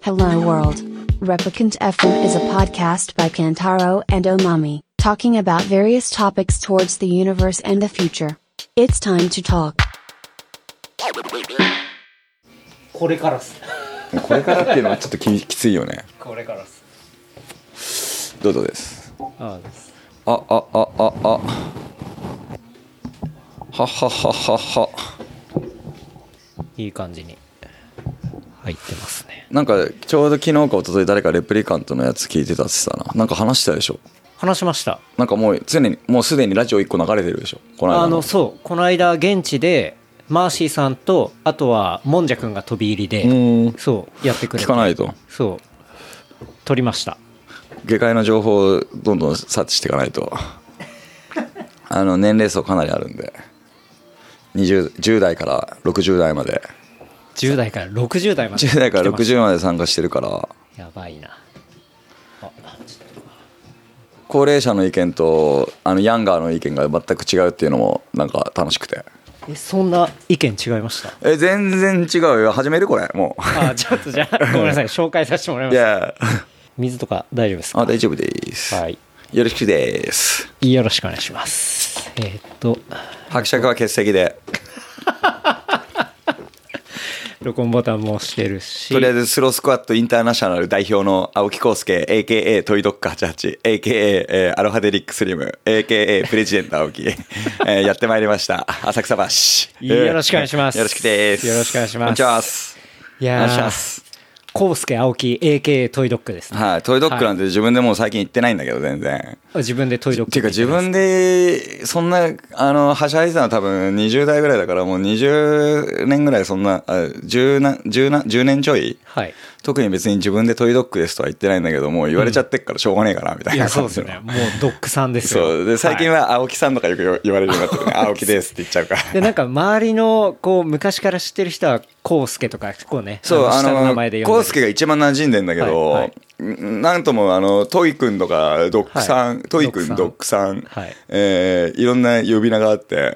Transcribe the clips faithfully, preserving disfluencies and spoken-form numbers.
Hello World. Replicant エフエム is a podcast by Kantaro and Omami, talking about various topics towards the universe and the future. It's time to talk. これからっす。 これからっていうのはちょっと き, きついよね。 これからっす。 どうぞです。 ああです。 あああああはははははいい感じに入ってますね。 なんかちょうど昨日か一昨日誰かレプリカントのやつ聞いてたってさな、なんか話したでしょ。 話しました。 なんかもう常にもうすでにラジオいっこ流れてるでしょ。この間のあのそうこの間現地でマーシーさんとあとはもんじゃくんが飛び入りでうんそうやってくれて聞かないとそう撮りました。 下界の情報をどんどん察知していかないとあの年齢層かなりあるんでにじゅう、じゅう代からろくじゅう代までじゅう代からろくじゅう代までじゅう代からろくじゅうまで参加してるからやばいなあ高齢者の意見とあのヤンガーの意見が全く違うっていうのもなんか楽しくて。 えそんな意見違いました？ え全然違うよ。始めるこれもうあちょっとじゃあごめんなさい紹介させてもらいます。 いや水とか大丈夫ですか？ あ大丈夫です、 はい、 よろしくです。 よろしくお願いします。えー、っと伯爵は欠席で録音ボタンも押してるし、 とりあえずスロースクワットインターナショナル代表の青木康介 エーケーエー トイドックはちじゅうはち エーケーエー、えー、アロハデリックスリム エーケーエー プレジデント青木、えー、やってまいりました浅草橋。 よろしくお願いします。 よろしくです。 よろしくお願いします。 こんにちは。 いやーお願いします。 康介青木 エーケーエー トイドックですね。 はい、トイドックなんて自分でもう最近言ってないんだけど全然。 自分でトイドックっていうか自分でそんなあのはしゃいでたのは多分にじゅう代ぐらいだからもうにじゅうねんぐらいそんなあ10な10なじゅうねんちょい、 はい、 特に別に自分でトイドックですとは言ってないんだけどもう言われちゃってっからしょうがねえかなみたいな、 うん、いやそうですね。もうドックさんですよ。 そうで最近は青木さんとかよく言われるようになってるね青木ですって言っちゃうからでなんか周りのこう昔から知ってる人は康介とかこうねそうあの名前で呼んでる。 康介が一番馴染んでんだけど、はいはい、なんともあのトイくんとかドックさん、はい、トイくんドックさん、はいえー、いろんな呼び名があって、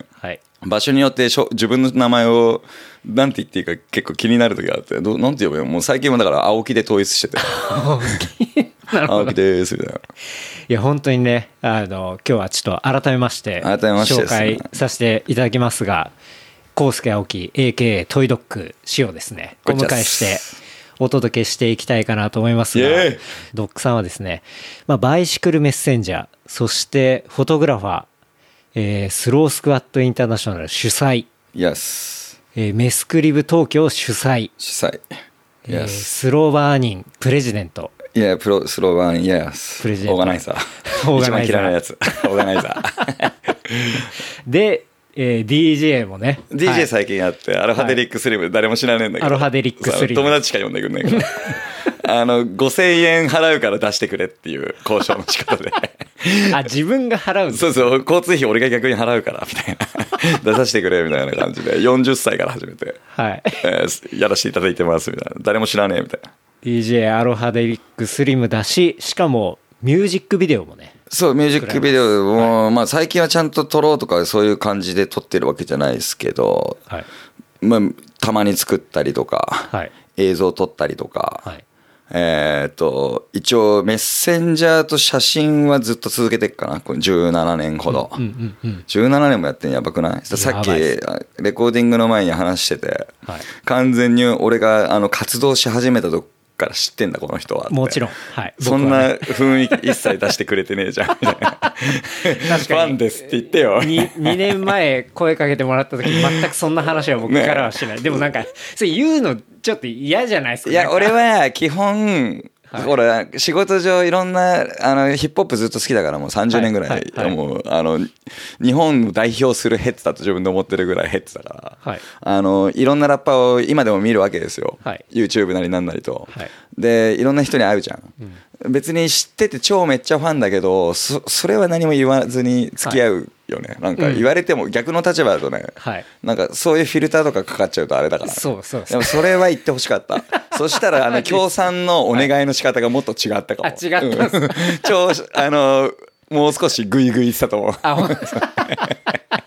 はい、場所によってしょ自分の名前をなんて言っていいか結構気になる時があってどなんて呼ぶよ。もう最近はだから青木で統一してて青木青木ですみたいな。 いや本当にねあの今日はちょっと改めまして改めまして紹介させていただきますが康介青木 エーケーエー トイドック仕様ですねお迎えしてお届けしていきたいかなと思いますがドックさんはですね、まあ、バイシクルメッセンジャーそしてフォトグラファー、えー、スロースクワットインターナショナル主催、 yes. えー、メスクリブ東京主催主催、yes. えー、スローバーニンプレジデントいやプロスローバーニン yes プレジデントオーガナイザー一番嫌いなやつオーガナイザーでえー、ディージェー もねディージェー 最近やって、はい、アロハデリックスリム、はい、誰も知らねえんだけどアロハデリックスリム友達しか呼んでくんないからあのごせんえん払うから出してくれっていう交渉の仕方であ自分が払うんだ。 そうそう交通費俺が逆に払うからみたいな出させてくれみたいな感じでよんじゅっさいから始めて、 はいえー、やらせていただいてますみたいな誰も知らねえみたいなディージェー アロハデリックスリムだししかもミュージックビデオもねそうミュージックビデオも、はい、まあ最近はちゃんと撮ろうとかそういう感じで撮ってるわけじゃないですけど、はいまあ、たまに作ったりとか、はい、映像撮ったりとか、はい、えー、っと一応メッセンジャーと写真はずっと続けてっかなこれじゅうななねんほど、うんうんうんうん、じゅうななねんもやってんやばくない？さっきレコーディングの前に話してて、はい、完全に俺があの活動し始めた時から知ってんだこの人はもちろん、はい、 そんな雰囲気一切出してくれてねえじゃんみたいな確かにファンですって言ってよ 2, にねんまえ声かけてもらった時全くそんな話は僕からはしない、ね、でもなんかそれ言うのちょっと嫌じゃないですか。 いや俺は基本はい、ほら仕事上いろんなあのヒップホップずっと好きだからもうさんじゅうねんぐらい、はいはいはい、もうあの日本を代表するヘッズだと自分で思ってるぐらいヘッズだから、はい、あのいろんなラッパーを今でも見るわけですよ、はい、YouTube なりなんなりと、はい、でいろんな人に会うじゃん、うん、別に知ってて超めっちゃファンだけど そ, それは何も言わずに付き合うよね、はい、なんか言われても逆の立場だとね、はい、なんかそういうフィルターとかかかっちゃうとあれだから、ね、 そうそうそうでもそれは言ってほしかったそしたらあの協賛のお願いの仕方がもっと違ったかも、 はい、あ違ったんす、うん、 超あのもう少しグイグイしたと思う。あ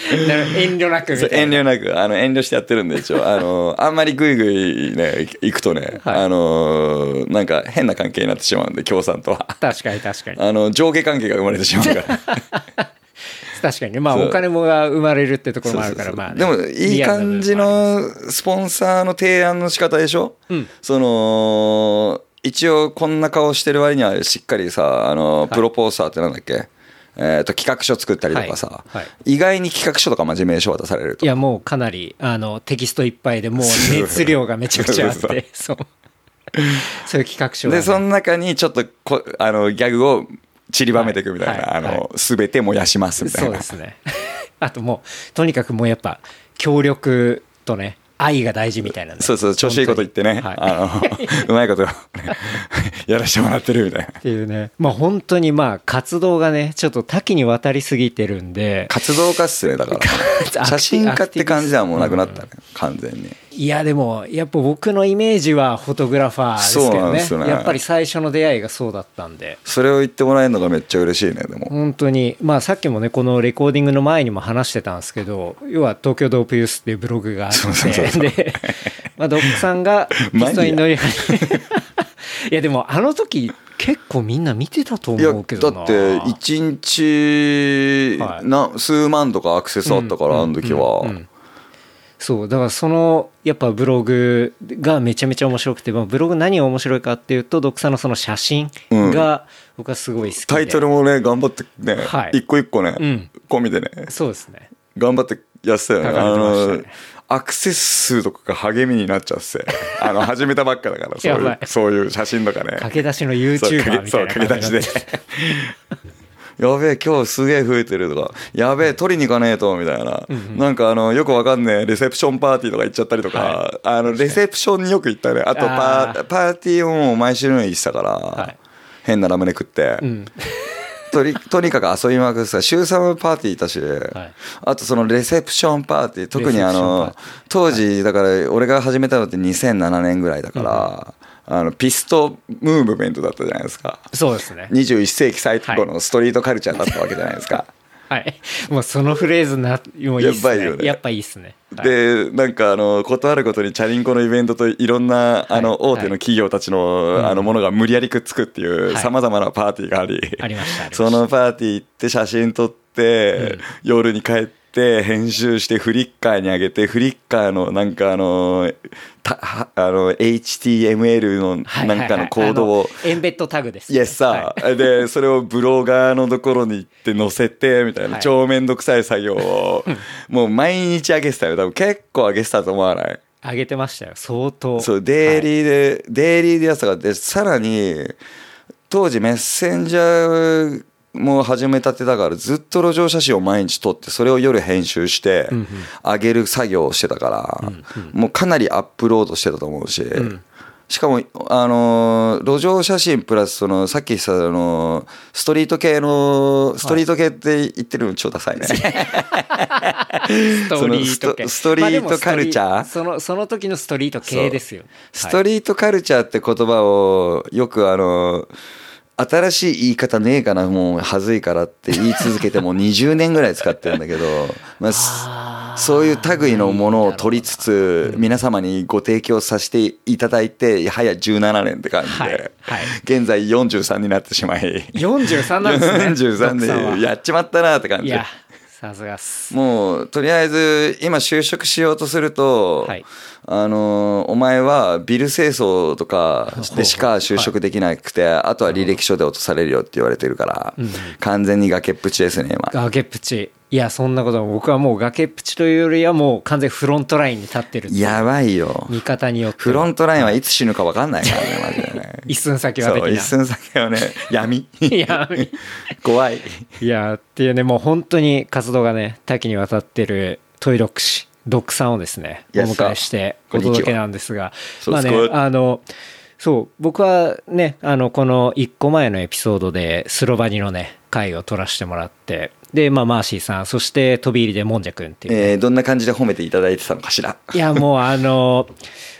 遠慮なくみたいな。 遠慮なくあの遠慮してやってるんで一応あのあんまりグイグイね行くとね、はい、あのなんか変な関係になってしまうんで共産とは確かに確かにあの上下関係が生まれてしまうから確かにまあお金もが生まれるってところもあるからまあ、ね、 でもいい感じのスポンサーの提案の仕方でしょ、うん、その一応こんな顔してる割にはしっかりさあのプロポーサーってなんだっけ、はいえー、と企画書作ったりとかさ、はいはい、意外に企画書とか真面目に書渡されるといやもうかなりあのテキストいっぱいでもう熱量がめちゃくちゃあってそうそういう企画書が、ね、 でその中にちょっとこあのギャグを散りばめていくみたいな、はいはい、あの全て燃やしますみたいなそうですねあともうとにかくもうやっぱ協力とね愛が大事みたいなねそうそう調子いいこと言ってね、はい、あのうまいこと、ね、やらせてもらってるみたいなっていうねまあ本当にまあ活動がねちょっと多岐にわたりすぎてるんで活動家っすねだから写真家って感じではもうなくなったね、うん、完全にいやでもやっぱ僕のイメージはフォトグラファーですけど ね, そうなんですよねやっぱり最初の出会いがそうだったんでそれを言ってもらえるのがめっちゃ嬉しいねでも本当にまあさっきもねこのレコーディングの前にも話してたんですけど要は東京ドープユースっていうブログがあってそうそうそうで、まあ、ドックさんがピストに乗り始めいやでもあの時結構みんな見てたと思うけどな。 いやだっていちにちな数万とかアクセスあったから、うん、あの時は、うんうんうん、 そうだからそのやっぱブログがめちゃめちゃ面白くて、まあ、ブログ何が面白いかっていうとドクさんのその写真が僕はすごい好きで、 タイトルもね頑張ってね、はい、一個一個ね、うん、込みでねそうですね頑張ってやってたよね。あのアクセス数とかが励みになっちゃってあの始めたばっかだからそういうそういう写真とかね駆け出しの YouTuber みたいな駆け出しでやべえ今日すげえ増えてるとかやべえ取りに行かねえとみたいな、うんうん、なんかあのよくわかんねえレセプションパーティーとか行っちゃったりとか、はい、あのレセプションによく行ったねあと パ, ーパーティーをもう毎週のように行ってたから、はい、変なラムネ食って、うんと, りとにかく遊びまくってさ週さんパーティーいたし、はい、あとそのレセプションパーティー特にあの当時だから俺が始めたのってにせんななねんぐらいだから、うん、あのピストムーブメントだったじゃないですか。 そうですねにじゅういっ世紀最後のストリートカルチャーだったわけじゃないですかはいもうそのフレーズなもういいっすね。やばいよね。やっぱいいっすね。 でなんかあのことあるごとにチャリンコのイベントといろんなあの大手の企業たちのあのものが無理やりくっつくっていうさまざまなパーティーがあり、 ありましたそのパーティー行って写真撮って夜に帰って編集してフリッカーに上げてフリッカーのなんかあのたあの エイチティーエムエル のなんかのコードをエンベッドタグです、 イエスさあでそれをブロガーのところに行って載せてみたいな超めんどくさい作業をもう毎日上げてたよ。多分結構上げてたと思わない？ 上げてましたよ相当。 そうデイリーで、はい、デイリーでやつがでさらに当時メッセンジャーもう始めたてだからずっと路上写真を毎日撮ってそれを夜編集して上げる作業をしてたからもうかなりアップロードしてたと思うし、しかもあの路上写真プラスそのさっき言ったあのストリート系のストリート系って言ってるの超ダサいねストリート系ストリートカルチャー、 そのその時のストリート系ですよ。 ストリートカルチャーって言葉をよくあの新しい言い方ねえかなもうはずいからって言い続けてもにじゅうねんぐらい使ってるんだけど、まあ、そういう類のものを取りつつ皆様にご提供させていただいて早じゅうななねんって感じで、はいはい、現在よんじゅうさんになってしまいよんじゅうさんなんですね。 よんじゅうさんでやっちまったなって感じ。 いやさすがっす。 もうとりあえず今就職しようとすると、はい、あのお前はビル清掃とかでしか就職できなくて、はい、あとは履歴書で落とされるよって言われてるから、うん、完全に崖っぷちですね今。 崖っぷち。いやそんなことも僕はもう崖っぷちというよりはもう完全フロントラインに立ってるっていう。 やばいよ見方によってフロントラインはいつ死ぬか分かんないからねマジでね一寸先は的な。 そう一寸先はね闇闇怖い。 いやっていうねもう本当に活動がね多岐にわたってるトイドック氏ドックさんをですねお迎えしてお届けなんですが、まあねあのそう僕はねあのこのいっこまえのエピソードでスロバニのね回を取らせてもらってで、まあ、マーシーさんそして飛び入りでもんじゃくんっていう、ねえー、どんな感じで褒めていただいてたのかしら。 いやもうあの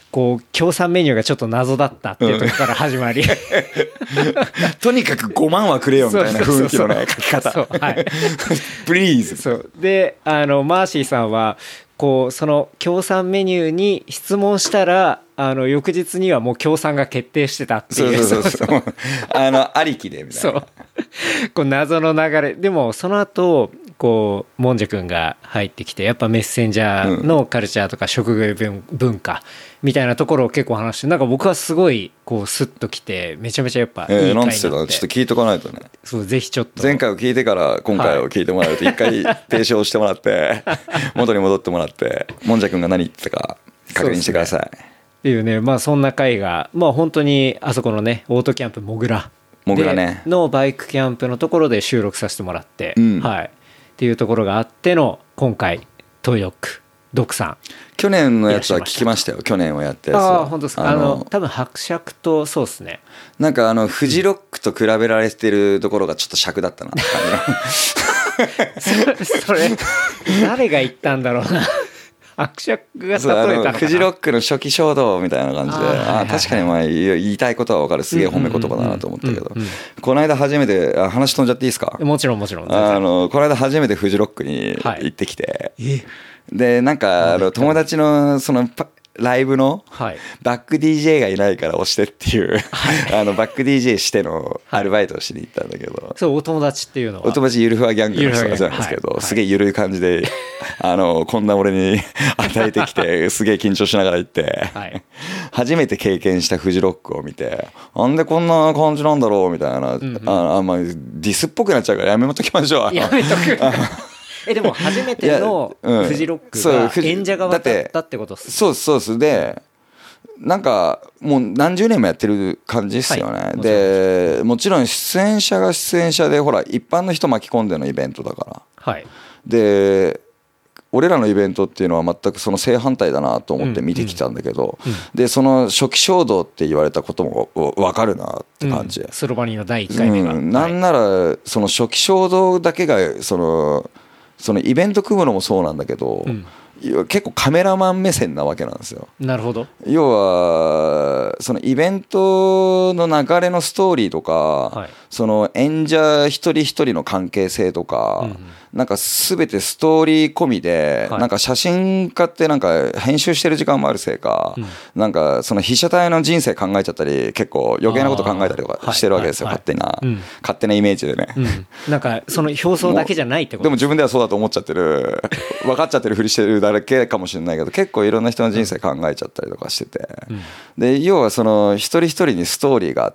こう協賛メニューがちょっっと謎だったっていうところから始まり、うん、 とにかくごまんはくれよみたいな雰囲気のね書き方そう、はい、プリーズそうであのマーシーさんはこうその協賛メニューに質問したらあの翌日にはもう協賛が決定してたっていうそうそうそうそうあのありきでみたいなそうこう謎の流れでもその後こうもんじゃくんが入ってきてやっぱメッセンジャーのカルチャーとか職業文化みたいなところを結構話してなんか僕はすごいこうスッときてめちゃめちゃやっぱいい回になって、 えー、なんつってたちょっと聞いとかないとねそうぜひちょっと前回を聞いてから今回を聞いてもらうと一回提唱してもらって元に戻ってもらってもんじゃくんが何言ってたか確認してくださいっていうねまあそんな回がまあ本当にあそこのねオートキャンプもぐらもぐらねのバイクキャンプのところで収録させてもらって、 うん、 はいっていうところがあっての今回トイドックドクさん去年のやつは聞きましたよ去年はやったやつはああ本当ですかあの多分伯爵とそうですねなんかあのフジロックと比べられてるところがちょっと尺だったなって感じそ, それ誰が言ったんだろうな伯爵が例えたのかなフジロックの初期衝動みたいな感じで あ,、はいはいはい、あ確かにまあ言いたいことは分かるすげえ褒め言葉だなと思ったけどこの間初めて話飛んじゃっていいですかもちろんもちろんあのこの間初めてフジロックに行ってきて、はい、でなんかあの友達のそのライブのバック ディージェー がいないから押してっていう、はい、あのバック ディージェー してのアルバイトをしに行ったんだけど、はい、 そうお友達っていうのはお友達ゆるふわギャングの人なんですけど、はい、すげえゆるい感じであのこんな俺に与えてきてすげえ緊張しながら行って、はい、初めて経験したフジロックを見てなんでこんな感じなんだろうみたいな、うんうん、ああんまりディスっぽくなっちゃうからやめときましょうやめとくえでも初めてのフジロックが演者が渡ったってことっす、 そうそうそうでなんかもう何十年もやってる感じですよね、はい、でもちろん出演者が出演者でほら一般の人巻き込んでのイベントだから、 はい、で俺らのイベントっていうのは全くその正反対だなと思って見てきたんだけど、うんうん、でその初期衝動って言われたことも分かるなって感じ、うん、 スロバニーのだいいっかいめが、 うん、なんならその初期衝動だけがそのそのイベント組むのもそうなんだけど、うん、結構カメラマン目線なわけなんですよ。 なるほど。 要はそのイベントの流れのストーリーとか、はい、その演者一人一人の関係性とか、うんうん、なんか全てストーリー込みで、はい、なんか写真家ってなんか編集してる時間もあるせいか、うん、なんかその被写体の人生考えちゃったり結構余計なこと考えたりとかしてるわけですよ、勝手な、うん、勝手なイメージでね、 うん、なんかその表層だけじゃないってことでも自分ではそうだと思っちゃってる分かっちゃってるふりしてるだけかもしれないけど結構いろんな人の人生考えちゃったりとかしてて、うん、で要はその一人一人にストーリーがあって、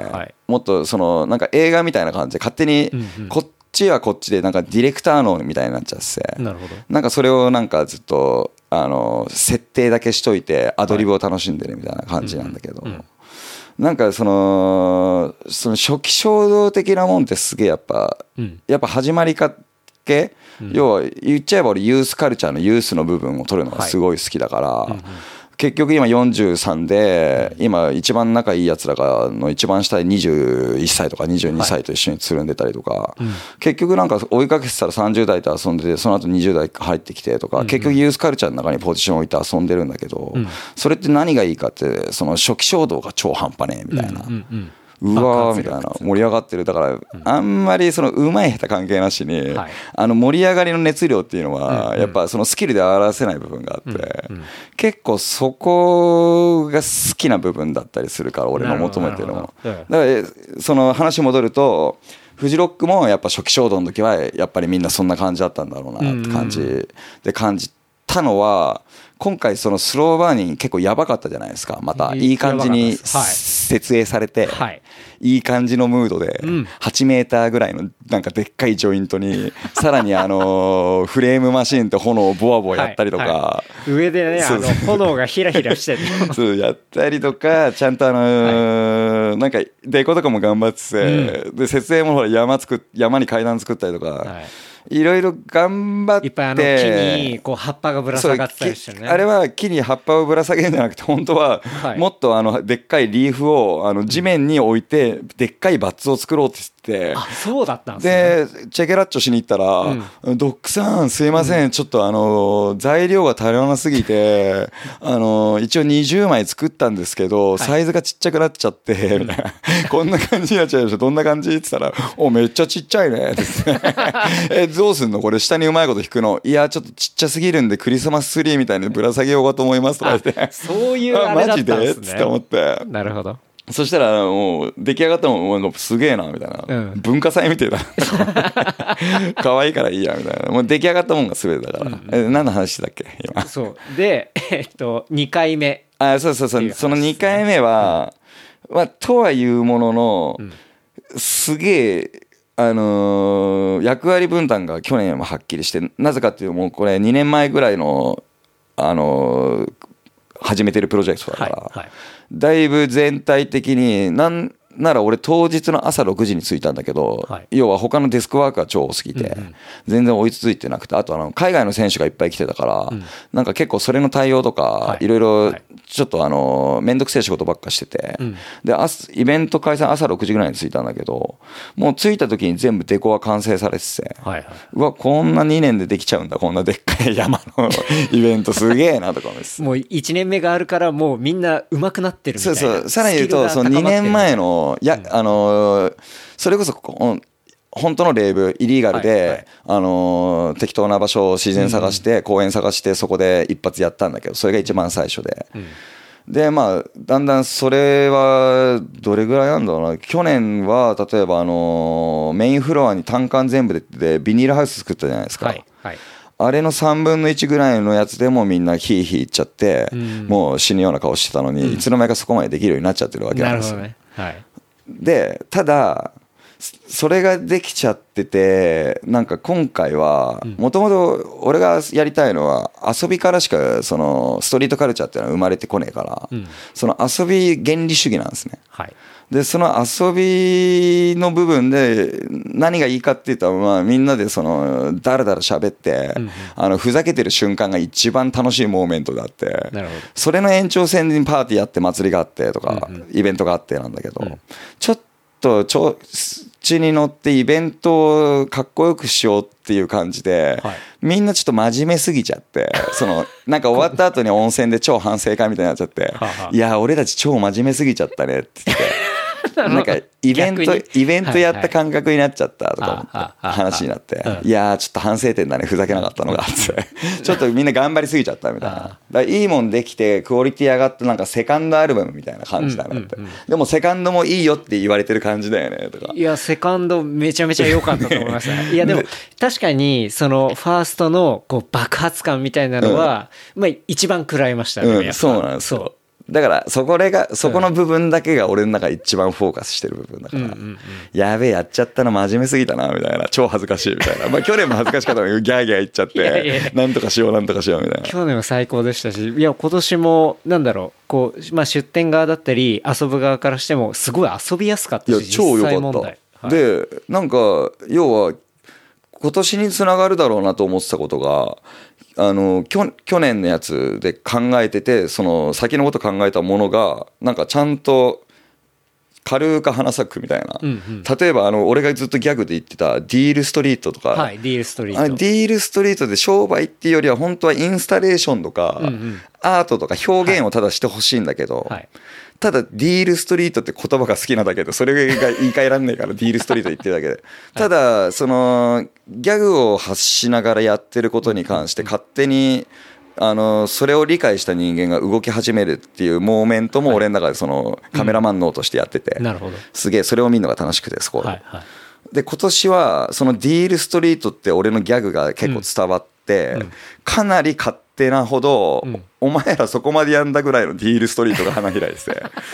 はい、もっとそのなんか映画みたいな感じで勝手にこっちはこっちでなんかディレクターのみたいになっちゃって、 なるほど、 なんかそれをなんかずっとあの設定だけしといてアドリブを楽しんでるみたいな感じなんだけど、なんかそのその初期衝動的なもんってすげえやっぱやっぱ始まりかけ、要は言っちゃえば俺ユースカルチャーのユースの部分を取るのがすごい好きだから、結局今よんじゅうさんで今一番仲いいやつらがの一番下でにじゅういっさいとかにじゅうにさいと一緒につるんでたりとか、結局なんか追いかけてたらさんじゅう代と遊んでてその後にじゅう代入ってきてとか、結局ユースカルチャーの中にポジションを置いて遊んでるんだけど、それって何がいいかってその初期衝動が超半端ねえみたいな、うわーみたいな盛り上がってるだからあんまりそのうまい下手関係なしにあの盛り上がりの熱量っていうのはやっぱそのスキルで表せない部分があって結構そこが好きな部分だったりするから俺の求めてるのもだからその話戻るとフジロックもやっぱ初期衝動の時はやっぱりみんなそんな感じだったんだろうなって感じで感じたのは今回そのスローバーニン結構やばかったじゃないですか。またいい感じに設営されていい感じのムードではちメーターぐらいのなんかでっかいジョイントにさらにあのフレームマシンと炎をボワボワやったりとか上でねあの炎がヒラヒラしてるそうやったりとかちゃんとあのなんかデコとかも頑張っててで設営もほら山作っ山に階段作ったりとかいろいろ頑張って、 いっぱいあの木にこう葉っぱがぶら下がってたりしてね。 あれは木に葉っぱをぶら下げるんじゃなくて、本当はもっとあのでっかいリーフをあの地面に置いてでっかいバッツを作ろうって言って、 あ、そうだったんですね。 でチェケラッチョしに行ったら、うん、ドックさんすいません、うん、ちょっとあの材料が足らなすぎてあの一応にじゅうまい作ったんですけど、はい、サイズがちっちゃくなっちゃってみたいなこんな感じになっちゃうでしょ、どんな感じって言ったら、おめっちゃちっちゃいねってえどうすんのこれ下にうまいこと引くの、いやちょっとちっちゃすぎるんでクリスマスツリーみたいにぶら下げようかと思いますとか言ってそういうあれだったんですね。 マジでって思って、 なるほど。 そしたらもう出来上がったのもすげえなみたいな、うん、文化祭みたいな可愛いからいいやみたいな、もう出来上がったもんが全てだから、うんうん、え何の話だっけ今。 そうで、えっとにかいめ、 あそうそうそう、そのにかいめは、うんまあ、とはいうものの、うん、すげえあのー、役割分担が去年ははっきりして、なぜかっていうともうこれにねんまえぐらいのあのー始めてるプロジェクトだから、はいはい、だいぶ全体的になんなら俺当日の朝ろくじに着いたんだけど、はい、要は他のデスクワークが超多すぎて、うんうん、全然追いついてなくて、あとあの海外の選手がいっぱい来てたから、うん、なんか結構それの対応とかいろいろちょっとあの面倒くせえ仕事ばっかしてて、うん、でイベント開催朝ろくじぐらいに着いたんだけど、もう着いた時に全部デコは完成されてて、はいはい、うわこんなにねんでできちゃうんだ、こんなでっかい山のイベントすげえなとか思いますもういちねんめがあるからもうみんな上手くなってるみたいな。 そうそう、さらに言うとそのにねんまえのや、うん、あのそれこそ本当のレイブイリーガルで、はいはい、あの適当な場所を自然探して、うん、公園探してそこで一発やったんだけど、それが一番最初で、うん、でまあだんだんそれはどれぐらいなんだろうな、去年は例えばあのメインフロアに単管全部でビニールハウス作ったじゃないですか、はいはい、あれのさんぶんのいちぐらいのやつでもみんなヒーヒーいっちゃって、うん、もう死ぬような顔してたのに、うん、いつの間にかそこまでできるようになっちゃってるわけなんですよ。なるほどね、はい、でただそれができちゃってて、なんか今回はもともと俺がやりたいのは遊びからしかそのストリートカルチャーっていうのは生まれてこねえから、うん、その遊び原理主義なんですね、はい、でその遊びの部分で何がいいかっていうと、まあみんなでそのだらだら喋って、うん、あのふざけてる瞬間が一番楽しいモーメントであって、なるほど、それの延長線にパーティーやって祭りがあってとか、うんうん、イベントがあってなんだけど、うん、ちょっと調子に乗ってイベントをかっこよくしようっていう感じで、はい、みんなちょっと真面目すぎちゃってそのなんか終わった後に温泉で超反省会みたいになっちゃっていや俺たち超真面目すぎちゃったねって言ってなんかイベントイベントやった感覚になっちゃったとか思って話になって、いやちょっと反省点だねふざけなかったのがってちょっとみんな頑張りすぎちゃったみたいな、だからいいもんできてクオリティ上がってなんかセカンドアルバムみたいな感じだなって、でもセカンドもいいよって言われてる感じだよねとか。 いやセカンドめちゃめちゃ良かったと思いましたいやでも確かにそのファーストのこう爆発感みたいなのは、まあ一番食らいましたね、 うん、そうなんですよ。だからそこがそこの部分だけが俺の中で一番フォーカスしてる部分だから、うんうんうん、やべえやっちゃったの真面目すぎたなみたいな、超恥ずかしいみたいな、まあ去年も恥ずかしかったのにギャーギャー言っちゃっていやいやなんとかしようなんとかしようみたいな。 去年も最高でしたし、いや今年もなんだろうこう、まあ、出店側だったり遊ぶ側からしてもすごい遊びやすかったし、いや超良かった、はい、でなんか要は今年につながるだろうなと思ってたことがあの去年のやつで考えてて、その先のこと考えたものがなんかちゃんと軽く花咲くみたいな、うんうん、例えばあの俺がずっとギャグで言ってたディールストリートとか、 はい、ディールストリート、 ディールストリートで商売っていうよりは本当はインスタレーションとか、うんうん、アートとか表現をただしてほしいんだけど、はいはい、ただディールストリートって言葉が好きなだけでそれが言い換えられないからディールストリート言ってるだけでただそのギャグを発しながらやってることに関して勝手にあのそれを理解した人間が動き始めるっていうモーメントも俺の中でそのカメラマン脳としてやってて、すげえそれを見るのが楽しくて、そこで今年はそのディールストリートって俺のギャグが結構伝わってかなり勝手なほどお前らそこまでやんだぐらいのディールストリートが花開いてて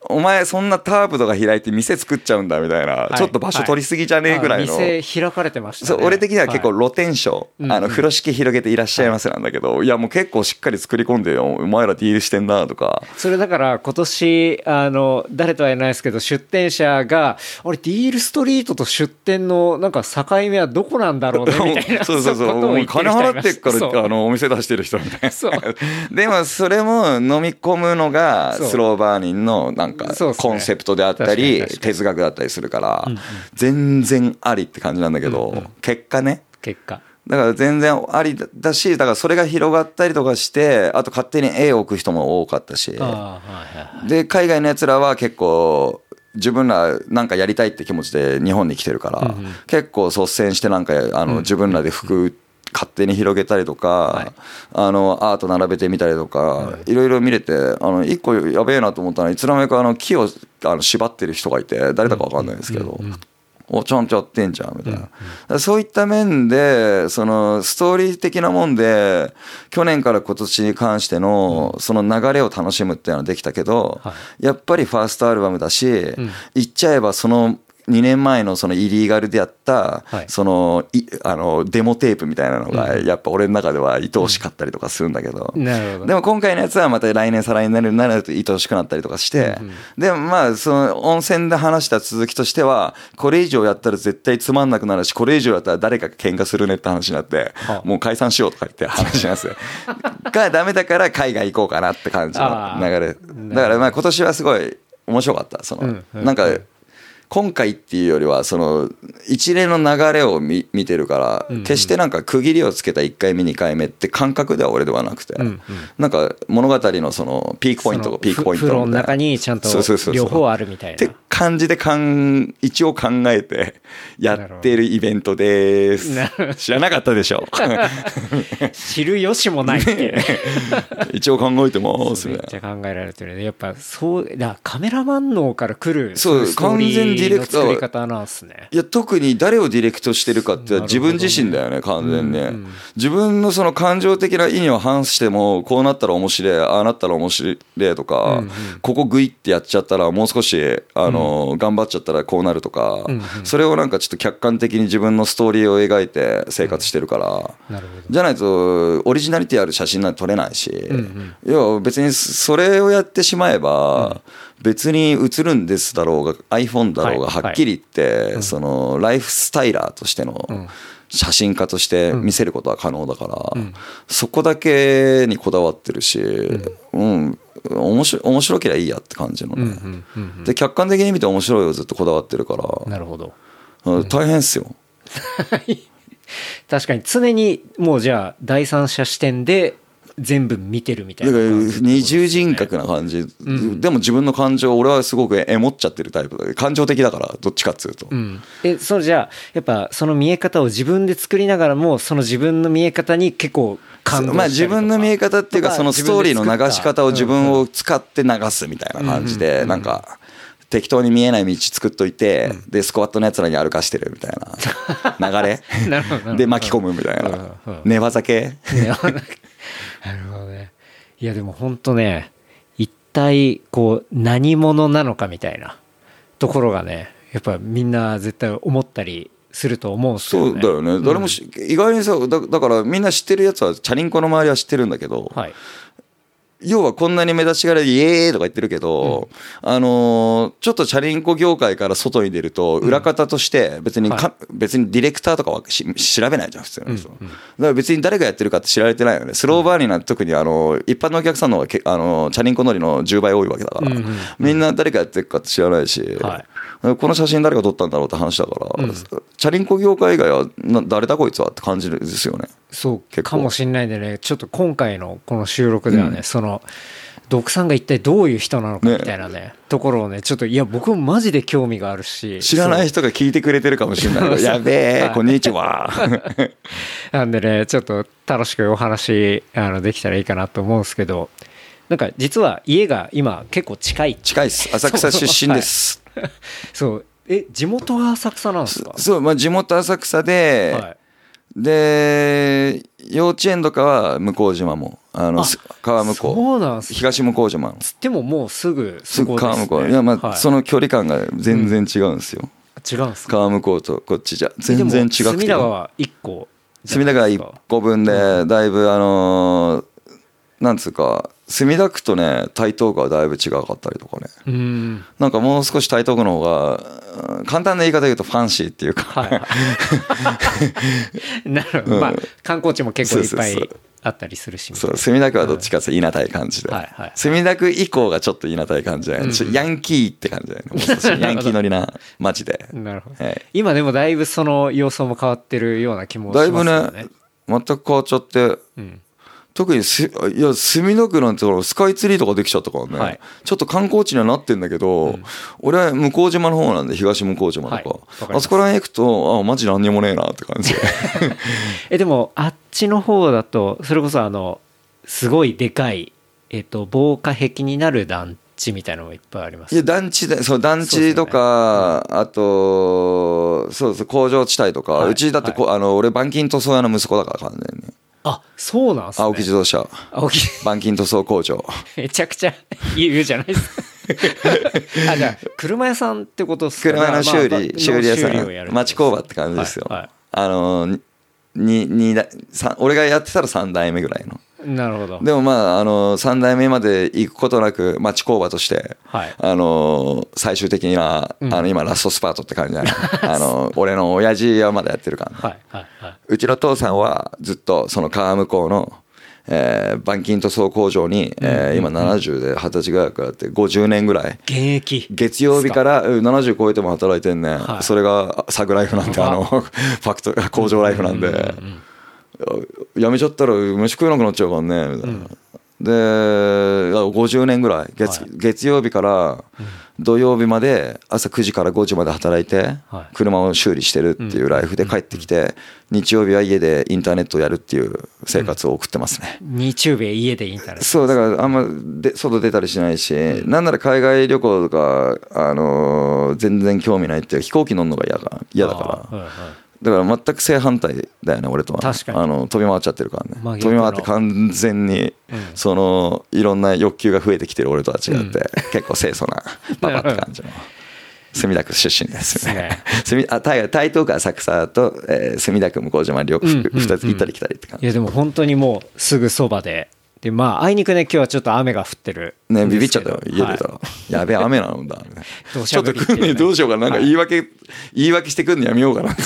お前そんなタープとか開いて店作っちゃうんだみたいな、はい、ちょっと場所取りすぎじゃねえぐらいの、 はい、店開かれてましたね。 そう俺的には結構露天商、はい、あの風呂敷広げていらっしゃいますなんだけど、はい、いやもう結構しっかり作り込んでよお前らディールしてんなとか。 それだから今年あの誰とは言えないですけど出店者があれディールストリートと出店のなんか境目はどこなんだろうねみたいなそうそうそうもう金払ってっからあのお店出してる人みたいなそうでもそれも飲み込むのがスローバーニンのなんかコンセプトであったり哲学だったりするから全然ありって感じなんだけど、結果ね結果だから全然ありだし、だからそれが広がったりとかして、あと勝手に絵を置く人も多かったし、で海外のやつらは結構自分らなんかやりたいって気持ちで日本に来てるから、結構率先してなんかあの自分らで服勝手に広げたりとか、はい、あのアート並べてみたりとか、はい、いろいろ見れて、あの一個やべえなと思ったのはいつの間にかあの木をあの縛ってる人がいて誰だか分かんないですけど、おちゃんとやってんじゃんみたいな、うんうん、そういった面でそのストーリー的なもんで去年から今年に関してのその流れを楽しむっていうのはできたけど、はい、やっぱりファーストアルバムだし、うん、言っちゃえばそのにねんまえのそのイリーガルでやったそのあのデモテープみたいなのがやっぱ俺の中では愛おしかったりとかするんだけど、でも今回のやつはまた来年再来年になると愛おしくなったりとかして、でもまあその温泉で話した続きとしてはこれ以上やったら絶対つまんなくなるしこれ以上やったら誰かが喧嘩するねって話になってもう解散しようとか言って話しますがダメだから海外行こうかなって感じの流れだからまあ今年はすごい面白かった。そのなんか今回っていうよりはその一連の流れを 見, 見てるから決してなんか区切りをつけたいっかいめにかいめって感覚では俺ではなくて、なんか物語のそのピークポイントピークポイント風呂の中にちゃんと両方あるみたいなって感じでかん一応考えてやってるイベントです。知らなかったでしょ知る由もないって一応考えてますね。 めっちゃ考えられてるね。やっぱそうだカメラマン脳から来るそう完全ディレクターの作り方なんすね。 いや特に誰をディレクトしてるかって自分自身だよね完全にね、うんうん、自分のその感情的な意には反してもこうなったら面白いああなったら面白いとか、うんうん、ここグイってやっちゃったらもう少しあの、うん、頑張っちゃったらこうなるとか、うんうん、それをなんかちょっと客観的に自分のストーリーを描いて生活してるから、うん、なるほどじゃないとオリジナリティある写真なんて撮れないし、うんうん、要は別にそれをやってしまえば、うん別に映るんですだろうが iPhone だろうがはっきり言ってそのライフスタイラーとしての写真家として見せることは可能だからそこだけにこだわってるしうん面白面白ければいいやって感じのねで客観的に見て面白いをずっとこだわってるからなるほど大変っすよ確かに常にもうじゃあ第三者視点で全部見てるみたいな感じ、 ね、二重人格な感じ、うん、でも自分の感情俺はすごくエモっちゃってるタイプだ感情的だからどっちかっつうと、うん、 えそれじゃあやっぱその見え方を自分で作りながらもその自分の見え方に結構感動したりとか、 まあ、自分の見え方っていうかそのストーリーの流し方を自分を使って流すみたいな感じでなんか適当に見えない道作っといて、うん、でスクワットのやつらに歩かしてるみたいな流れで巻き込むみたいな寝技系なるほどね。いやでも本当ね一体こう何者なのかみたいなところがねやっぱみんな絶対思ったりすると思うんですよね。 そうだよね。誰も、うん、意外にさ だ, だからみんな知ってるやつはチャリンコの周りは知ってるんだけど、はい、要はこんなに目立ちがらいイエーイとか言ってるけど、うん、あのー、ちょっとチャリンコ業界から外に出ると裏方として別にか、うんはい、別にディレクターとかはし調べないじゃん普通の人、うんうん、だから別に誰がやってるかって知られてないよね。スローバーニーなんて特にあの一般のお客さんの方があのチャリンコ乗りのじゅうばい多いわけだから、うんうんうん、みんな誰がやってるかって知らないし、はい、この写真誰が撮ったんだろうって話だから、うん、チャリンコ業界以外はな誰だこいつはって感じですよね。 そうかもしれないんでねちょっと今回のこの収録ではね、うん、そのドクさんが一体どういう人なのかみたいな ね, ねところをねちょっといや僕もマジで興味があるし知らない人が聞いてくれてるかもしれないやべえこんにちはなんでねちょっと楽しくお話あのできたらいいかなと思うんですけどなんか実は家が今結構近い近いです浅草出身です、 はい、そうえ地元は浅草なんですか。 そう、まあ、地元浅草で、はいで幼稚園とかは向島もあの川向こう、 そうなんす、 東向島のでももうすぐそこです、ね、 川向こう、いやまあ、はい、その距離感が全然違うんですよ、 うん、違うんですか。 川向こうとこっちじゃ全然違くて、 隅田川いっこ隅田川いっこぶんでだいぶあのなんつうか墨田区とね台東区はだいぶ違かったりとかね、うん、なんかもう少し台東区の方が簡単な言い方で言うとファンシーっていうか、はいはい、 なるほど、うん、まあ観光地も結構いっぱいあったりするし、 そう墨田区はどっちかというと田舎い感じで、はいはい、墨田区以降がちょっと田舎い感じで、うん、ヤンキーって感じだよね、もう少しヤンキー乗りな街でなるほど、はい、今でもだいぶその様相も変わってるような気もしますよね。 だいぶね全く変わっちゃって、うん、特にすいや墨田区なんてスカイツリーとかできちゃったからね、はい、ちょっと観光地にはなってんだけど、うん、俺は向島の方なんで東向島とか、はい、あそこら辺行くとあマジ何にもねえなって感じえでもあっちの方だとそれこそあのすごいでかい、えっと、防火壁になる団地みたいなのもいっぱいあります。 いや団地でそう団地とか、ねうん、あとそうそう工場地帯とか、はい、うちだってこ、はい、あの俺板金塗装屋の息子だから完全に。 あそうなんすね。 青木自動車青木板金塗装工場めちゃくちゃ言うじゃないですかあじゃあ車屋さんってことですか。 車の修理、まあ、修理屋さん町工場って感じですよ、はいはい、あのにに俺がやってたらさん代目ぐらいの。 なるほど。 でもまああのさん代目まで行くことなく町工場として、はい、あの最終的には、うん、あの今ラストスパートって感じじゃないあの俺の親父はまだやってるから、ねはいはいはい、うちの父さんはずっとその川向こうの、えー、板金塗装工場に、えー、今ななじゅうではたちぐらいからってごじゅうねんぐらい現役月曜日からななじゅう超えても働いてんね、はい、それがサグライフなんであのファクト工場ライフなんで、うんうんうん辞めちゃったら飯食えなくなっちゃうからねみたいな、うん、でごじゅうねんぐらい 月,、はい、月曜日から土曜日まで朝くじからごじまで働いて車を修理してるっていうライフで帰ってきて日曜日は家でインターネットをやるっていう生活を送ってますね、 うん、日曜日は家でインターネットそうだからあんまで外出たりしないし、うん、なんなら海外旅行とか、あのー、全然興味ないっていう飛行機乗るのが嫌か嫌だから、はいはいだから全く正反対だよね俺とは。 確かにあの飛び回っちゃってるからね。飛び回って完全にそのいろんな欲求が増えてきてる俺とは違って、結構清楚なパパって感じの墨田区出身ですね。あ台東区浅草と、えー、墨田区向島両ふたつ行ったり来たりって感じ。 いやでも本当にもうすぐそばで。でまああいにくね今日はちょっと雨が降ってるねビビっちゃったよ家出たら、はい、やべえ雨なんだちょっと来んねどうしようかな、なんか言い訳、はい、言い訳してくんのやめようかな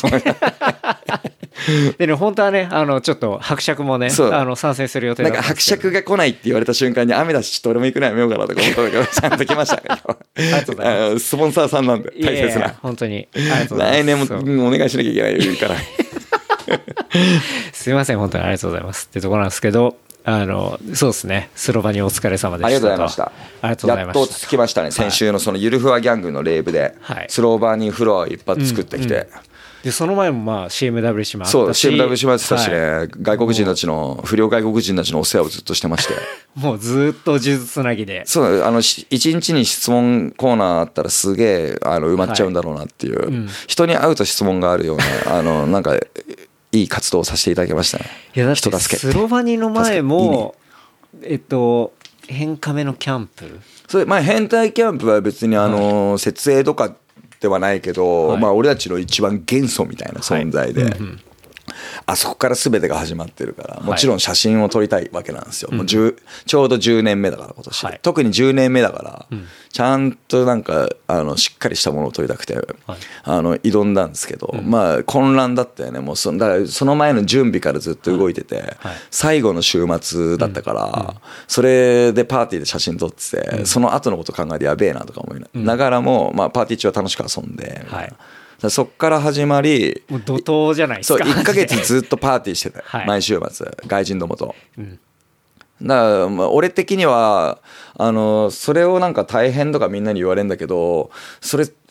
でね本当はねあのちょっと伯爵もねあの参戦する予定だったんですけど、 なんか伯爵が来ないって言われた瞬間に雨だしちょっと俺も行くのやめようかなとか思ったんだけどちゃんと来ましたからありがとうございます。スポンサーさんなんで大切な。いやいや本当にありがとうございます。 来年もお願いしなきゃいけないからすいません本当にありがとうございますってところなんですけど、あのそうですねスロバにお疲れ様でした。 ありがとうございました。 ありがとうございました。 やっと着きましたね、はい、先週のそのゆるふわギャングのレイブで、はい、スローバーにフロア一発作ってきて、うんうん、 でその前もまあ シーエムダブリューシー もあったし、 そう シーエムダブリューシー もやってたしね、はい、外国人たちの不良外国人たちのお世話をずっとしてましてもうずっと呪術つなぎで、 そうあのいちにちに質問コーナーあったらすげえあの埋まっちゃうんだろうなっていう、はいうん、人に会うと質問があるようなあのなんかいい活動をさせていただきましたね。 いやだってスロバニの前もえっと変カメのキャンプ、 それまあ変態キャンプは別にあの、はい、設営とかではないけど、はい、まあ俺たちの一番元祖みたいな存在で、はいうんうん、あそこから全てが始まってるからもちろん写真を撮りたいわけなんですよ、はい、もうじゅうちょうどじゅうねんめだから今年、はい、特にじゅうねんめだから、うん、ちゃんとなんかあのしっかりしたものを撮りたくて、はい、あの挑んだんですけど、うん、まあ混乱だったよね。もうそだからその前の準備からずっと動いてて、はいはい、最後の週末だったから、うんうん、それでパーティーで写真撮ってて、うん、その後のこと考えてやべえなとか思いながらも、まあ、パーティー中は楽しく遊んで、はいそっから始まりもう怒涛じゃないですか。 そういっかげつずっとパーティーしてた、はい、毎週末外人どもと、うん、だからまあ俺的にはあのそれをなんか大変とかみんなに言われるんだけど、それ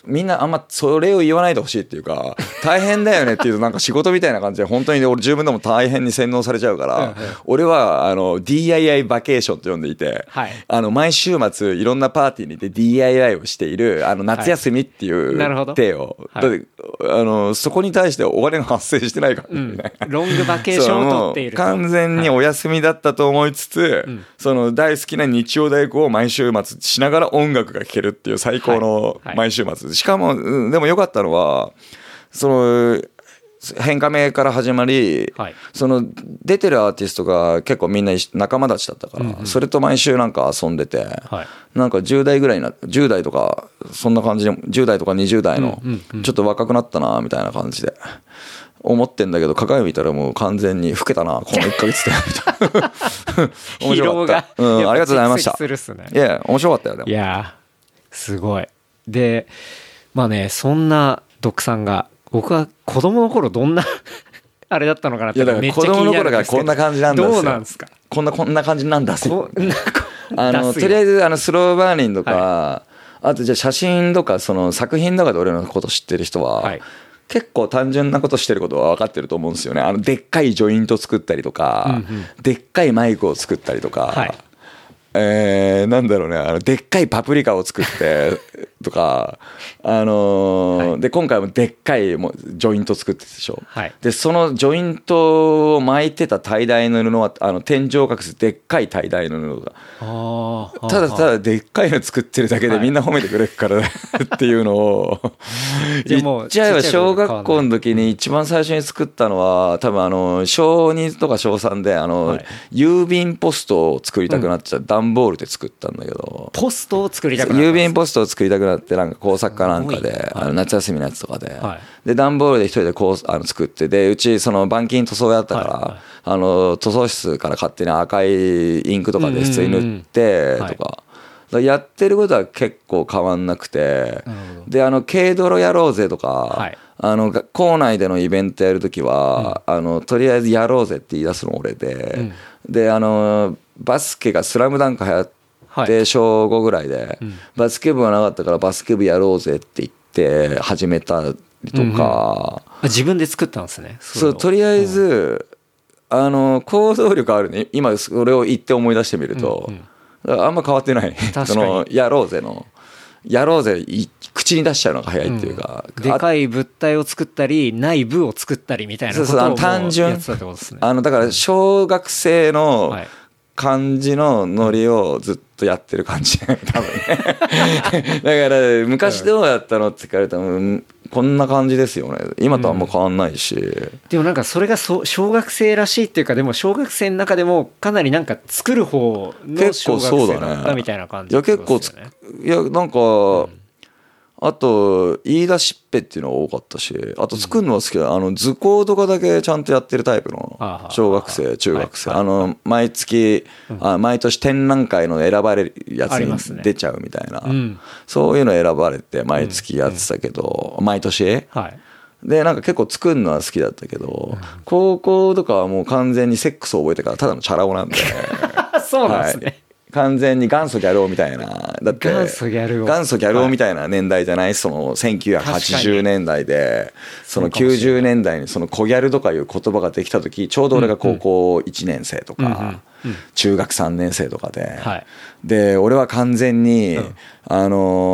みんなあんまそれを言わないでほしいっていうか大変だよねっていうとなんか仕事みたいな感じで本当に俺自分でも大変に洗脳されちゃうから俺はあの ディーアイアイ バケーションと呼んでいて、はい、あの毎週末いろんなパーティーに行って ディーアイアイ をしているあの夏休みっていう体を、はい、だってあのそこに対してお金が発生してないから、ねうん、ロングバケーションを取っている完全にお休みだったと思いつつ、はい、その大好きな日曜大工を毎週末しながら音楽が聴けるっていう最高の毎週末、はいはい、しかもでも良かったのはその変化名から始まり、はい、その出てるアーティストが結構みんな仲間たちだったから、うんうん、それと毎週なんか遊んでて、はい、なんかじゅう代ぐらいになってじゅう代とかそんな感じでじゅう代とかにじゅう代のちょっと若くなったなみたいな感じで思ってんだけど鏡見たらもう完全に老けたなこのいっかげつでみたいな面白かった、うん、ありがとうございました。いや面白かったよね。 いやすごい。でまあねそんなドックさんが僕は子供の頃どんなあれだったのかなってめっちゃ気になるんですけど。いやだから子供の頃からこんな感じなんですよ。どうなんですか。こんなこんな感じなんだすよ。あのとりあえずあのスローバーニンとか、はい、あとじゃあ写真とかその作品とかで俺のこと知ってる人は、はい、結構単純なことしてることは分かってると思うんですよね。あのでっかいジョイント作ったりとか、うんうん、でっかいマイクを作ったりとか、はい、えー、なんだろうねあのでっかいパプリカを作ってとか、あのーはい、で今回もでっかいもジョイント作ってたでしょ、はい、でそのジョイントを巻いてたタイダイの布はあの天井を隠すでっかいタイダイの布があただただでっかいの作ってるだけでみんな褒めてくれるからっていうのを言っちゃえば小学校の時に一番最初に作ったのは多分あの小にとか小さんであの、はい、郵便ポストを作りたくなっちゃう、うん、段ボールで作ったんだけどポストを作りたくなった郵便ポストを作りたくなってなんか工作かなんかで、はい、あの夏休みのやつとかで、はい、で段ボールで一人でこうあの作ってでうちその板金塗装やったから、はいはい、あの塗装室から勝手に赤いインクとかで質に塗ってとか、はい、やってることは結構変わんなくてであの軽泥やろうぜとか、はい、あの校内でのイベントやるときは、うん、あのとりあえずやろうぜって言い出すの俺で、うん、であのバスケがスラムダンク流行ってで小ごぐらいで、うん、バスケ部はなかったからバスケ部やろうぜって言って始めたりとか、 うんうん、自分で作ったんですね。 そうとりあえず、うん、あの行動力あるね今それを言って思い出してみると、うんうん、あんま変わってないそのやろうぜのやろうぜ口に出しちゃうのが早いっていうか、 うん、でかい物体を作ったり内部を作ったりみたいなことをやってたってことですね。 あのだから小学生の、はい感じのノリをずっとやってる感じ多分ねだから昔どうやったのって聞かれたらこんな感じですよね今とあんま変わんないし、うん、 でもなんかそれがそ小学生らしいっていうかでも小学生の中でもかなりなんか作る方の小学生だったみたいな感じですよね。 いや結構いやなんか、うんあと言い出しっぺっていうのが多かったしあと作るのは好きだ、うん、あの図工とかだけちゃんとやってるタイプの小学生中学生あの毎月、うん、あ毎年展覧会の選ばれるやつに出ちゃうみたいな、ねうん、そういうの選ばれて毎月やってたけど、うん、毎年、はい、でなんか結構作るのは好きだったけど、うん、高校とかはもう完全にセックスを覚えてからただのチャラ男なんでそうなんですね、はい完全に元祖ギャル男みたいなだって元祖ギャル元祖ギャル男みたいな年代じゃないそのせんきゅうひゃくはちじゅうねんだいでそのきゅうじゅうねんだいにその小ギャルとかいう言葉ができた時ちょうど俺が高校いちねん生とか中学さんねん生とかでで俺は完全にあ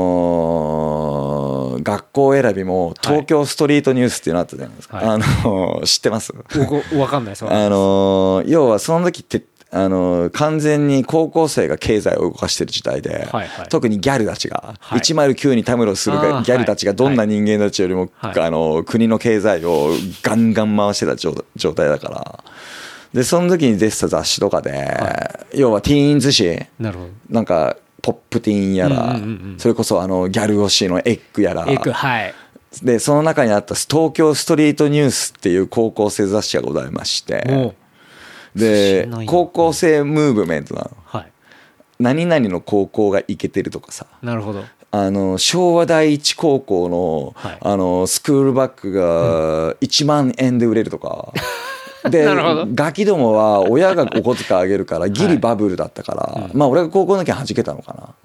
の学校選びも東京ストリートニュースっていうのあったじゃないですかあの知ってます？ わかんないです。 あの要はその時ってあの完全に高校生が経済を動かしてる時代で、はいはい、特にギャルたちが、はい、いちまるきゅうにたむろするギャルたちがどんな人間たちよりも、はい、あの国の経済をガンガン回してた状態だからでその時に出てた雑誌とかで、はい、要はティーンズ誌なるほどなんかポップティーンやら、うんうんうん、それこそあのギャル推しのエッグやらエッグ、はい、でその中にあった東京ストリートニュースっていう高校生雑誌がございましてで高校生ムーブメントなの、はい、何々の高校がイケてるとかさなるほどあの昭和第一高校 の,、はい、あのスクールバッグがいちまんえんで売れるとか、うん、でガキどもは親がお小遣いあげるからギリバブルだったから、はい、まあ俺が高校の時は弾けたのかな、うん、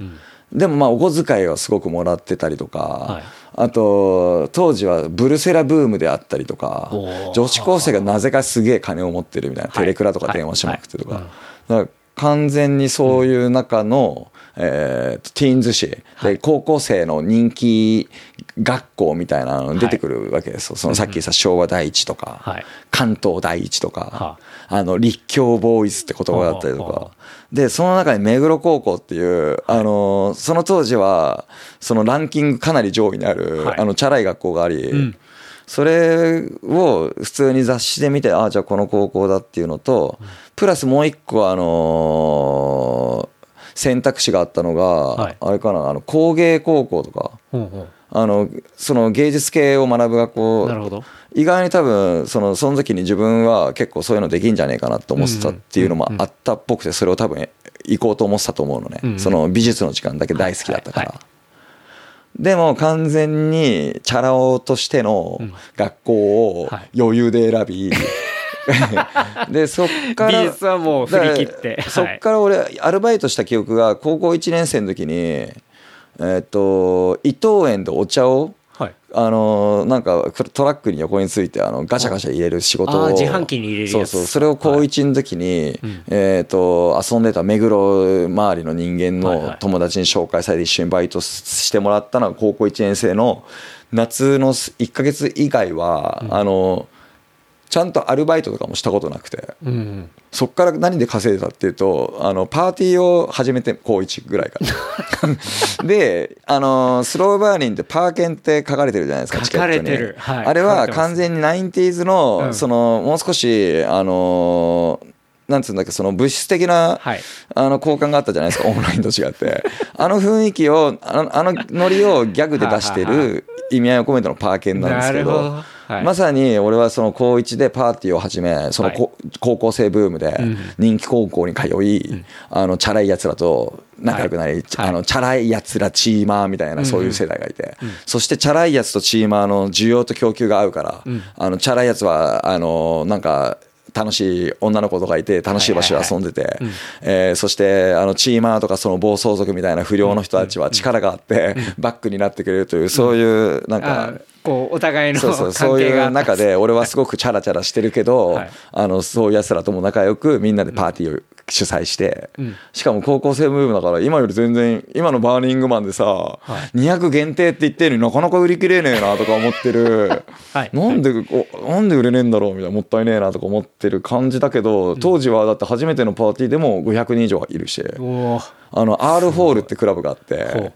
でもまあお小遣いはすごくもらってたりとか、 はい、 あと当時はブルセラブームであったりとか、女子高生がなぜかすげえ金を持ってるみたいな、テレクラとか電話しまくってとか、だから完全にそういう中の、えー、ティーンズ誌で高校生の人気学校みたいなの出てくるわけですよ。そのさっき言った昭和第一とか関東第一とか、あの立教ボーイズって言葉だったりとかで、その中に目黒高校っていうあのその当時はそのランキングかなり上位にあるあのチャラい学校があり、それを普通に雑誌で見て、ああじゃあこの高校だっていうのと、プラスもう一個あの選択肢があったのがあれかな、あの工芸高校とか、あのその芸術系を学ぶ学校、意外に多分そのその時に自分は結構そういうのできんじゃねえかなと思ってたっていうのもあったっぽくて、それを多分行こうと思ってたと思うのね。その美術の時間だけ大好きだったから。でも完全にチャラ男としての学校を余裕で選び、でそっから美術はもう振り切って、 そっから俺アルバイトした記憶が高校いちねん生の時に、えっと伊藤園でお茶をあのなんかトラックに横についてあのガチャガチャ入れる仕事を、 自販機に入れるやつ、 そうそう、それを高いちの時にえと遊んでた目黒周りの人間の友達に紹介されて一緒にバイトしてもらったのが高校いちねん生の夏のいっかげつ以外はあのちゃんとアルバイトとかもしたことなくて、うんうん、そっから何で稼いでたっていうと、あのパーティーを始めて高いちぐらいからで、あのスローバーリンってパーケンって書かれてるじゃないですか、チケットに。書かれてる、はい、あれは完全にナインティーズの、そのもう少しあのなんつうんだっけ、その物質的な、はい、あの交換があったじゃないですか、オンラインと違ってあの雰囲気を、あの、あのノリをギャグで出してる意味合いを込めてのパーケンなんですけど、はい、まさに俺はその高いちでパーティーを始め、その、はい、高校生ブームで人気高校に通い、うん、あのチャラいやつらと仲良くなり、はい、あのチャラいやつらチーマーみたいなそういう世代がいて、うんうん、そしてチャラいやつとチーマーの需要と供給が合うから、うん、あのチャラいやつはあのなんか楽しい女の子とかいて楽しい場所で遊んでて、えー、そしてあのチーマーとかその暴走族みたいな不良の人たちは力があってバックになってくれるという、そういうなんかこうお互いのそうそう、そういう中で俺はすごくチャラチャラしてるけど、あのそういうやつらとも仲良くみんなでパーティーを主催して、しかも高校生ブームだから今より全然、今のバーニングマンでさにひゃく限定って言ってるのになかなか売り切れねえなとか思ってるなんでなんで売れねえんだろうみたいな、もったいねえなとか思ってる感じだけど、当時はだって初めてのパーティーでもごひゃくにん以上いるし、あの R ホールってクラブがあって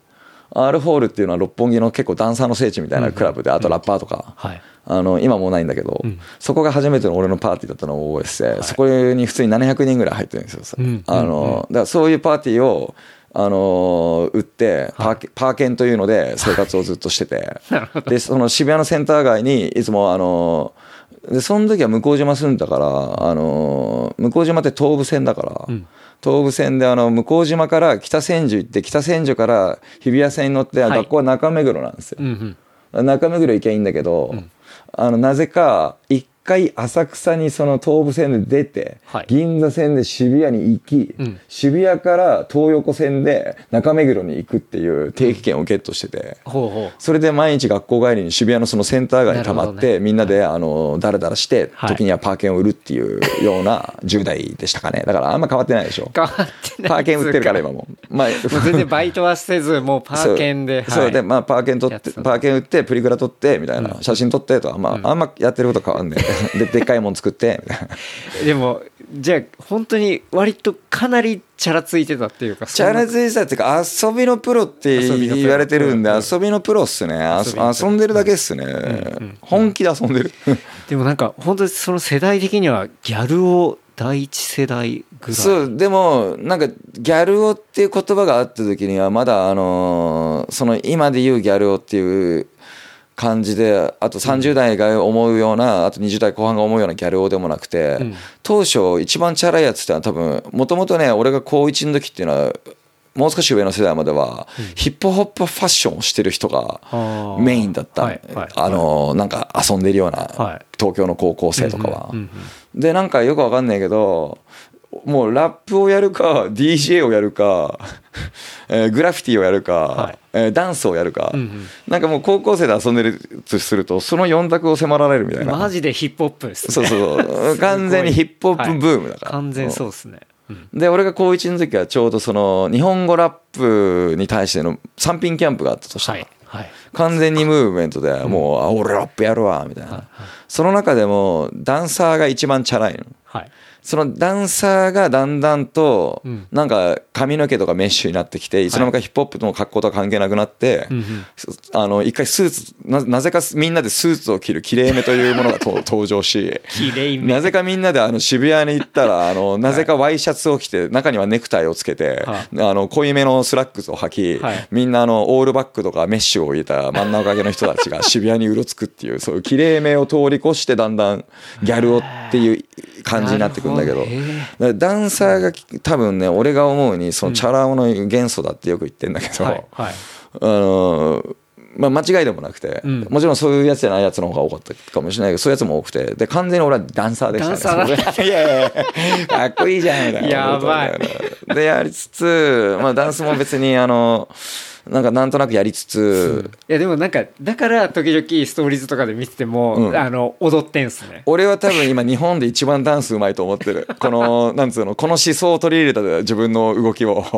、R ホールっていうのは六本木の結構ダンサーの聖地みたいなクラブで、あとラッパーとか、あの今もうないんだけど、そこが初めての俺のパーティーだったのを覚えてて、そこに普通にななひゃくにんぐらい入ってるんですよ。あのだからそういうパーティーをあの売ってパーケ、パーケンというので生活をずっとしてて、でその渋谷のセンター街にいつもあのでその時は向島住んだから、あの向島って東武線だから、うん、東武線であの向島から北千住行って、北千住から日比谷線に乗って、はい、学校は中目黒なんですよ、うんうん、中目黒行きゃいいんだけど、うん、あのなぜか一回浅草にその東武線で出て、はい、銀座線で渋谷に行き、うん、渋谷から東横線で中目黒に行くっていう定期券をゲットしてて、うん、ほうほう、それで毎日学校帰りに渋谷のそのセンター街に溜まって、ね、みんなであのダラダラして、はい、時にはパーケンを売るっていうようなじゅう代でしたかね。だからあんま変わってないでしょ。 変わってない。 パーケン売ってるから今も、まあ、もう全然バイトはせずもうパーケンで、 そう、はい、そうで、まあ、パーケン取ってパーケン売ってプリクラ撮ってみたいな、うん、写真撮ってとは、まあ、うん、あんまやってること変わんねえで, でっかいもん作ってみたいなでもじゃあ本当に割とかなりチャラついてたっていうか、 チャラついてたっていうか遊びのプロって言われてるんで、遊びのプロっすね。遊んでるだけっすね、うんうん、本気で遊んでるでもなんか本当にその世代的にはギャルを第一世代ぐらい。 そうでもなんかギャル男っていう言葉があった時にはまだあのその今で言うギャル男っていう感じで、あとさんじゅう代が思うような、あとにじゅう代後半が思うようなギャル男でもなくて、うん、当初一番チャラいやつってのは多分もともとね、俺が高いちの時っていうのはもう少し上の世代までは、うん、ヒップホップファッションをしてる人がメインだった、はいはい、あのなんか遊んでるような、はい、東京の高校生とかは、うんうんうん、でなんかよくわかんないけどもうラップをやるか ディージェー をやるかえー、グラフィティをやるか、 はいえー、ダンスをやるか、 うんうん、 なんかもう高校生で遊んでるとするとそのよん択を迫られるみたいな。 マジでヒップホップですね。 そうそう完全にヒップホップブームだから、 はい、完全そうですね。 で俺が高いちの時はちょうどその日本語ラップに対してのさん品キャンプがあったとしたら、はいはい、完全にムーブメントでもう、うん、あ俺ラップやるわみたいな、はいはい、その中でもダンサーが一番チャラいの、はい、そのダンサーがだんだんとなんか髪の毛とかメッシュになってきていつの間にかヒップホップとの格好とは関係なくなって、はい、あの一回スーツ な, なぜかみんなでスーツを着るきれいめというものが登場しなぜかみんなであの渋谷に行ったらあのなぜかワイシャツを着て中にはネクタイをつけて、はい、あの濃いめのスラックスを履き、はい、みんなあのオールバックとかメッシュを入れた真ん中掛けの人たちが渋谷にうろつくっていうそういうきれいめを通り越してだんだんギャル男っていう感じになってくるんだけど、ダンサーが多分ね俺が思うにそのチャラ男の元素だってよく言ってんだけど、はいはい、あのまあ間違いでもなくて、うん、もちろんそういうやつじゃないやつの方が多かったかもしれないけどそういうやつも多くてで完全に俺はダンサーでしたね。ダンサーだったいやいやかっこいいじゃんみたいなやばいでやりつつ、まあ、ダンスも別にあのなんかなんとなくやりつつ、 いやでもなんかだから時々ストーリーズとかで見てても、うん、あの踊ってんすね。 俺は多分今日本で一番ダンスうまいと思ってるこのなんつうのこの思想を取り入れた自分の動きを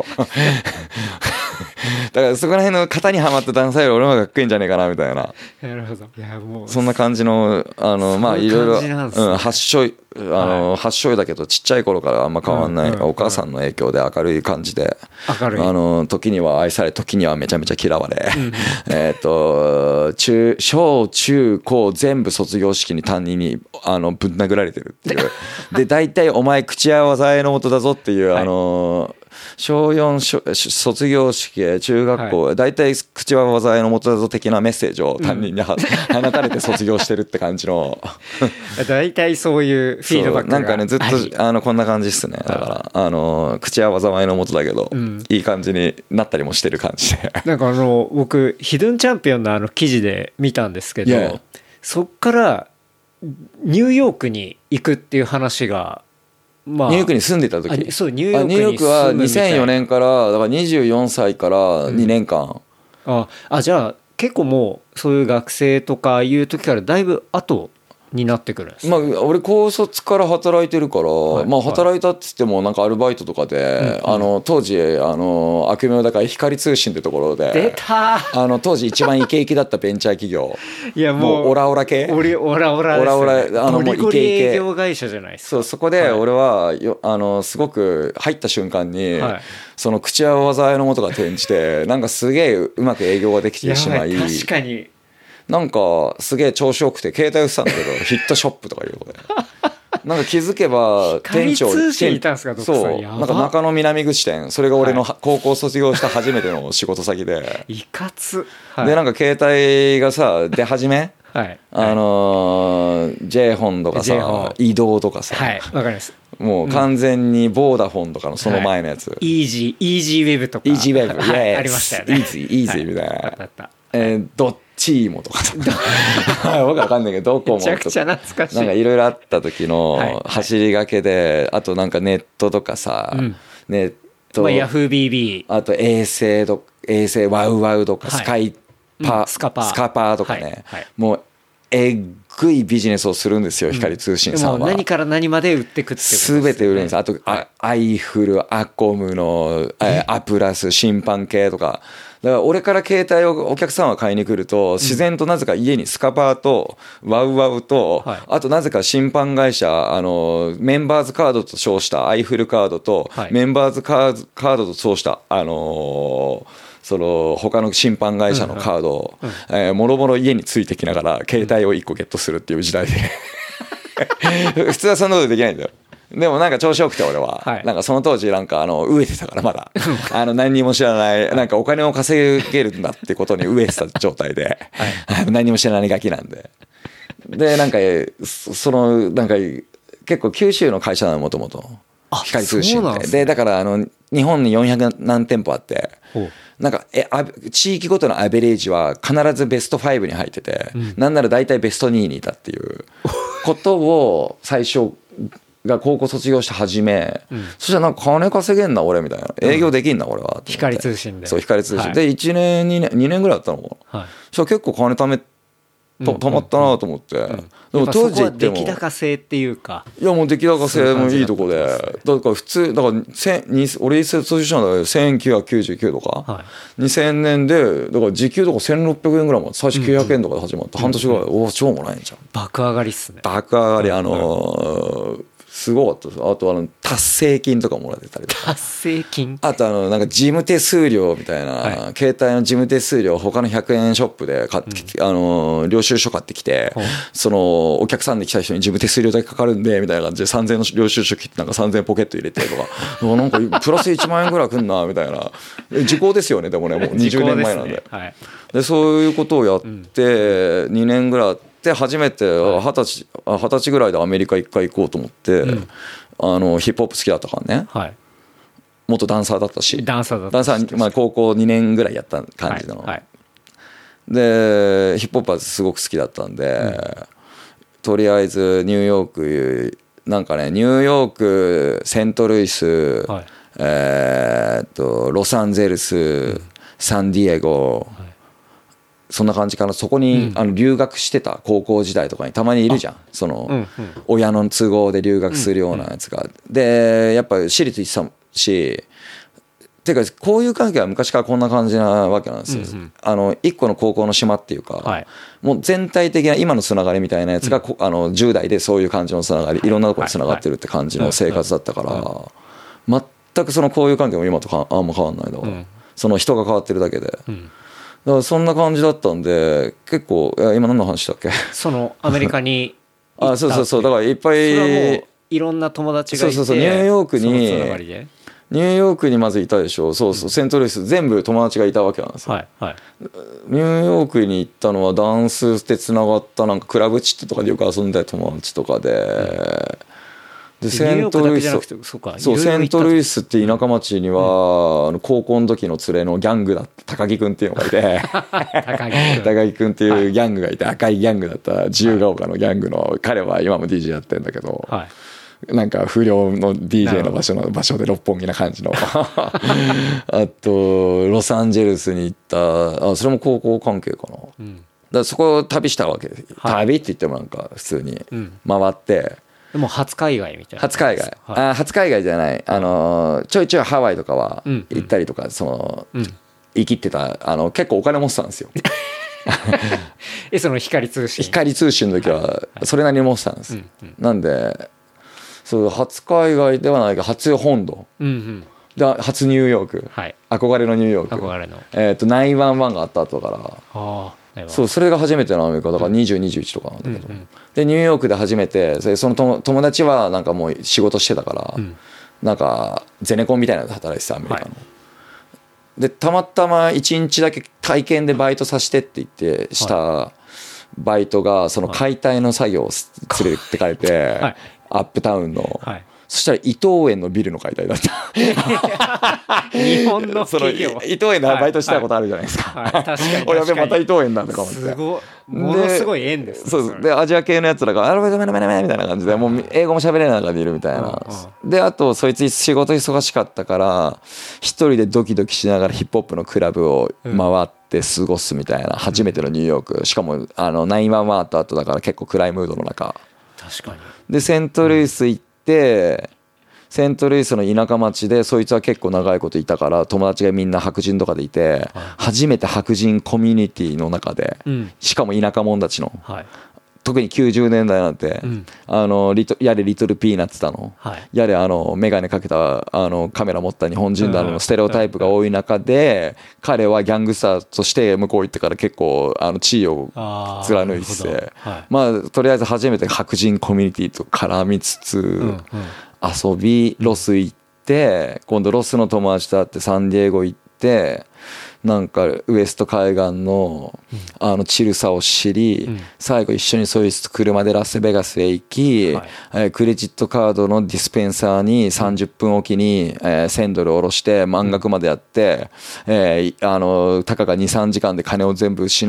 だからそこら辺の型にはまったダンサーより俺の方がかっこいいんじゃねえかなみたいな。 なるほど。いやもうそんな感じのあのまあいろいろ発祥あの、はい、発祥だけどちっちゃい頃からあんま変わんない、うんうんうん、お母さんの影響で明るい感じで明るいあの時には愛され時にはめちゃめちゃ嫌われ、うん、えっと中小中高全部卒業式に担任にあのぶん殴られてるっていうで大体お前口は災いの元だぞっていう、はい、あの小よん卒業式中学校、はい、大体口は災いの元だぞ的なメッセージを担任に、うん、放たれて卒業してるって感じの大体そういうフィードバックがなんかねずっとあのこんな感じっすね。だからあの口は災いの元だけど、うん、いい感じになったりもしてる感じでなんかあの僕ヒドゥンチャンピオンのあの記事で見たんですけど、yeah. そっからニューヨークに行くっていう話がまあ、 ニューヨークに住んでた時そうニューヨークにニューヨークはにせんよねんからだからにじゅうよんさいからにねんかん、うん、 あ, あじゃあ結構もうそういう学生とかいう時からだいぶ後になってくるんです。 まあ俺高卒から働いてるから、はい、まあ働いたっつってもなんかアルバイトとかで、うん、あの当時あの悪名高い光通信ってところで出たあの当時一番イケイケだったベンチャー企業いやもう、 もうオラオラ系オリオラオラです、ね、 オラオラあのもうイケイケゴリゴリ営業会社じゃないですか。 そうそこで俺はよあのすごく入った瞬間に、はい、その口は災いの元が転じてなんかすげえうまく営業ができてしまい確かになんかすげえ調子よくて携帯売ってたんだけどヒットショップとかいうことでなんか気づけば店長通信いたんですか。 そうなんか中野南口店それが俺の高校卒業した初めての仕事先でいかつ、 はい、でなんか携帯がさ出始めはい、あのー、J ホンとかさ移動とかさはいわかりますもう完全にボーダフォンとかのその前のやつ、 はい、イージーイージーウェブとかイージーウェブ、 はい、ありましたよね。 イージーイージーみたいな、はい、あったえー、どっチーモとか僕わかんないけどドコモとかめちゃくちゃ懐かしいなんかいろいろあった時の走りがけであとなんかネットとかさ、うん、ネット、 まあ、ヤフー ビービーあと衛星と衛星ワウワウとかスカイパ、 うん、スカパースカパーとかね、 はいはい、 もうえっぐいビジネスをするんですよ、うん、光通信さんは。 もう何から何まで売ってくってことですね。 全て売るんです。あとあアイフルアコムのアプラス審判系とかだから俺から携帯をお客さんは買いに来ると自然となぜか家にスカパーとワウワウとあとなぜか審判会社あのメンバーズカードと称したアイフルカードとメンバーズカードと称したあのその他の審判会社のカードをもろもろ家についてきながら携帯をいっこゲットするっていう時代で普通はそんなことできないんだよ。でもなんか調子よくて俺は、はい、なんかその当時なんかあの飢えてたからまだあの何にも知らないなんかお金を稼げるんだってことに飢えてた状態で、はい、何も知らないガキなんででなんかそのなんか結構九州の会社なのもともと光通信って で,、ね、でだからあの日本によんひゃくなん店舗あってなんかえ地域ごとのアベレージは必ずベストごに入ってて、うん、なんなら大体ベストににいたっていうことを最初が高校卒業して始め、うん、そしたらなんか金稼げんな俺みたいな、営業できんな俺は、うん、 光通信で、 そう光通信、はい、でいちねんにねんにねんぐらいだったのかな、はい、そしたら結構金貯めとたまったなと思って、うんうんうん、 でも当時言っても出来高制っていうか、 いやもう出来高制もいいとこで、だから普通だから俺卒業したのはせんきゅうひゃくきゅうじゅうきゅうとか、はい、にせんねんでだから時給とかせんろっぴゃくえんぐらいまで最初きゅうひゃくえんとかで始まって、うんうん、半年ぐらいで、おお超もないんじゃん、 爆上がりっすね、 爆上がり、あのーすごかったです。あとあの達成金とかもらってたりとか、 達成金、 あとあのなんか事務手数料みたいな、はい、携帯の事務手数料他のひゃくえんショップで買ってきて、うん、あの領収書買ってきて、うん、そのお客さんで来た人に事務手数料だけかかるんでみたいな感じでさんぜんえんの領収書切ってなんかさんぜんえんポケット入れてとかなんかプラスいちまんえんぐらいくんなみたいな、時効ですよね、でもねもうにじゅうねんまえなんで、で、はい、でそういうことをやってにねんぐらいあって、初めて二十歳二十歳ぐらいでアメリカ一回行こうと思って、うん、あのヒップホップ好きだったからね、はい、元ダンサーだったし、 ダンサーだったダンサー、まあ、高校にねんぐらいやった感じの、はいはい、でヒップホップはすごく好きだったんで、うん、とりあえずニューヨークなんかねニューヨークセントルイス、はい、えー、っとロサンゼルス、うん、サンディエゴ、はい、そんな感じかな。そこに、うん、あの留学してた高校時代とかにたまにいるじゃん、その、うんうん、親の都合で留学するようなやつが、うんうん、でやっぱ私立行ってたし、ていうかこういう関係は昔からこんな感じなわけなんですよ、うんうん、あの一個の高校の島っていうか、はい、もう全体的な今のつながりみたいなやつが、うん、あのじゅう代でそういう感じのつながり、いろんなところにつながってるって感じの生活だったから、全くその交友関係も今とかあんま変わんないだから、うん、その人が変わってるだけで、うん、だからそんな感じだったんで、結構、いや今何の話だっけ、 そのアメリカに行ったあそうそうそう、だからいっぱい、 それはもういろんな友達がいて、 そうそうそう、ニューヨークにニューヨークにまずいたでしょ、そうそう、セントルイス全部友達がいたわけなんですよ、はいはい、ニューヨークに行ったのはダンスでつながったなんかクラブチットとかでよく遊んだ友達とかで、うん、でセントルイス、そうセントルイスって田舎町には、うん、あの高校の時の連れのギャングだった高木くんっていうのがいて高木くんっていうギャングがいて、赤いギャングだった自由が丘のギャングの彼は今も ディージェー やってるんだけど、はい、なんか不良の ディージェー の場所の場所で六本木な感じのあとロサンゼルスに行った、あそれも高校関係かな、うん、だからそこを旅したわけです、はい、旅って言ってもなんか普通に回って、うんでも初海外みたいな。 初海外、はい、あ初海外じゃない、あのちょいちょいハワイとかは行ったりとか、うん、その、うん、生きてた、あの結構お金持ってたんですよえその光通信光通信の時はそれなりに持ってたんです、はいはい、なんでそう初海外ではないけど初本土、うんうん、で初ニューヨーク、はい、憧れのニューヨーク、 憧れの、 えーと、ナインワンワンがあった後だから、あそうそれが初めてのアメリカだからにじゅう、にじゅういちとかなんだけど、うんうん、でニューヨークで初めてその友達はなんかもう仕事してたから、うん、なんかゼネコンみたいなので働いてたアメリカの、はい、でたまたまいちにちだけ体験でバイトさせてって言ってしたバイトがその解体の作業を連れてかれて、はい、アップタウンの、はい、そしたら伊藤園のビルの解体だった日本の企業伊藤園でバイトしたことあるじゃないですか、はいはい、確かにおやべまた伊藤園なんだか思って、 すごいものすごい縁ですね。 そうそうでアジア系のやつらがあれめめめめみたいな感じでもう英語も喋れない中でいるみたいな、であとそいつ仕事忙しかったから一人でドキドキしながらヒップホップのクラブを回って過ごすみたいな、初めてのニューヨーク、しかもあのナインワンワンと後だから結構暗いムードの中、 確かにでセントルイス行って、セントルイスの田舎町でそいつは結構長いこといたから友達がみんな白人とかでいて、初めて白人コミュニティの中で、しかも田舎者たちの、特にきゅうじゅうねんだいなんて、あのリトやれリトルピーナッツだの、やれあの眼鏡かけたあのカメラ持った日本人だのステレオタイプが多い中で、彼はギャングスターとして向こう行ってから結構あの地位を貫いてて、まあとりあえず初めて白人コミュニティと絡みつつ遊び、ロス行って、今度ロスの友達と会ってサンディエゴ行って、なんかウエスト海岸のあのチルさを知り、最後一緒にそいつと車でラスベガスへ行き、クレジットカードのディスペンサーにさんじゅっぷんおきにせんドル下ろして満額までやって、あのたかがにさんじかんで金を全部失って、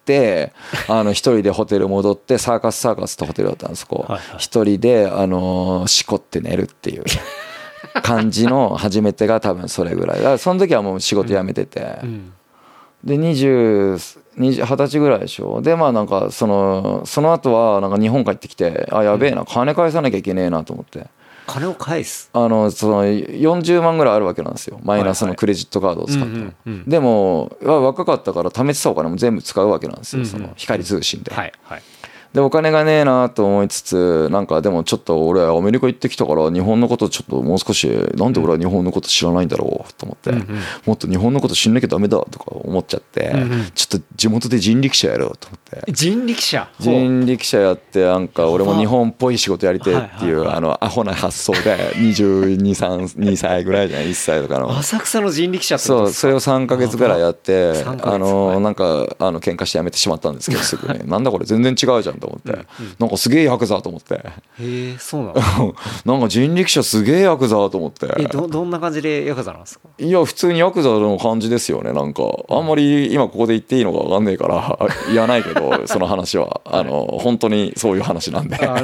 ってあの一人でホテル戻ってサーカスサーカスってホテルだったんですこう一人であのしこって寝るっていう感じの初めてが多分それぐらいだからその時はもう仕事辞めてて、でにじゅう、にじゅう、はたちぐらいでしょ。でまあなんかそのその後はなんか日本帰ってきて、あやべえな金返さなきゃいけねえなと思って。 金を返すあのそのよんじゅうまんぐらいあるわけなんですよ、マイナスのクレジットカードを使って。でも若かったから貯めてたお金も全部使うわけなんですよ、その光通信で。はいはい、でお金がねえなと思いつつ、なんかでもちょっと俺アメリカ行ってきたから日本のことちょっともう少し、なんで俺は日本のこと知らないんだろうと思って、うんうん、もっと日本のこと知んなきゃダメだとか思っちゃって、うんうん、ちょっと地元で人力車やろうと思って。 人力車人力車やって、なんか俺も日本っぽい仕事やりてえっていうあのアホな発想でにじゅうに、さんさいぐらいじゃないいっさいとかの浅草の人力車ってそうそれをさんかげつぐらいやって、あのなんかあの喧嘩してやめてしまったんですけどすぐになんだこれ全然違うじゃんと思って、うんうん、なんかすげえヤクザと思って。へえそうなのなんか人力車すげえヤクザと思って。 え ど, どんな感じでヤクザなんですか？ いや普通にヤクザの感じですよね。なんかあんまり今ここで言っていいのか分かんねえから言わないけどその話はあの本当にそういう話なんでだ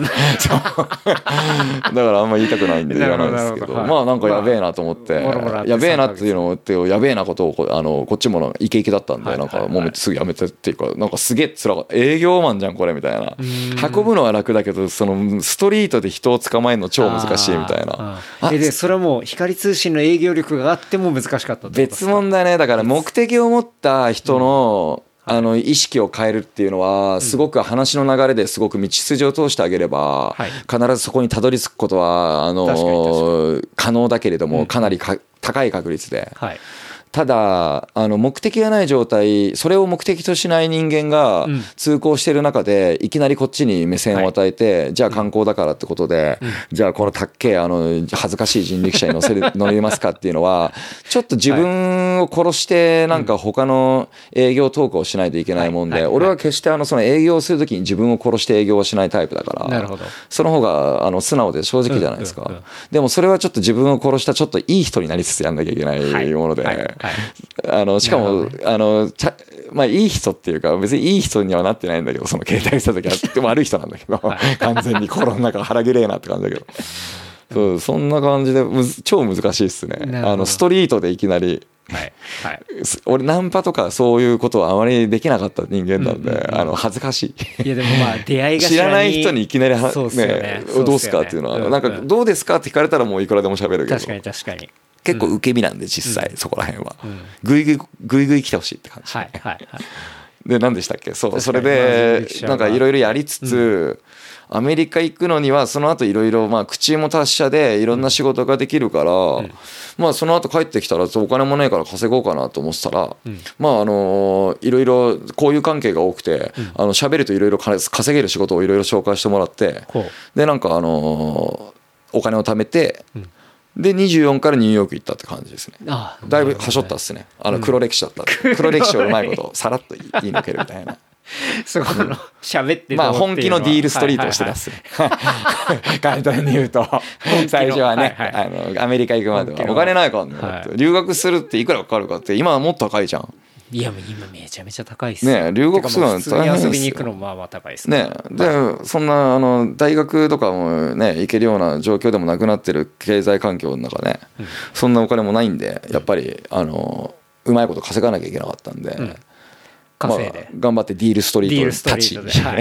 からあんまり言いたくないんで言わないですけど、まあなんかやべえなと思って、やべえなっていうのってやべえなことをあのこっちもイケイケだったんで、なんかもうすぐやめてっていうか、なんかすげえつらかった。営業マンじゃんこれみたいな。運ぶのは楽だけどそのストリートで人を捕まえるの超難しいみたいな。 えでそれはもう光通信の営業力があっても難しかったってことですか？ 別問題ね。だから目的を持った人の、うん、あの意識を変えるっていうのはすごく話の流れですごく道筋を通してあげれば、うん、必ずそこにたどり着くことはあの可能だけれども、かなりか高い確率で、はい、ただあの目的がない状態、それを目的としない人間が通行している中でいきなりこっちに目線を与えて、はい、じゃあ観光だからってことで、うん、じゃあこのたっけえあの恥ずかしい人力車に乗せる乗れますかっていうのはちょっと自分を殺してなんか他の営業トークをしないといけないもんで、俺は決してあのその営業をするときに自分を殺して営業をしないタイプだから、なるほど、その方があの素直で正直じゃないですか、うんうんうん、でもそれはちょっと自分を殺したちょっといい人になりつつやんなきゃいけないもので、はいはいはい、あのしかもあのちゃまあいい人っていうか別にいい人にはなってないんだけど、その携帯した時はでも悪い人なんだけど完全に心の中腹切れえなって感じだけどそう、そんな感じでむず超難しいっすね。あのストリートでいきなり、はいはい、俺ナンパとかそういうことはあまりできなかった人間なんで、うんうんうん、あの恥ずかしい。 いやでもまあ出会いが知らない人にいきなりは、ねね、どうすかっていうのは、うんうん、なんかどうですかって聞かれたらもういくらでも喋るけど、 確かに確かに結構受け身なんで実際、うん、そこら辺は、うん、ぐいぐいぐいぐい来てほしいって感じ、はいはいはい、で何でしたっけ、そうそれでなんかいろいろやりつつ、うん、アメリカ行くのにはその後いろいろまあ口も達者でいろんな仕事ができるから、うん、まあその後帰ってきたらお金もないから稼ごうかなと思ってたら、うん、まああのいろいろ交友関係が多くて、うん、あの喋るといろいろ稼げる仕事をいろいろ紹介してもらって、でなんかあのお金を貯めて、うん、でにじゅうよんからニューヨーク行ったって感じですね。ああだいぶはしょったっすね。あの黒歴史だった、うん、黒歴史をうまいことさらっと言い抜けるみたいなそこの喋ってまあ本気のディールストリートをしてたっすね、はいはいはい、簡単に言うと最初はね、はいはい、あのアメリカ行くまではお金ないからね、はい、留学するっていくらかかるかって今はもっと高いじゃん。 いやもう今めちゃめちゃ高いっすね。留学するの普通に遊びに行くのもまあまあ高いっすね。でそんなあの大学とかもね行けるような状況でもなくなってる経済環境の中ね、うん、そんなお金もないんでやっぱりあのうまいこと稼がなきゃいけなかったんで、うん、 稼いで、 まあ、頑張ってディールストリートに立ち、はい、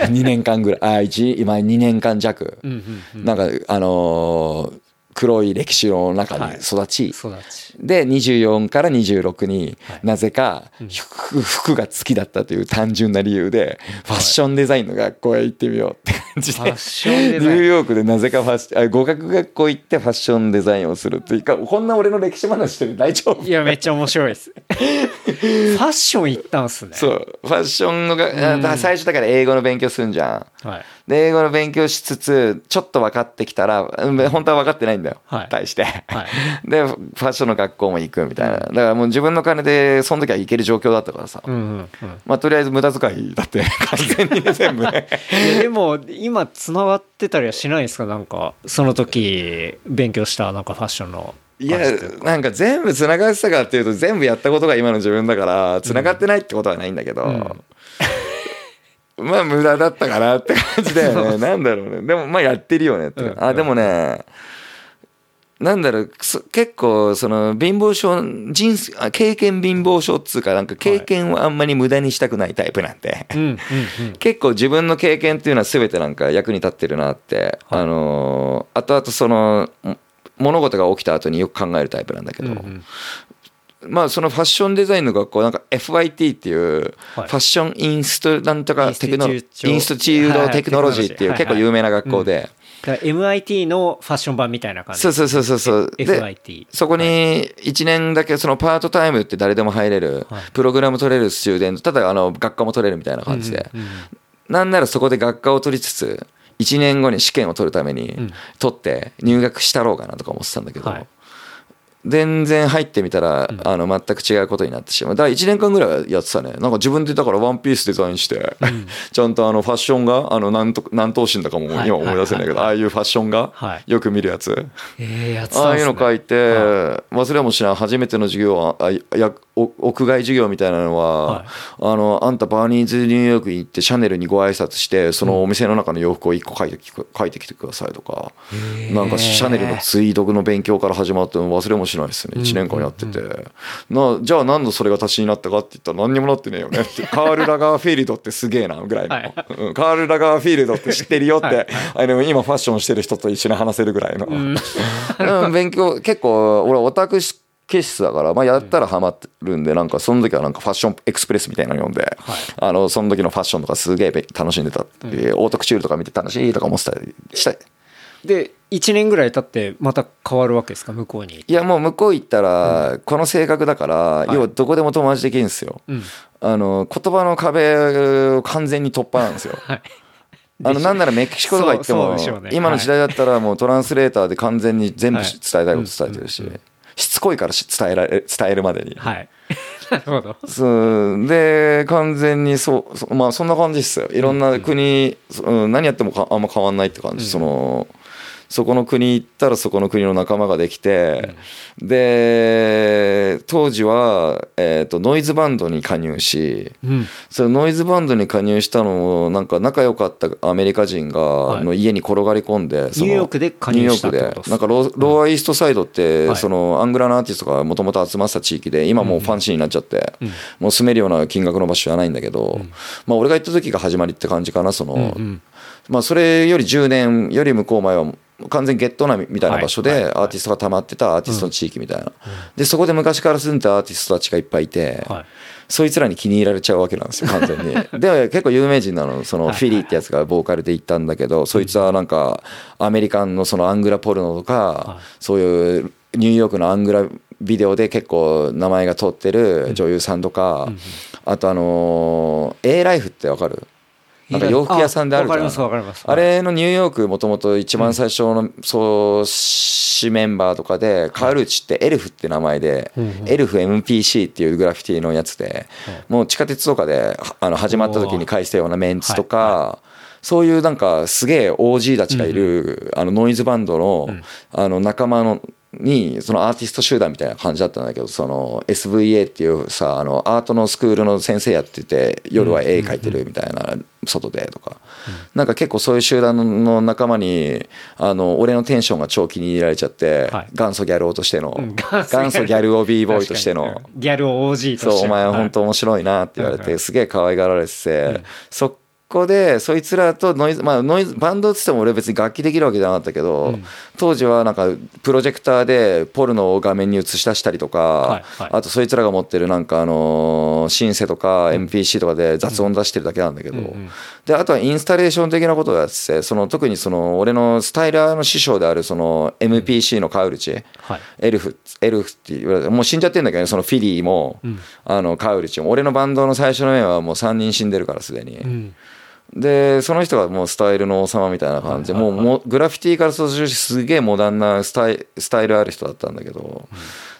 にねんかんぐらいあい今にねんかん弱、うんうんうん、なんかあのー黒い歴史の中に育ち、はい、育ちでにじゅうよんからにじゅうろくになぜか服が好きだったという単純な理由でファッションデザインの学校へ行ってみようって感じで、ニューヨークでなぜかファッション語学学校行ってファッションデザインをするっていうか、こんな俺の歴史話してる大丈夫？ いやめっちゃ面白いですファッション行ったんすね。 そうファッションのが最初だから英語の勉強するんじゃん、はい、で英語の勉強しつつちょっと分かってきたら本当は分かってないんだよ、はい、対して、はい、でファッションの学校も行くみたいな、だからもう自分の金でその時は行ける状況だったからさ、うんうんうん、まあとりあえず無駄遣いだって完全にね全部ねいやでも今つながってたりはしないですか？なんかその時勉強したなんかファッションのいやなんか全部つながってたかっていうと全部やったことが今の自分だからつながってないってことはないんだけど、うん、まあ無駄だったかなって感じだよねなんだろうね。でもまあやってるよねって、うん、あでもねなんだろう結構その貧乏症人生経験貧乏症っつうかなんか経験をあんまり無駄にしたくないタイプなんで、はい、結構自分の経験っていうのは全てなんか役に立ってるなって、はい、あの後々その物事が起きた後によく考えるタイプなんだけど、うんうんまあそのファッションデザインの学校なんか エフワイティー っていうファッションインストなんとかテクノインストチュードテクノロジーっていう結構有名な学校で、 だから エムアイティー のファッション版みたいな感じ。 そうそうそうそうでエフアイティーそこにいちねんだけそのパートタイムって誰でも入れるプログラム取れるスチューデントただあの学科も取れるみたいな感じで、なんならそこで学科を取りつついちねんごに試験を取るために取って入学したろうかなとか思ってたんだけど、はい全然入ってみたら、うん、あの全く違うことになってしまう。だからいちねんかんぐらいはやってたね。なんか自分でだからワンピースデザインして、うん、ちゃんとあのファッションがあの何と何頭身だかも今思い出せないけど、ああいうファッションがよく見るやつ、 えーやつああいうの書いて、はい、忘れもしない初めての授業はあや屋外授業みたいなのは、はい、あのあんたバーニーズニューヨークに行ってシャネルにご挨拶してそのお店の中の洋服をいっこ書いてき書いてきてくださいとか、なんかシャネルのツイードの勉強から始まって忘れもしないですね。いちねんかんやってて、なじゃあ何度それが足しになったかって言ったら何にもなってねえよねってカール・ラガーフィールドってすげえなぐらいの、はいうん、カール・ラガーフィールドって知ってるよって、はい、あの今ファッションしてる人と一緒に話せるぐらいの、うん、勉強結構俺オタク気質だから、まあ、やったらハマるんでなんかその時はなんかファッションエクスプレスみたいなの読んで、はい、あのその時のファッションとかすげえ楽しんでたって、うん、オートクチュールとか見て楽しいとか思ってたりしたい。 でいちねんぐらい経ってまた変わるわけですか向こうに。 いやもう向こう行ったらこの性格だから、うん、要はどこでも友達できるんですよ、はい、あの言葉の壁を完全に突破なんですよ、はい、あのなんならメキシコとか行っても、ね、今の時代だったらもうトランスレーターで完全に全部伝えたいこと伝えてるし、はいうんうん、しつこいから伝えられ伝えるまでに、 はいなるほど。 そうで完全にそうそまあそんな感じですよ。いろんな国、うんうん、何やってもかあんま変わんないって感じ、うん、そのそこの国行ったらそこの国の仲間ができて、うん、で当時は、えーと、ノイズバンドに加入し、うん、そのノイズバンドに加入したのをなんか仲良かったアメリカ人が、はい、の家に転がり込んでそのニューヨークで加入したってことです。 なんか ロ, ローアイーストサイドって、うん、そのアングラのアーティストがもともと集まってた地域で今もうファンシーになっちゃって、うん、もう住めるような金額の場所じゃないんだけど、うんまあ、俺が行った時が始まりって感じかな。その、うんうんまあ、それよりじゅうねんより向こう前は完全ゲットなみたいな場所でアーティストが溜まってたアーティストの地域みたいなでそこで昔から住んでたアーティストたちがいっぱいいてそいつらに気に入られちゃうわけなんですよ完全に。で結構有名人なのそのフィリーってやつがボーカルで行ったんだけどそいつはなんかアメリカンのそのアングラポルノとかそういうニューヨークのアングラビデオで結構名前が通ってる女優さんとかあとあの A ライフってわかる？なんか洋服屋さんであるじゃん。あ、わかりますわかります。あれのニューヨークもともと一番最初の創始メンバーとかでカールーチってエルフって名前でエルフ エムピーシー っていうグラフィティのやつでもう地下鉄とかであの始まった時に返したようなメンツとかそういうなんかすげえ オージー たちがいるあのノイズバンドのあの仲間のにそのアーティスト集団みたいな感じだったんだけどその エスブイエー っていうさあのアートのスクールの先生やってて夜は絵描いてるみたいな外でとかなんか結構そういう集団の仲間にあの俺のテンションが超気に入られちゃって元祖ギャル男としての元祖ギャル男 b ボーイとしてのギャル オージー としてのそうお前は本当面白いなって言われてすげえ可愛がられててそっここでそいつらとノイズ、まあ、ノイズバンドっつっても俺別に楽器できるわけじゃなかったけど、うん、当時はなんかプロジェクターでポルノを画面に映し出したりとか、はいはい、あとそいつらが持ってるなんかあのシンセとか エムピーシー とかで雑音出してるだけなんだけど、うんうん、であとはインスタレーション的なことをやっててその特にその俺のスタイラーの師匠であるその エムピーシー のカウルチ、はい、エルフエルフって言われてもう死んじゃってるんだけど、ね、そのフィリーも、うん、あのカウルチも俺のバンドの最初の面はもうさんにん死んでるからすでに。うんでその人がもうスタイルの王様みたいな感じでもうもグラフィティから卒業してすげえモダンなスタイ、スタイルある人だったんだけど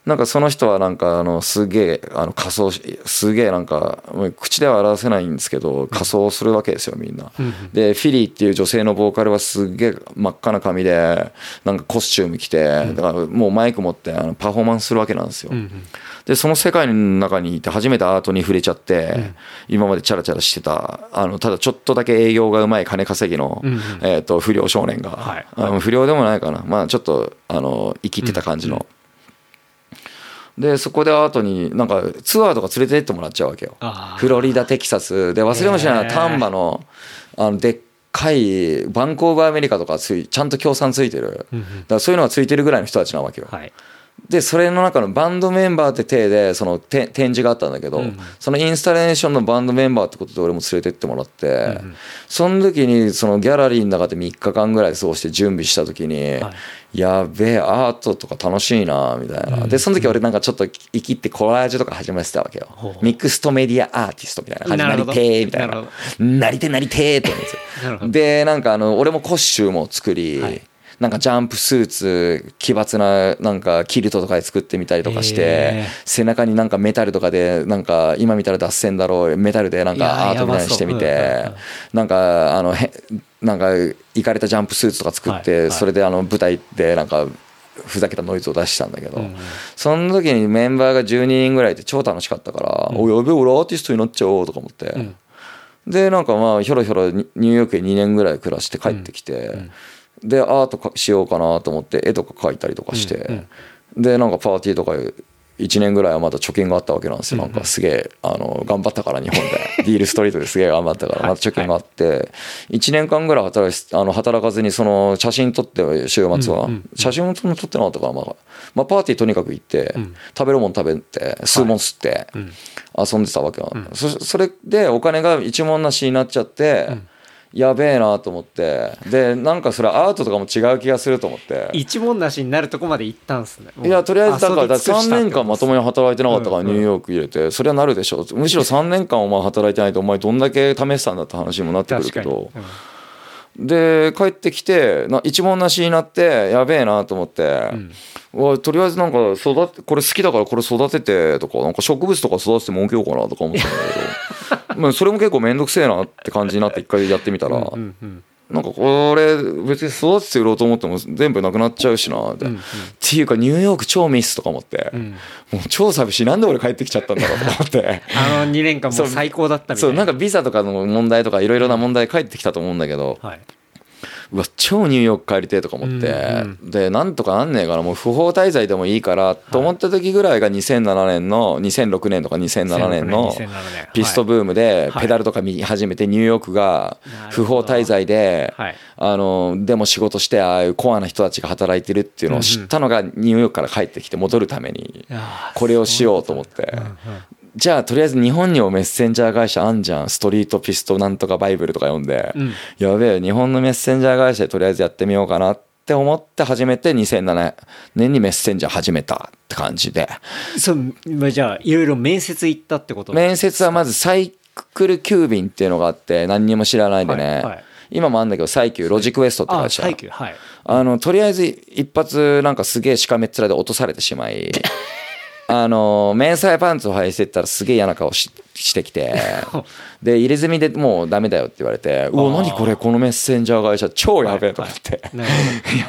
なんかその人はなんかあのすげえあの仮装しすげえなんか口では表せないんですけど仮装するわけですよみんな。でフィリーっていう女性のボーカルはすげえ真っ赤な髪でなんかコスチューム着てだからもうマイク持ってあのパフォーマンスするわけなんですよ。でその世界の中にいて初めてアートに触れちゃって今までチャラチャラしてたあのただちょっとだけ営業がうまい金稼ぎのえと不良少年が不良でもないかなまあちょっとあの生きてた感じの。でそこでアートになんかツアーとか連れてってもらっちゃうわけよ。フロリダテキサスで忘れもしないのは丹波のあのでっかいバンクオブアメリカとかついちゃんと協賛ついてるだからそういうのがついてるぐらいの人たちなわけよ。でそれの中のバンドメンバーって体でその展示があったんだけどそのインスタレーションのバンドメンバーってことで俺も連れてってもらってその時にそのギャラリーの中でみっかかんぐらい過ごして準備した時にやべえアートとか楽しいなみたいなでその時俺なんかちょっと生きってコラージュとか始めてたわけよ。ミクストメディアアーティストみたいな始まりてーみたいななりてなりてーって思うんですよ。でなんかあの俺もコスチュームを作りなんかジャンプスーツ奇抜ななんかキルトとかで作ってみたりとかして背中になんかメタルとかでなんか今見たら脱線だろうメタルでなんかアートみたいにしてみてなんかあのへなんかいかれたジャンプスーツとか作ってそれであの舞台でなんかふざけたノイズを出したんだけどその時にメンバーがじゅうににんぐらいで超楽しかったからおやべえ俺アーティストになっちゃおうとか思ってでなんかまあひょろひょろニューヨークでにねんぐらい暮らして帰ってきてでアートしようかなと思って絵とか描いたりとかして、うんうん、でなんかパーティーとかいちねんぐらいはまだ貯金があったわけなんですよ。なんかすげえあの頑張ったから日本でディールストリートですげえ頑張ったからまた貯金があっていちねんかんぐらい働いあの働かずにその写真撮って週末は写真も撮ってなかったからまあまあパーティーとにかく行って食べるもん食べて吸うもん吸って遊んでたわけよ。そそれでお金が一文なしになっちゃってやべえなと思ってでなんかそれアートとかも違う気がすると思って一文なしになるとこまで行ったんすね。 いやとりあえずだからさんねんかんまともに働いてなかったからニューヨーク入れてそれはなるでしょう。むしろさんねんかんお前働いてないとお前どんだけ試したんだって話にもなってくるけどで帰ってきてな一文なしになってやべえなと思って、うん、とりあえずなんか育てこれ好きだからこれ育ててとかなんか植物とか育てて儲けようかなとか思ってたんだけどまあそれも結構面倒くせえなって感じになって一回やってみたらうんうん、うんなんかこれ別に育てて売ろうと思っても全部なくなっちゃうしなって、うんうん、っていうかニューヨーク超ミスとか思って、うん、もう超寂しいなんで俺帰ってきちゃったんだろうと思ってあのにねんかんもう最高だったみたいなそうなんかビザとかの問題とかいろいろな問題帰ってきたと思うんだけど、はい、うわ超ニューヨーク帰りてえとか思って、うんうん、でなんとかなんねえかなもう不法滞在でもいいからと思った時ぐらいがにせんななねんのにせんろくねんとかにせんななねんのピストブームでペダルとか見始めてニューヨークが不法滞在であのでも仕事してああいうコアな人たちが働いてるっていうのを知ったのがニューヨークから帰ってきて戻るためにこれをしようと思ってじゃあとりあえず日本にもメッセンジャー会社あんじゃんストリートピストなんとかバイブルとか読んで、うん、やべえ日本のメッセンジャー会社でとりあえずやってみようかなって思って始めてにせんななねんにメッセンジャー始めたって感じでそうじゃあいろいろ面接行ったってことですか。 面接はまずサイクル急便っていうのがあって何にも知らないでね、はいはい、今もあるんだけどサイキューロジクエストって会社 あ, サイキュー、はい、あのとりあえず一発なんかすげえしかめっ面で落とされてしまいあの迷彩パンツを履いてったらすげえ嫌な顔 し, してきてで入れ墨でもうダメだよって言われてうわ何これこのメッセンジャー会社超やべえと思って、はいはい、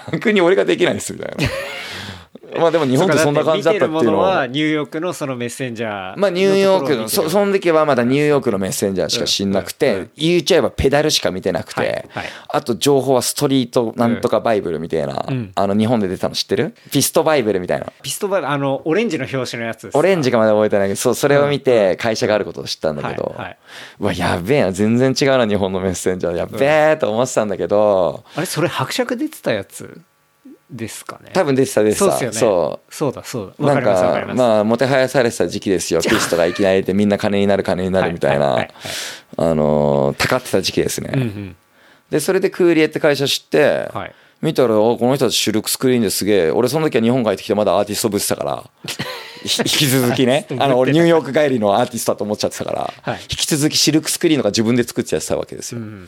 逆に俺ができないですみたいなまあでも日本ってそんな感じだったっていうのは見てるものはニューヨークのそのメッセンジャーまあニューヨークの そ, その時はまだニューヨークのメッセンジャーしか知んなくて、うんうん、言っちゃえばペダルしか見てなくて、はいはい、あと情報はストリートなんとかバイブルみたいな、うん、あの日本で出たの知ってるピストバイブルみたいなピストバイブルあのオレンジの表紙のやつですか。 オレンジかまで覚えてないけどそうそれを見て会社があることを知ったんだけど、うんはいはい、うわやべえな全然違うな日本のメッセンジャーやべえと思ってたんだけど、 うん、あれそれ伯爵出てたやつですかね。 多分出てた出てた。 そうですよね。そうそうだそうだ。 なんかまあもてはやされてた時期ですよ。ピストがいきなりでみんな金になる金になるみたいなあのたかってた時期ですね。うんうん、でそれでクーリエって会社知って、はい、見たらこの人たちシルクスクリーンですげえ。俺その時は日本帰ってきてまだアーティストぶってたから。引き続きねあの俺ニューヨーク帰りのアーティストだと思っちゃってたから、はい、引き続きシルクスクリーンとか自分で作ってやってたわけですよ。うん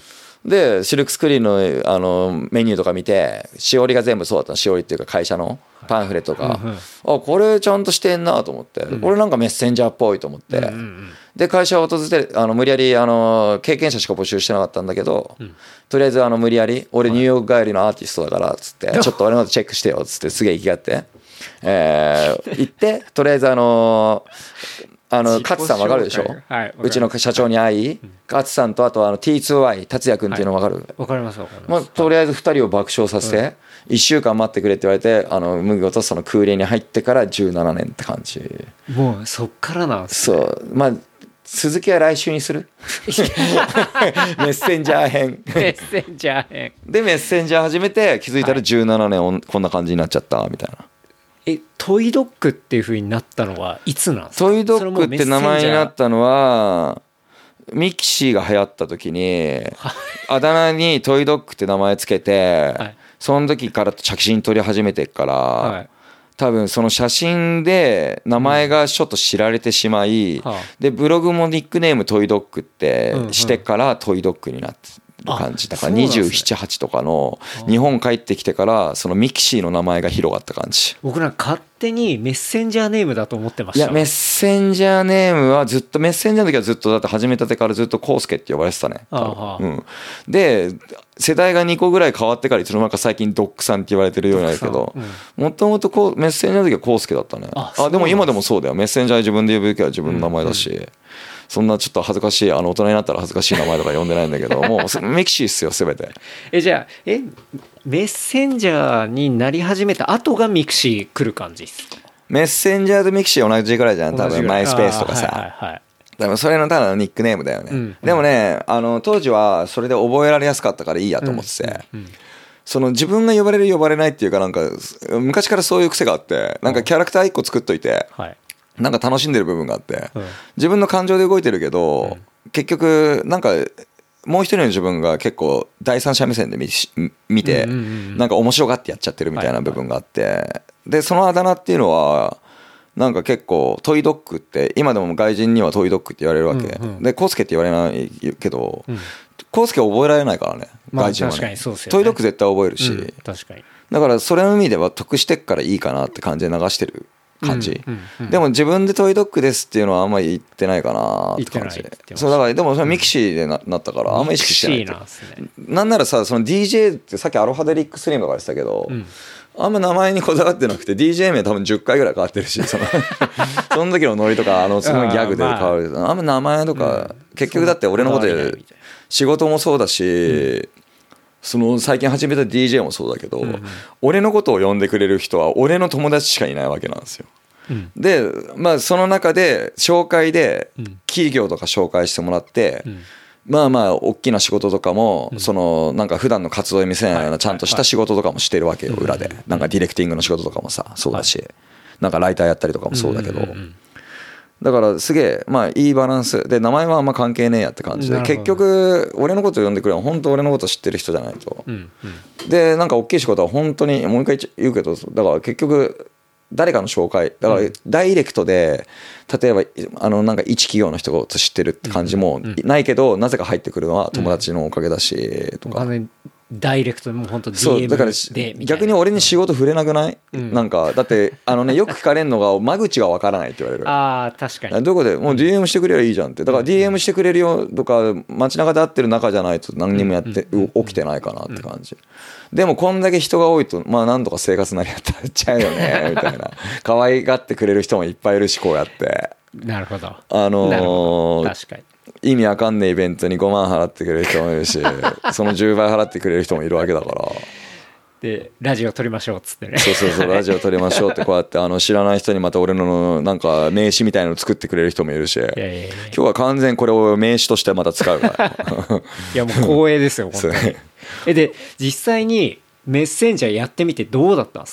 でシルクスクリーンのあのメニューとか見て、しおりが全部そうだったの。しおりっていうか会社のパンフレットとか、はい、あこれちゃんとしてんなと思って、うん、これなんかメッセンジャーっぽいと思って、うんうんうん、で会社を訪れてあの無理やりあの経験者しか募集してなかったんだけど、うん、とりあえずあの無理やり俺ニューヨーク帰りのアーティストだからっつって、はい、ちょっと俺のことチェックしてよっつってすげえ行きがって、えー、行ってとりあえずあのあの勝さん分かるでしょ、はい、うちの社長に会い、勝さんとあとあの ティーツーワイ 達也君っていうの分かる、 はい、分かります分かります、 まあ、とりあえずふたりを爆笑させて、うん、いっしゅうかん待ってくれって言われて、あの麦とその空冷に入ってからじゅうななねんって感じ。 もうそっからなんですね。 そうまあ続きは来週にするメッセンジャー編メッセンジャー編でメッセンジャー始めて気づいたらじゅうななねんこんな感じになっちゃったみたいな。 えトイドッグっていう風になったのはいつなんですか？ トイドッグって名前になったのはミキシーが流行った時にあだ名にトイドッグって名前つけて、はい、その時から写真撮り始めてっから、はい、多分その写真で名前がちょっと知られてしまい、うん、でブログもニックネームトイドッグってしてからトイドッグになって感じだからにじゅうなな、はちとかの日本帰ってきてからそのミキシーの名前が広がった感じ。 僕なんか勝手にメッセンジャーネームだと思ってました。 いやメッセンジャーネームはずっとメッセンジャーの時はずっとだって始めたてからずっとコウスケって呼ばれてたね。あ、うん、で世代がにこぐらい変わってからいつの間にか最近ドックさんって言われてるようになるけど、もともとメッセンジャーの時はコウスケだったね。ああでも今でもそうだよ。メッセンジャー自分で呼ぶ時は自分の名前だし、うんうん、そんなちょっと恥ずかしいあの大人になったら恥ずかしい名前とか呼んでないんだけどもうメキシーっすよ全て。 えじゃあえメッセンジャーになり始めた後がミクシー来る感じっすか？ メッセンジャーとミクシー同じぐらいじゃん多分マイスペースとかさ、はいはいはい、多分それのただのニックネームだよね、うんうん、でもねあの当時はそれで覚えられやすかったからいいやと思ってて、うんうんうん、その自分が呼ばれる呼ばれないっていうかなんか昔からそういう癖があってなんかキャラクターいっこ作っといて、はい、なんか楽しんでる部分があって、うん、自分の感情で動いてるけど、うん、結局なんかもう一人の自分が結構第三者目線で 見, 見て、うんうんうん、なんか面白がってやっちゃってるみたいな部分があって、はいはい、でそのあだ名っていうのはなんか結構トイドッグって今でも外人にはトイドッグって言われるわけ、うんうん、でコウスケって言われないけど、うん、コウスケ覚えられないからね外人はね、まあ、確かにそうですよね。トイドッグ絶対覚えるし、うん、確かにだからそれの意味では得してっからいいかなって感じで流してる感じ、うんうんうん、でも自分でトイドッグですっていうのはあんまり言ってないかなって感じで。そうだからでもそれミキシーで な, なったからあんまり意識してないって。ミキシーなんですね。なんならさその ディージェー ってさっきアロハデリックスリームとか言ってたけど、うん、あんま名前にこだわってなくて ディージェー 名多分じゅっかいぐらい変わってるしその, その時のノリとかあのすごいギャグで変わる、まあ、あんま名前とか、うん、結局だって俺のことで仕事もそうだし、うん、その最近始めた ディージェー もそうだけど、うんうん、俺のことを呼んでくれる人は俺の友達しかいないわけなんですよ。うん、でまあその中で紹介で企業とか紹介してもらって、うん、まあまあ大きな仕事とかも、うん、そのなんか普段の活動に見せないようなちゃんとした仕事とかもしてるわけよ裏で。なんかディレクティングの仕事とかもさそうだし、なんかライターやったりとかもそうだけど、だからすげえまあいいバランスで名前はあんま関係ねえやって感じで、結局俺のこと呼んでくれるのは本当俺のこと知ってる人じゃないと、うんうん、でなんか大きい仕事は本当にもう一回言うけどだから結局誰かの紹介だからダイレクトで例えばあのなんか一企業の人が知ってるって感じもないけどなぜか入ってくるのは友達のおかげだしとか。 ダイレクトでも本当 ディーエム でそうだから逆に俺に仕事触れなくない、うん、なんかだってあのねよく聞かれるのが間口がわからないって言われる。 あー確かにどこでもう ディーエム してくれりゃいいじゃんってだから ディーエム してくれるよとか街中で会ってる中じゃないと何にもやって起きてないかなって感じ。でもこんだけ人が多いとまあなんとか生活なりやったらっちゃうよねみたいな可愛がってくれる人もいっぱいいるしこうやってなるほどあのー、 確かに意味わかんないイベントにごまん払ってくれる人もいるしそのじゅうばい払ってくれる人もいるわけだからでラジオ撮りましょうっつってねそうそうそうラジオ撮りましょうってこうやってあの知らない人にまた俺のなんか名刺みたいなの作ってくれる人もいるしいやいやいや今日は完全これを名刺としてまた使うからいやもう光栄ですよ本当にえで実際にメッセンジャーやってみてどうだったんですか？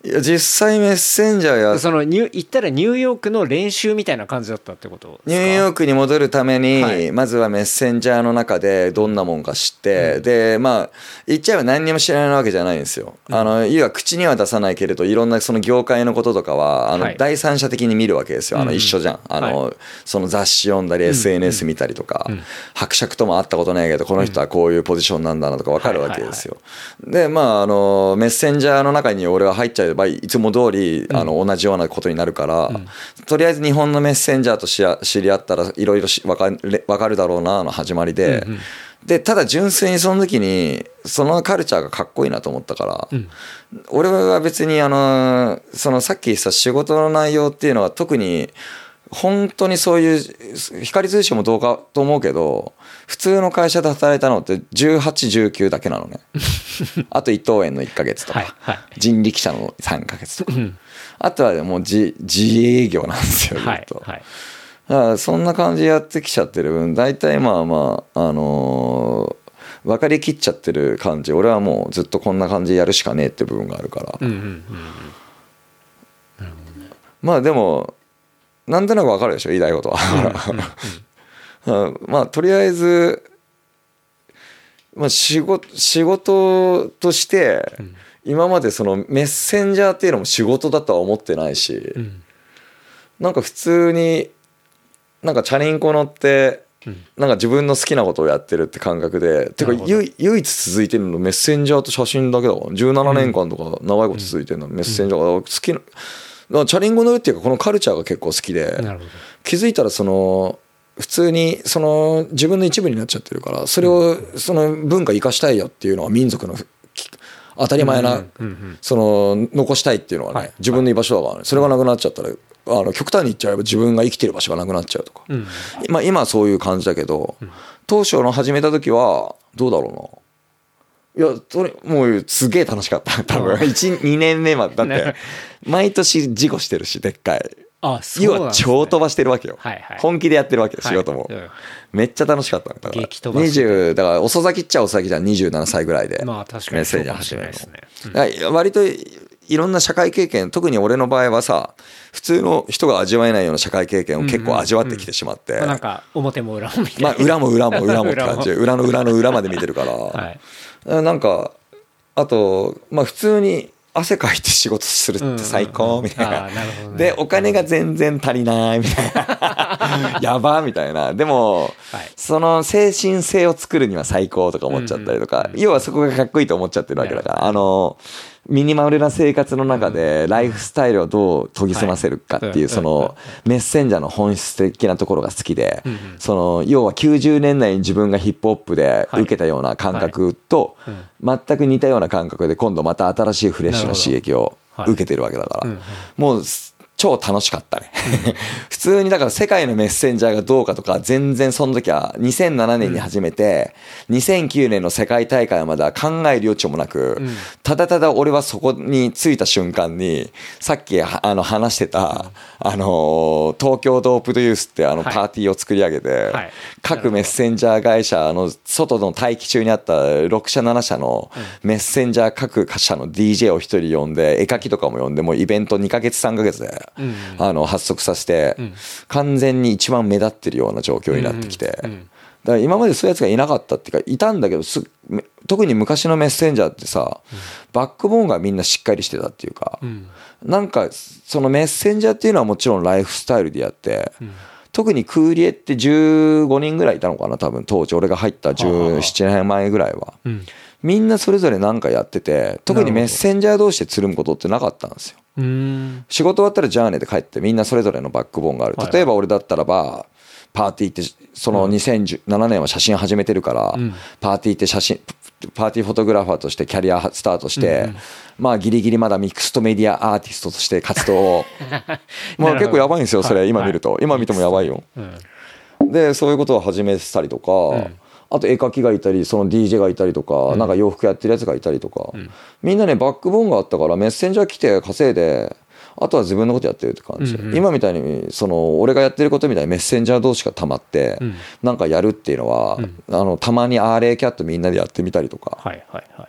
いや実際メッセンジャーやそのニュ行ったらニューヨークの練習みたいな感じだったってことですか？ ニューヨークに戻るために、 はい、 まずはメッセンジャーの中でどんなもんか知って、うん、でまあ言っちゃえば何にも知らないわけじゃないんですよ、うん、あの要は口には出さないけれどいろんなその業界のこととかはあの、はい、第三者的に見るわけですよ。あの一緒じゃん、あの、はい、その雑誌読んだり エスエヌエス 見たりとか、うんうん、伯爵とも会ったことないけどこの人はこういうポジションなんだなとか分かるわけですよ、はいはいはい、でまああのメッセンジャーの中に俺は入っちゃえばいつも通りあの同じようなことになるから、うん、とりあえず日本のメッセンジャーとし知り合ったらいろいろ分かる、分かるだろうなの始まりで、うんうん、でただ純粋にその時にそのカルチャーがかっこいいなと思ったから、うん、俺は別にあのそのさっき言った仕事の内容っていうのは特に本当にそういう光通信もどうかと思うけど普通の会社で働いたのってじゅうはち、じゅうきゅうだけなのねあと伊藤園のいっかげつとか、はいはい、人力車のさんかげつとか、うん、あとはもう 自, 自営業なんですよ、はいはい、だからそんな感じでやってきちゃってる分大体まあまああのー、分かりきっちゃってる感じ。俺はもうずっとこんな感じでやるしかねえって部分があるから、うんうんうんうん、なるほどね。まあでもなんとなく分かるでしょ言いたいことは、うんうんうん、まあとりあえず、まあ、仕事、仕事として今までそのメッセンジャーっていうのも仕事だとは思ってないし、うん、なんか普通になんかチャリンコ乗ってなんか自分の好きなことをやってるって感覚で、てか唯一続いてるのメッセンジャーと写真だけだからじゅうななねんかんとか長いこと続いてるの、うん、メッセンジャーが好きなチャリンコ乗るっていうかこのカルチャーが結構好きで、気づいたらその普通にその自分の一部になっちゃってるから、それをその文化生かしたいよっていうのは民族の当たり前なその残したいっていうのはね自分の居場所だからね。それがなくなっちゃったらあの極端に言っちゃえば自分が生きてる場所がなくなっちゃうとか、まあ今はそういう感じだけど当初の始めた時はどうだろうな。いやそれもうすげえ楽しかった多分いち、にねんめまでだって毎年事故してるしでっかいあそうなんですね、 要は超飛ばしてるわけよ、 はいはい、 本気でやってるわけよ仕事も、はい、めっちゃ楽しかっただから激飛ばしてにじゅうだから遅咲きっちゃ遅咲きじゃんにじゅうななさいぐらいでまあ確かにそうかもしれないですね、 うん、割といろんな社会経験特に俺の場合はさ普通の人が味わえないような社会経験を結構味わってきてしまって、うんうんうん、 なんか表も裏もみたいな、 まあ、裏も裏も裏もって感じ裏の裏の裏まで見てるから、はい、なんかあとまあ普通に汗かいて仕事するって最高みたいな、うんうん、でお金が全然足りないみたいなやばみたいなでも、はい、その精神性を作るには最高とか思っちゃったりとか、うんうん、要はそこがかっこいいと思っちゃってるわけだから、あのミニマルな生活の中でライフスタイルをどう研ぎ澄ませるかっていうそのメッセンジャーの本質的なところが好きで、その要はきゅうじゅうねんだいに自分がヒップホップで受けたような感覚と全く似たような感覚で今度また新しいフレッシュな刺激を受けてるわけだからもう超楽しかったね普通にだから世界のメッセンジャーがどうかとか全然その時はにせんななねんに始めてにせんきゅうねんの世界大会までは考える余地もなくただただ俺はそこに着いた瞬間にさっきあの話してたあの東京ドープドユースってあのパーティーを作り上げて各メッセンジャー会社の外の待機中にあったろくしゃななしゃのメッセンジャー各社の ディージェー をひとり呼んで絵描きとかも呼んでもうイベントにかげつさんかげつでうん、あの発足させて、うん、完全に一番目立ってるような状況になってきて、うんうん、だから今までそういうやつがいなかったっていうかいたんだけどす特に昔のメッセンジャーってさ、うん、バックボーンがみんなしっかりしてたっていうか、うん、なんかそのメッセンジャーっていうのはもちろんライフスタイルでやって、うん、特にクーリエってじゅうごにんぐらいいたのかな多分当時俺が入ったじゅうななねんまえぐらいは、うん、みんなそれぞれ何かやってて特にメッセンジャー同士でつるむことってなかったんですよ。うーん仕事終わったらジャーネで帰ってみんなそれぞれのバックボーンがある。例えば俺だったらばパーティーってそのにせんじゅうななねんは写真始めてるからパーティーって写真パーティーフォトグラファーとしてキャリアスタートしてまあギリギリまだミックストメディアアーティストとして活動をまあ結構やばいんですよそれ今見ると今見てもやばいよ。でそういうことを始めてたりとかあと絵描きがいたりその ディージェー がいたりとかなんか洋服やってるやつがいたりとかみんなねバックボーンがあったからメッセンジャー来て稼いであとは自分のことやってるって感じ、うんうん、今みたいにその俺がやってることみたいにメッセンジャー同士がたまってなんかやるっていうのは、うん、あのたまにアーレイキャットみんなでやってみたりとか、はいはいはい、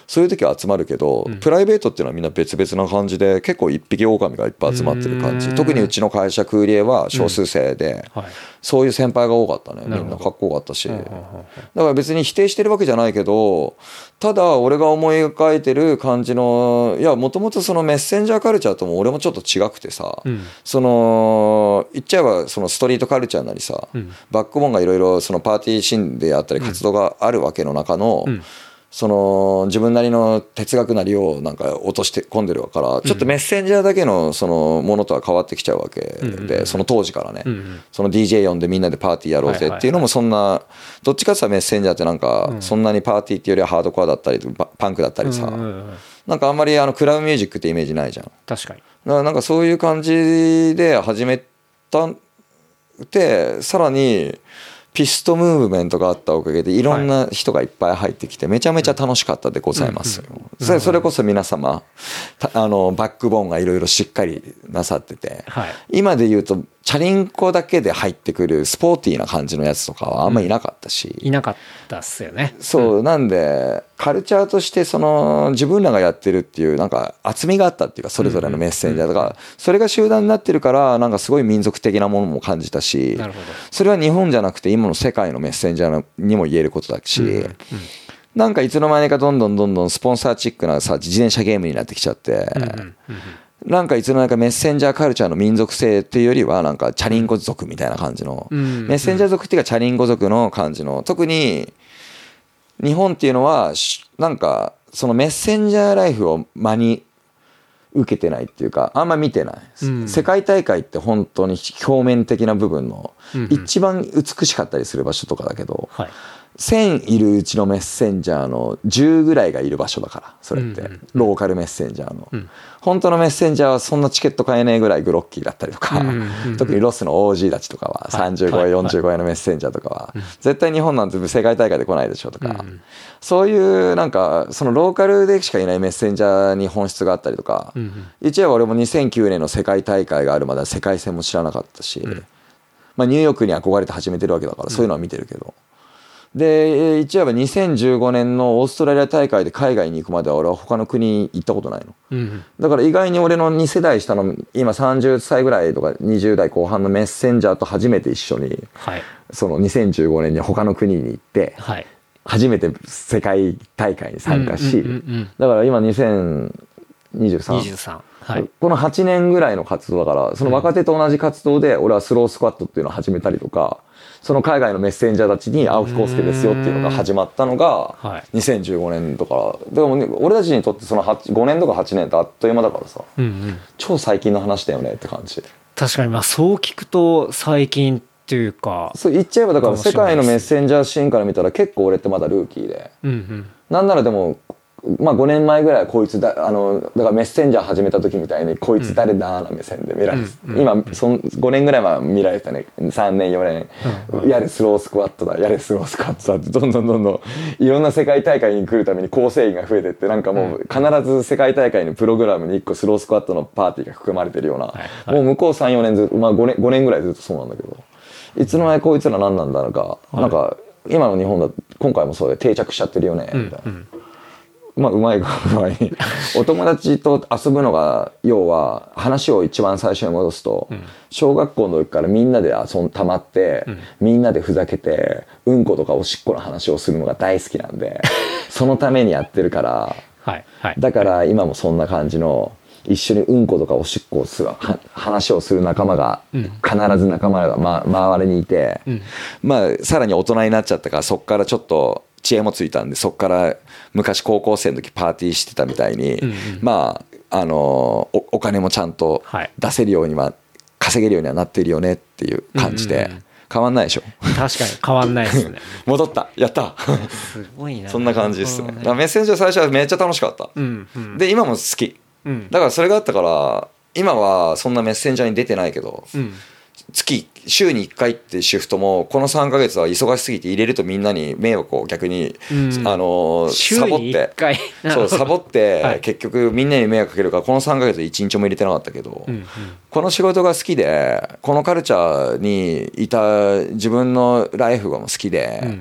そういう時は集まるけど、うん、プライベートっていうのはみんな別々な感じで結構一匹狼がいっぱい集まってる感じ。特にうちの会社クーリエは少数生で、うんはい、そういう先輩が多かったね。みんなかっこよかったし、だから別に否定してるわけじゃないけど、ただ俺が思い描いてる感じの、いやもともとそのメッセンジャーカルチャーとも俺もちょっと違くてさ、うん、その言っちゃえばそのストリートカルチャーなりさ、うん、バックボーンがいろいろそのパーティーシーンであったり活動があるわけの中の、うん、その自分なりの哲学なりをなんか落として込んでるから、ちょっとメッセンジャーだけのそのものとは変わってきちゃうわけで、その当時からね、その ディージェー 呼んでみんなでパーティーやろうぜっていうのもそんな、どっちかっていうとメッセンジャーってなんかそんなにパーティーっていうよりはハードコアだったりパンクだったりさ、なんかあんまりあのクラブミュージックってイメージないじゃん。 確かに。 だからなんかそういう感じで始めたで、さらにピストムーブメントがあったおかげでいろんな人がいっぱい入ってきてめちゃめちゃ楽しかったでございますよ。それこそ皆様あのバックボーンがいろいろしっかりなさってて、今で言うとチャリンコだけで入ってくるスポーティーな感じのやつとかはあんまりいなかったし、 いなかったっすよね。 そうなんでカルチャーとしてその自分らがやってるっていうなんか厚みがあったっていうか、それぞれのメッセンジャーとかそれが集団になってるからなんかすごい民族的なものも感じたし、それは日本じゃなくて今の世界のメッセンジャーにも言えることだし、なんかいつの間にかどんどんどんどんスポンサーチックなさ自転車ゲームになってきちゃって、なんかいつの間にかメッセンジャーカルチャーの民族性っていうよりはなんかチャリンコ族みたいな感じの、メッセンジャー族っていうかチャリンコ族の感じの、特に日本っていうのはなんかそのメッセンジャーライフを真に受けてないっていうかあんま見てない、うん、世界大会って本当に表面的な部分の一番美しかったりする場所とかだけど、うんうん、せんいるうちのメッセンジャーのじゅうぐらいがいる場所だから、それってローカルメッセンジャーの、うん、本当のメッセンジャーはそんなチケット買えねえぐらいグロッキーだったりとか、うんうん、特にロスの オージー たちとかはさんじゅうごえよんじゅうごえのメッセンジャーとかは絶対日本なんて世界大会で来ないでしょとか、うん、そういうなんかそのローカルでしかいないメッセンジャーに本質があったりとか、うん、一応俺もにせんきゅうねんの世界大会があるまで世界戦も知らなかったし、うん、まあニューヨークに憧れて始めてるわけだからそういうのは見てるけど、で一応にせんじゅうごねんのオーストラリア大会で海外に行くまでは俺は他の国に行ったことないの、うん、だから意外に俺のに世代下の今さんじゅっさいぐらいとかにじゅう代後半のメッセンジャーと初めて一緒に、はい、そのにせんじゅうごねんに他の国に行って、はい、初めて世界大会に参加し、だから今にせんにじゅうさん、にじゅうさん、はい、このはちねんぐらいの活動だから、その若手と同じ活動で俺はスロースクワットっていうのを始めたりとか、その海外のメッセンジャーたちに青木康介ですよっていうのが始まったのがにせんじゅうごねんとかでも、ね、俺たちにとってそのごねんとかはちねんってあっという間だからさ、うんうん、超最近の話だよねって感じ。 確かにまあそう聞くと最近っていうか、 そう言っちゃえばだから世界のメッセンジャーシーンから見たら結構俺ってまだルーキーで、うんうん、なんならでもまあごねんまえぐらいはこいつだあのだからメッセンジャー始めた時みたいにこいつ誰だな目線で見られて、うん、今そんごねんぐらいは見られてたね、さんねんよねん、うん、やれスロースクワットだやれスロースクワットだってどんどんどんどんいろんな世界大会に来るために構成員が増えてって、なんかもう必ず世界大会のプログラムにいっこスロースクワットのパーティーが含まれてるような、はいはい、もう向こうさんよねんずっと、まあ、ごねんごねんぐらいずっとそうなんだけど、いつの間にこいつら何なんだろうか、はい、なんか今の日本だ今回もそうで定着しちゃってるよねみたいな、うんうん、まあうまい具合にお友達と遊ぶのが要は話を一番最初に戻すと、うん、小学校の時からみんなで遊んたまって、うん、みんなでふざけてうんことかおしっこの話をするのが大好きなんでそのためにやってるから、はいはい、だから今もそんな感じの一緒にうんことかおしっこをする話をする仲間が、うん、必ず仲間が、ま、周りにいて、うん、まあさらに大人になっちゃったからそっからちょっと知恵もついたんで、そっから昔高校生の時パーティーしてたみたいに、うんうん、まああの お, お金もちゃんと出せるようには、はい、稼げるようにはなってるよねっていう感じで、うんうんうん、変わんないでしょ。 確かに変わんないですね戻ったやったすごいなそんな感じですね。だからメッセンジャー最初はめっちゃ楽しかった、うんうん、で今も好き、うん、だからそれがあったから今はそんなメッセンジャーに出てないけど、うん、月週にいっかいってシフトもこのさんかげつは忙しすぎて入れるとみんなに迷惑を逆に、うん、あのサボってそうサボって、はい、結局みんなに迷惑かけるからこのさんかげついちにちも入れてなかったけど、うんうん、この仕事が好きでこのカルチャーにいた自分のライフがも好きで、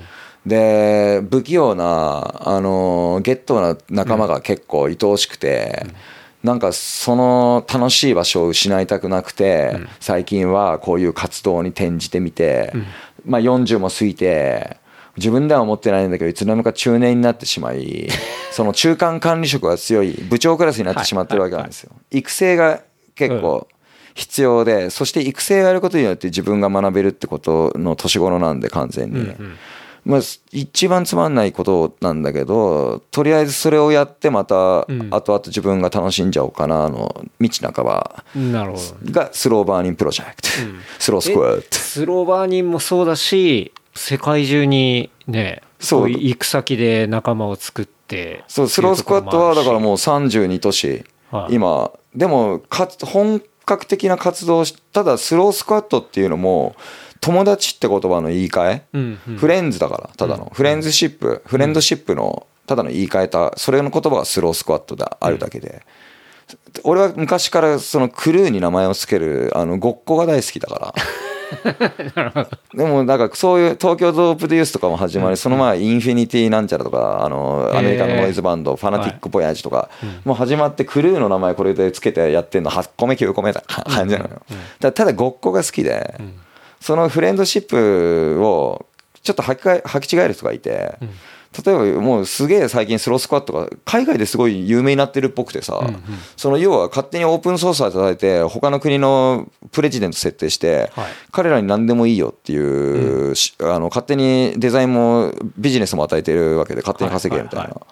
で不器用なあのゲットな仲間が結構愛おしくて、うん、なんかその楽しい場所を失いたくなくて、うん、最近はこういう活動に転じてみて、うん、まあよんじゅうも過ぎて自分では思ってないんだけどいつの間にか中年になってしまいその中間管理職が強い部長クラスになってしまってるわけなんですよ。育成が結構必要で、そして育成をやることによって自分が学べるってことの年頃なんで完全に、うんうん、まあ一番つまんないことなんだけどとりあえずそれをやってまた後々自分が楽しんじゃおうかなの道半ばがスローバーニンプロジェクト、うん、スロースクワット。 スローバーニンもそうだし世界中にねそう行く先で仲間を作ってそうスロースクワットはだからもうさんじゅうに都市、はい、今でもか本格的な活動ただスロースクワットっていうのも友達って言葉の言い換え、うんうん、フレンズだからただの、うん、フレンズシップフレンドシップのただの言い換えたそれの言葉がスロースクワットであるだけで、うん、俺は昔からそのクルーに名前をつけるあのごっこが大好きだからでもなんかそういう東京ドープデュースとかも始まりその前インフィニティなんちゃらとかあのアメリカのノイズバンドファナティックボヤージとかもう始まってクルーの名前これでつけてやってんのはちこめきゅうこめだ感じなのよ。ただごっこが好きでそのフレンドシップをちょっと履き替え履き違える人がいて例えばもうすげえ最近スロースクワットが海外ですごい有名になってるっぽくてさ、うんうん、その要は勝手にオープンソースを叩いて他の国のプレジデント設定して、はい、彼らに何でもいいよっていう、うん、あの勝手にデザインもビジネスも与えてるわけで勝手に稼げみたいな、はいはいはい、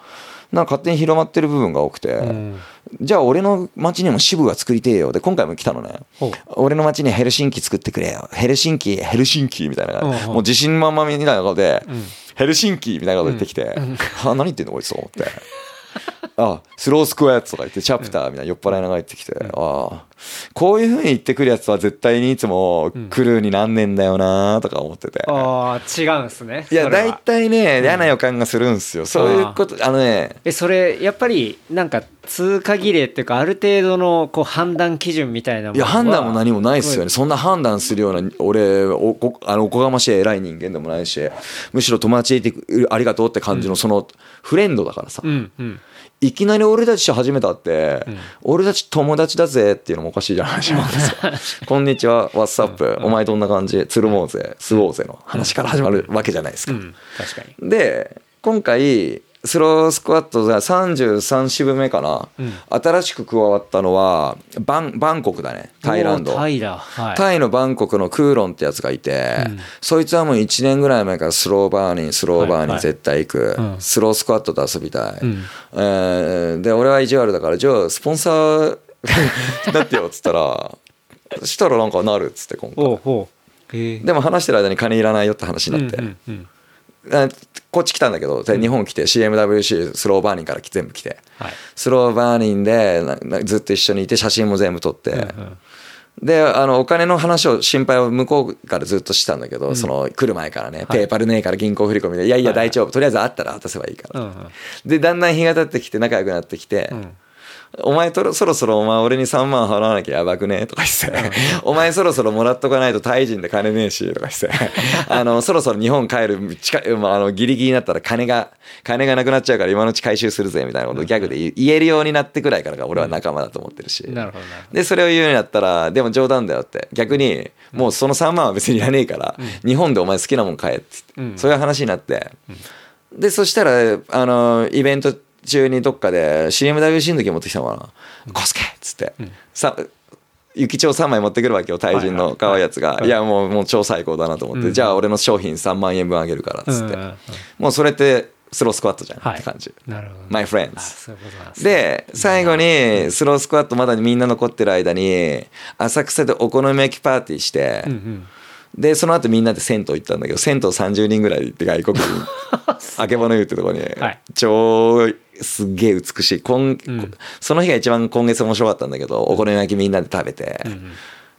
なんか勝手に広まってる部分が多くて、うん、じゃあ俺の街にも支部が作りてえよで今回も来たのね。俺の街にヘルシンキ作ってくれよヘルシンキヘルシンキみたいなもう自信満々みたいな顔で、うんヘルシンキみたいなこと言ってきて、うん、はあ何言ってんのこいつと思ってあスロースクワットとか言ってチャプターみたいな酔っ払いながら言ってきて、うん、あこういう風に言ってくるやつは絶対にいつもクルーになんねんだよなとか思ってて、 うん、ああ違うんすね。 いや大体ね、うん、嫌な予感がするんですよそういうことあのねえそれやっぱりなんか通過儀礼っていうかある程度のこう判断基準みたいなものは。 いや判断も何もないですよね。そんな判断するような俺 お, お, あのおこがましい偉い人間でもないしむしろ友達でいてありがとうって感じのそのフレンドだからさ、うんうんいきなり俺たち始めたって、うん、俺たち友達だぜっていうのもおかしいじゃないですかこんにちは What's up、うん、お前どんな感じつるもうぜ吸おうぜの話から始まるわけじゃないですか、うん、 確かに。 で今回スロースクワットがさんじゅうさん支部目かな、うん、新しく加わったのはバン、バンコクだねタイランドタイだ、はい、 タイのバンコクのクーロンってやつがいて、うん、そいつはもういちねんぐらい前からスローバーニンスローバーニン絶対行く、はいはい、スロースクワットで遊びたい、うんえー、で俺は意地悪だからじゃあスポンサーだってよっつったらしたらなんかなるっつって今回おうおう、えー、でも話してる間に金いらないよって話になって、うんうんうんこっち来たんだけど日本来て シーエムダブリューシー スローバーニンから全部来て、はい、スローバーニンでずっと一緒にいて写真も全部撮って、うんうん、であのお金の話を心配を向こうからずっとしたんだけど、うん、その来る前からね、はい、ペーパルねえから銀行振り込みでいやいや大丈夫、はいはい、とりあえず会ったら渡せばいいから、うんうん、でだんだん日が経ってきて仲良くなってきて、うんお前とそろそろお前俺にさんまん払わなきゃやばくねとか言ってお前そろそろもらっとかないとタイ人で金ねえしとか言ってあのそろそろ日本帰る近い、まあ、あのギリギリになったら金が金がなくなっちゃうから今のうち回収するぜみたいなことをギャグで言えるようになってくらいからが俺は仲間だと思ってるし、なるほどなるほど。でそれを言うようになったらでも冗談だよって逆にもうそのさんまんは別にいらねえから、うん、日本でお前好きなもん買えって言って、うん、そういう話になって、うん、でそしたらあのイベント中にどっかで シーエムダブリューシー の時持ってきたのかな、うん、コスケっつって、うん、さ雪帳さんまい持ってくるわけよタイ人の可愛いやつが、はいはいはい、いやもうもう超最高だなと思って、うん、じゃあ俺の商品さんまんえんぶんあげるからっつって、うんうんうん、もうそれってスロースクワットじゃん、はい、って感じ。なるほど。My friends。で最後にスロースクワットまだみんな残ってる間に浅草でお好み焼きパーティーして、うんうんでその後みんなで銭湯行ったんだけど銭湯さんじゅうにんぐらい行って外国人あけぼの湯ってとこに、はい、超すっげえ美しい今、うん、その日が一番今月面白かったんだけどお好み焼きみんなで食べて、うんうん、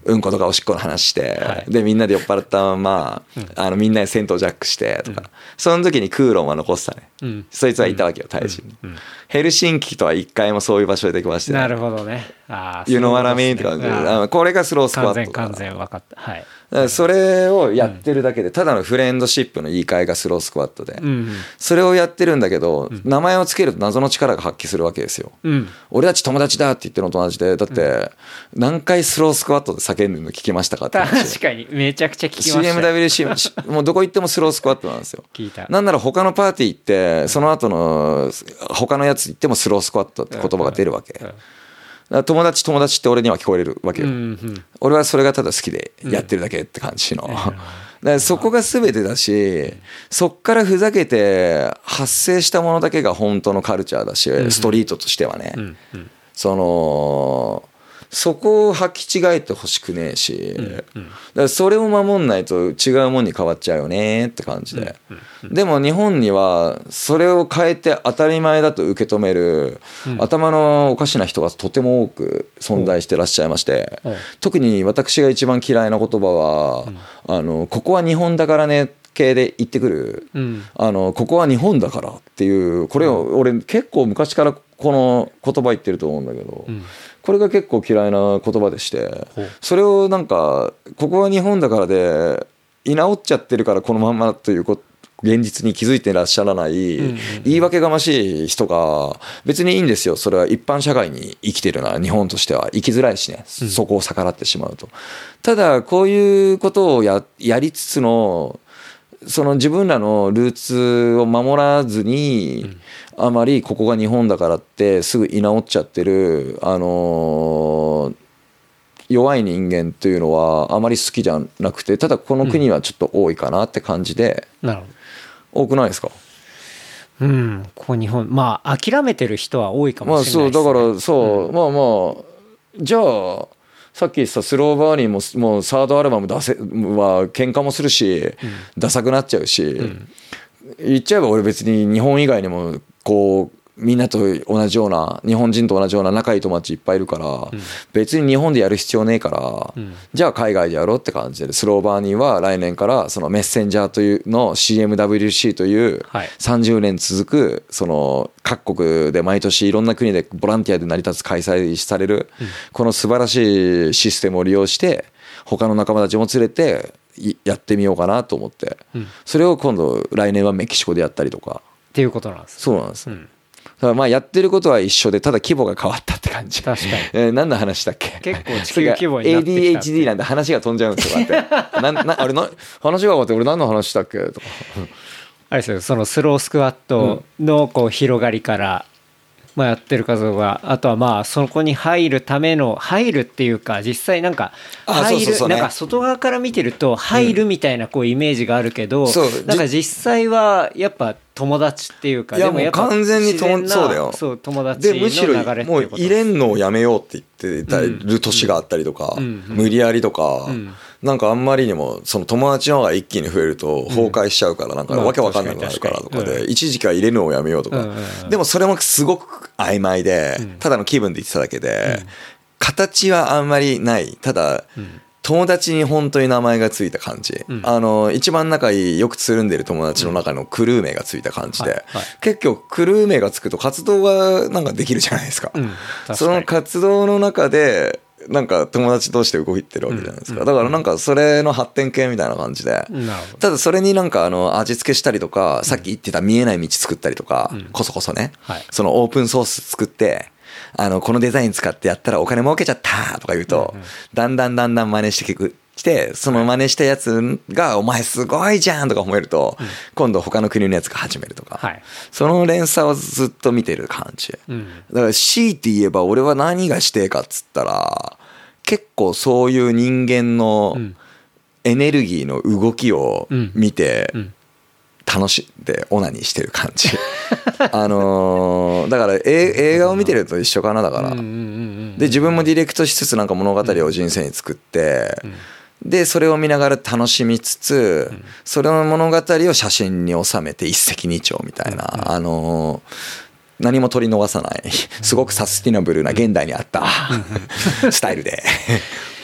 うんことかおしっこの話して、はい、でみんなで酔っ払ったまま、うん、あのみんなで銭湯ジャックしてとか、うん、その時にクーロンは残ってたね、うん、そいつはいたわけよ大使に、うんうんうん、ヘルシンキとは一回もそういう場所で出くわしてない。 なるほどね。ああ、 You know what I meanって感じで、あこれがスロースクワット完全完全分かった。はい。 それをやってるだけで、ただのフレンドシップの言い換えがスロースクワットで、うんうん、それをやってるんだけど、うん、名前をつけると謎の力が発揮するわけですよ、うん、俺たち友達だって言ってるのと同じで、だって何回スロースクワットで叫んでるの聞きましたかって話。 確かにめちゃくちゃ聞きました。 シーエムダブリューシー もうどこ行ってもスロースクワットなんですよ。 聞いた。 なんなら他のパーティー行ってその後の他のやつ行ってもスロースクワットって言葉が出るわけ、うんうんうん、友達友達って俺には聞こえるわけよ、うんうん、俺はそれがただ好きでやってるだけって感じの、うん、だからそこが全てだし、そっからふざけて発生したものだけが本当のカルチャーだし、ストリートとしてはね、うんうん、そのそこを履き違えてほしくねえし、うんうん、だからそれを守んないと違うもんに変わっちゃうよねって感じで、うんうんうん、でも日本にはそれを変えて当たり前だと受け止める、うん、頭のおかしな人がとても多く存在してらっしゃいまして、うん、特に私が一番嫌いな言葉は、うん、あのここは日本だからね系で言ってくる、うん、あのここは日本だからっていう、これを俺結構昔からこの言葉言ってると思うんだけど、うん、これが結構嫌いな言葉でして、それをなんかここは日本だからで居直っちゃってるからこのまんまという現実に気づいてらっしゃらない、うんうんうん、言い訳がましい人が別にいいんですよ。それは一般社会に生きてるのは日本としては生きづらいしね、うん、そこを逆らってしまうと。ただこういうことを や, やりつつのその自分らのルーツを守らずに、うん、あまりここが日本だからってすぐ居直っちゃってる、あのー、弱い人間というのはあまり好きじゃなくて、ただこの国はちょっと多いかなって感じで、 うん、なるほど。多くないですか？ うん、ここ日本まあ諦めてる人は多いかもしれないですね。 まあそうだからそう、うん、まあまあじゃあさっき言ったスローバーニーももうサードアルバム出せは喧嘩もするし、うん、ダサくなっちゃうし、うん、言っちゃえば俺別に日本以外にもこうみんなと同じような日本人と同じような仲いい友達いっぱいいるから、うん、別に日本でやる必要ねえから、うん、じゃあ海外でやろうって感じで、スローバーニーは来年からそのメッセンジャーというの シーエムダブリューシー というさんじゅうねん続くその各国で毎年いろんな国でボランティアで成り立つ開催されるこの素晴らしいシステムを利用して他の仲間たちも連れてやってみようかなと思って、それを今度来年はメキシコでやったりとかっていうことなんです。 そうなんです、うん、だからまあやってることは一緒で、ただ規模が変わったって感じ。 確かに、 えー、何の話だっけ？ 結構地球規模になってきたって。 エーディーエイチディー なんて話が飛んじゃうんですよ。ってななあれな話が終わって俺何の話したっけとかあれですよ、そのスロースクワットのこう広がりから、まあ、やってる数が、あとはまあそこに入るための入るっていうか、実際なんか入る、なんか外側から見てると入るみたいなこうイメージがあるけど、なんか実際はやっぱ友達っていうか、 いやもう完全に友そうだよ。 そう友達の流れっていうこと。 でむしろもう入れんのをやめようって言ってたる年があったりとか、無理やりとか、なんかあんまりにもその友達の方が一気に増えると崩壊しちゃうから、なんかわけわかんなくなるからとかで、一時期は入れるのをやめようとか、でもそれもすごく曖昧で、ただの気分で言ってただけで、形はあんまりない。ただ友達に本当に名前がついた感じ、うん、あの一番仲いいよくつるんでる友達の中のクルー名がついた感じで、うんはいはい、結局クルー名がつくと活動がなんかできるじゃないですか、うん、かその活動の中でなんか友達同士で動いてるわけじゃないですか、うん、だからなんかそれの発展系みたいな感じで、うん、ただそれになんかあの味付けしたりとか、うん、さっき言ってた見えない道作ったりとか、うん、こそこそね、はい、そのオープンソース作ってあのこのデザイン使ってやったらお金儲けちゃったとか言うと、うんうん、だんだんだんだん真似していくしてその真似したやつがお前すごいじゃんとか褒めると、うん、今度他の国のやつが始めるとか、はい、その連鎖をずっと見てる感じ、うん、だから強いて言えば俺は何がしてえかっつったら結構そういう人間のエネルギーの動きを見て、うんうん楽しんでオナニーしてる感じあのー、だから映画を見てると一緒かな。だからで自分もディレクトしつつなんか物語を人生に作ってでそれを見ながら楽しみつつそれの物語を写真に収めて一石二鳥みたいな、あのー、何も取り逃さないすごくサスティナブルな現代にあったスタイルで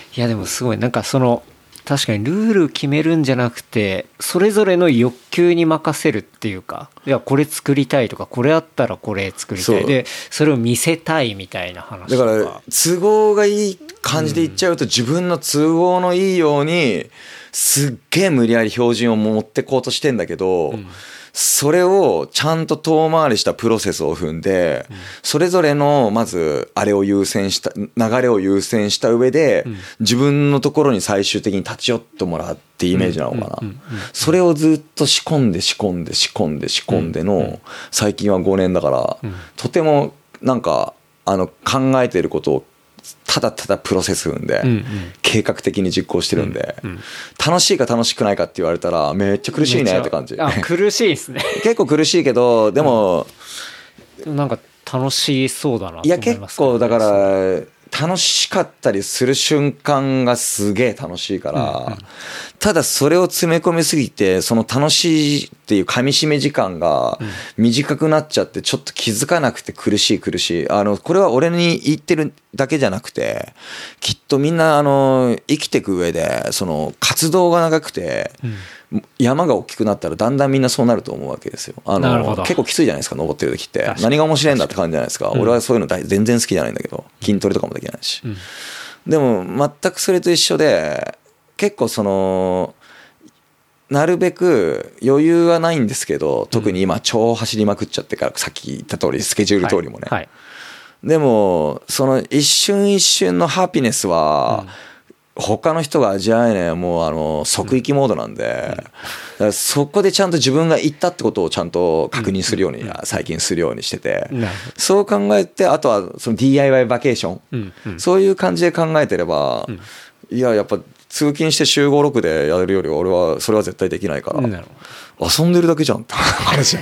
いやでもすごいなんかその確かにルール決めるんじゃなくてそれぞれの欲求に任せるっていうか、いやこれ作りたいとかこれあったらこれ作りたいでそれを見せたいみたいな話とか、 だから都合がいい感じで言っちゃうと、自分の都合のいいようにすっげえ無理やり標準を持ってこうとしてんだけど、それをちゃんと遠回りしたプロセスを踏んで、それぞれのまずあれを優先した流れを優先した上で、自分のところに最終的に立ち寄ってもらうっていうイメージなのかな。それをずっと仕込んで仕込んで仕込んで仕込んでの最近はごねんだから、とてもなんかあの考えていることをただただプロセス踏んで計画的に実行してるんで、楽しいか楽しくないかって言われたらめっちゃ苦しいねって感じ。 あ、苦しいですね結構苦しいけどでも、 うん、なんか楽しそうだなと思います。 いや結構だから楽しかったりする瞬間がすげえ楽しいから、うんうん、ただそれを詰め込みすぎてその楽しいっていう噛み締め時間が短くなっちゃってちょっと気づかなくて苦しい苦しい。あのこれは俺に言ってるだけじゃなくてきっとみんなあの生きていく上でその活動が長くて、うん、山が大きくなったらだんだんみんなそうなると思うわけですよ。あの結構きついじゃないですか登ってる時って何が面白いんだって感じじゃないですか、うん、俺はそういうの全然好きじゃないんだけど筋トレとかもできないし、うん、でも全くそれと一緒で結構そのなるべく余裕はないんですけど特に今超走りまくっちゃってからさっき言った通りスケジュール通りもね、はいはい、でもその一瞬一瞬のハピネスは、うん、他の人が味わえないもうあの即域モードなんで、うん、だからそこでちゃんと自分が言ったってことをちゃんと確認するように最近するようにしてて、うん、そう考えてあとはその ディーアイワイ バケーション、うんうん、そういう感じで考えてれば、うん、いややっぱ通勤して週ごろくでやるよりは俺はそれは絶対できないから、うん、遊んでるだけじゃんって話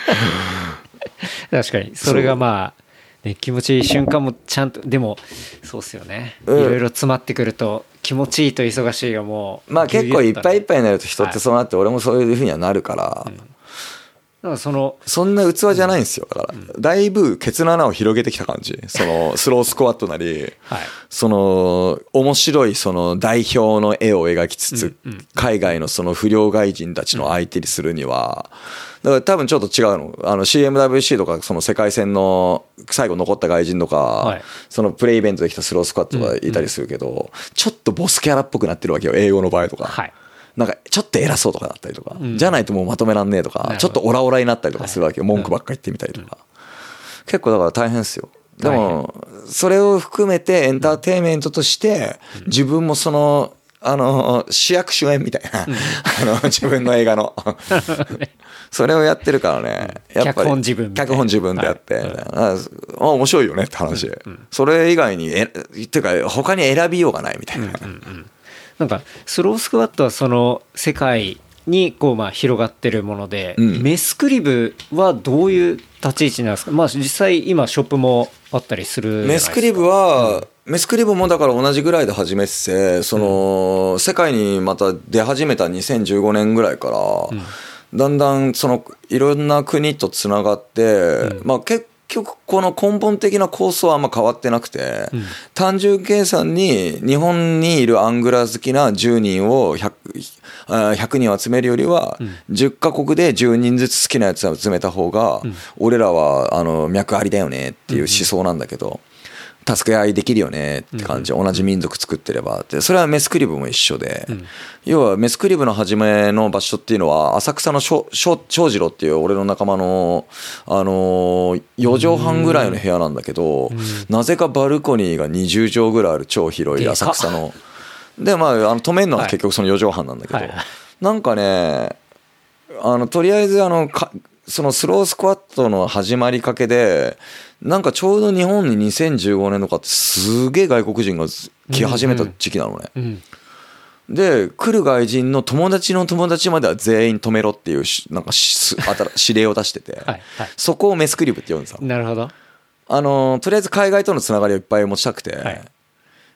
確かにそれがまあね、気持ちいい瞬間もちゃんとでもそうっすよね、いろいろ詰まってくると気持ちいいと忙しいがもうまあ結構いっぱいいっぱいになると人ってそうなって俺もそういうふうにはなるから、うん、だからそのそんな器じゃないんですよ。だからだいぶケツの穴を広げてきた感じ。そのスロースクワットなり、はい、その面白いその代表の絵を描きつつ海外のその不良外人たちの相手にするにはだから多分ちょっと違うの。あの シーエムダブリューシー とかその世界戦の最後残った外人とか、はい、そのプレイイベントで来たスロースクワットがいたりするけど、うんうん、ちょっとボスキャラっぽくなってるわけよ英語の場合とか、はい、なんかちょっと偉そうとかだったりとか、うん、じゃないともうまとめらんねえとかちょっとオラオラになったりとかするわけよ、はい、文句ばっか言ってみたりとか、うん、結構だから大変ですよ。でもそれを含めてエンターテインメントとして自分もそのあの主役主演みたいな、うん、あの自分の映画のそれをやってるからね、やっぱり脚本自分脚本自分でやって、はいはい、ああ面白いよねって話、うんうん、それ以外にえっていうか他に選びようがないみたいな、うんうんうん、 なんかスロースクワットはその世界にこうまあ広がってるもので、うん、メスクリブはどういう立ち位置なんですか。まあ実際今ショップもあったりするじゃないですか。 メスクリブは、うんメスクリブもだから同じぐらいで始めててその世界にまた出始めたにせんじゅうごねんぐらいからだんだんそのいろんな国とつながってまあ結局この根本的な構想はあんま変わってなくて単純計算に日本にいるアングラ好きなじゅうにんを ひゃく, ひゃくにん集めるよりはじゅっカ国でじゅうにんずつ好きなやつを集めた方が俺らはあの脈ありだよねっていう思想なんだけど助け合いできるよねって感じ、うん、同じ民族作ってればってそれはメスクリブも一緒で、うん、要はメスクリブの初めの場所っていうのは浅草の翔次郎っていう俺の仲間のあのよじはんぐらいの部屋なんだけど、うん、なぜかバルコニーがにじゅうじょうぐらいある超広い浅草のでまああの止めるのは結局そのよじはんなんだけど、はいはい、なんかねあのとりあえずあのかそのスロースクワットの始まりかけでなんかちょうど日本ににせんじゅうごねんとかってすげえ外国人が来始めた時期なのね、うんうんうん、で来る外人の友達の友達までは全員止めろっていうなんか指令を出しててはい、はい、そこをメスクリブって呼んでたの。 なるほど。 あのとりあえず海外とのつながりをいっぱい持ちたくて、はい、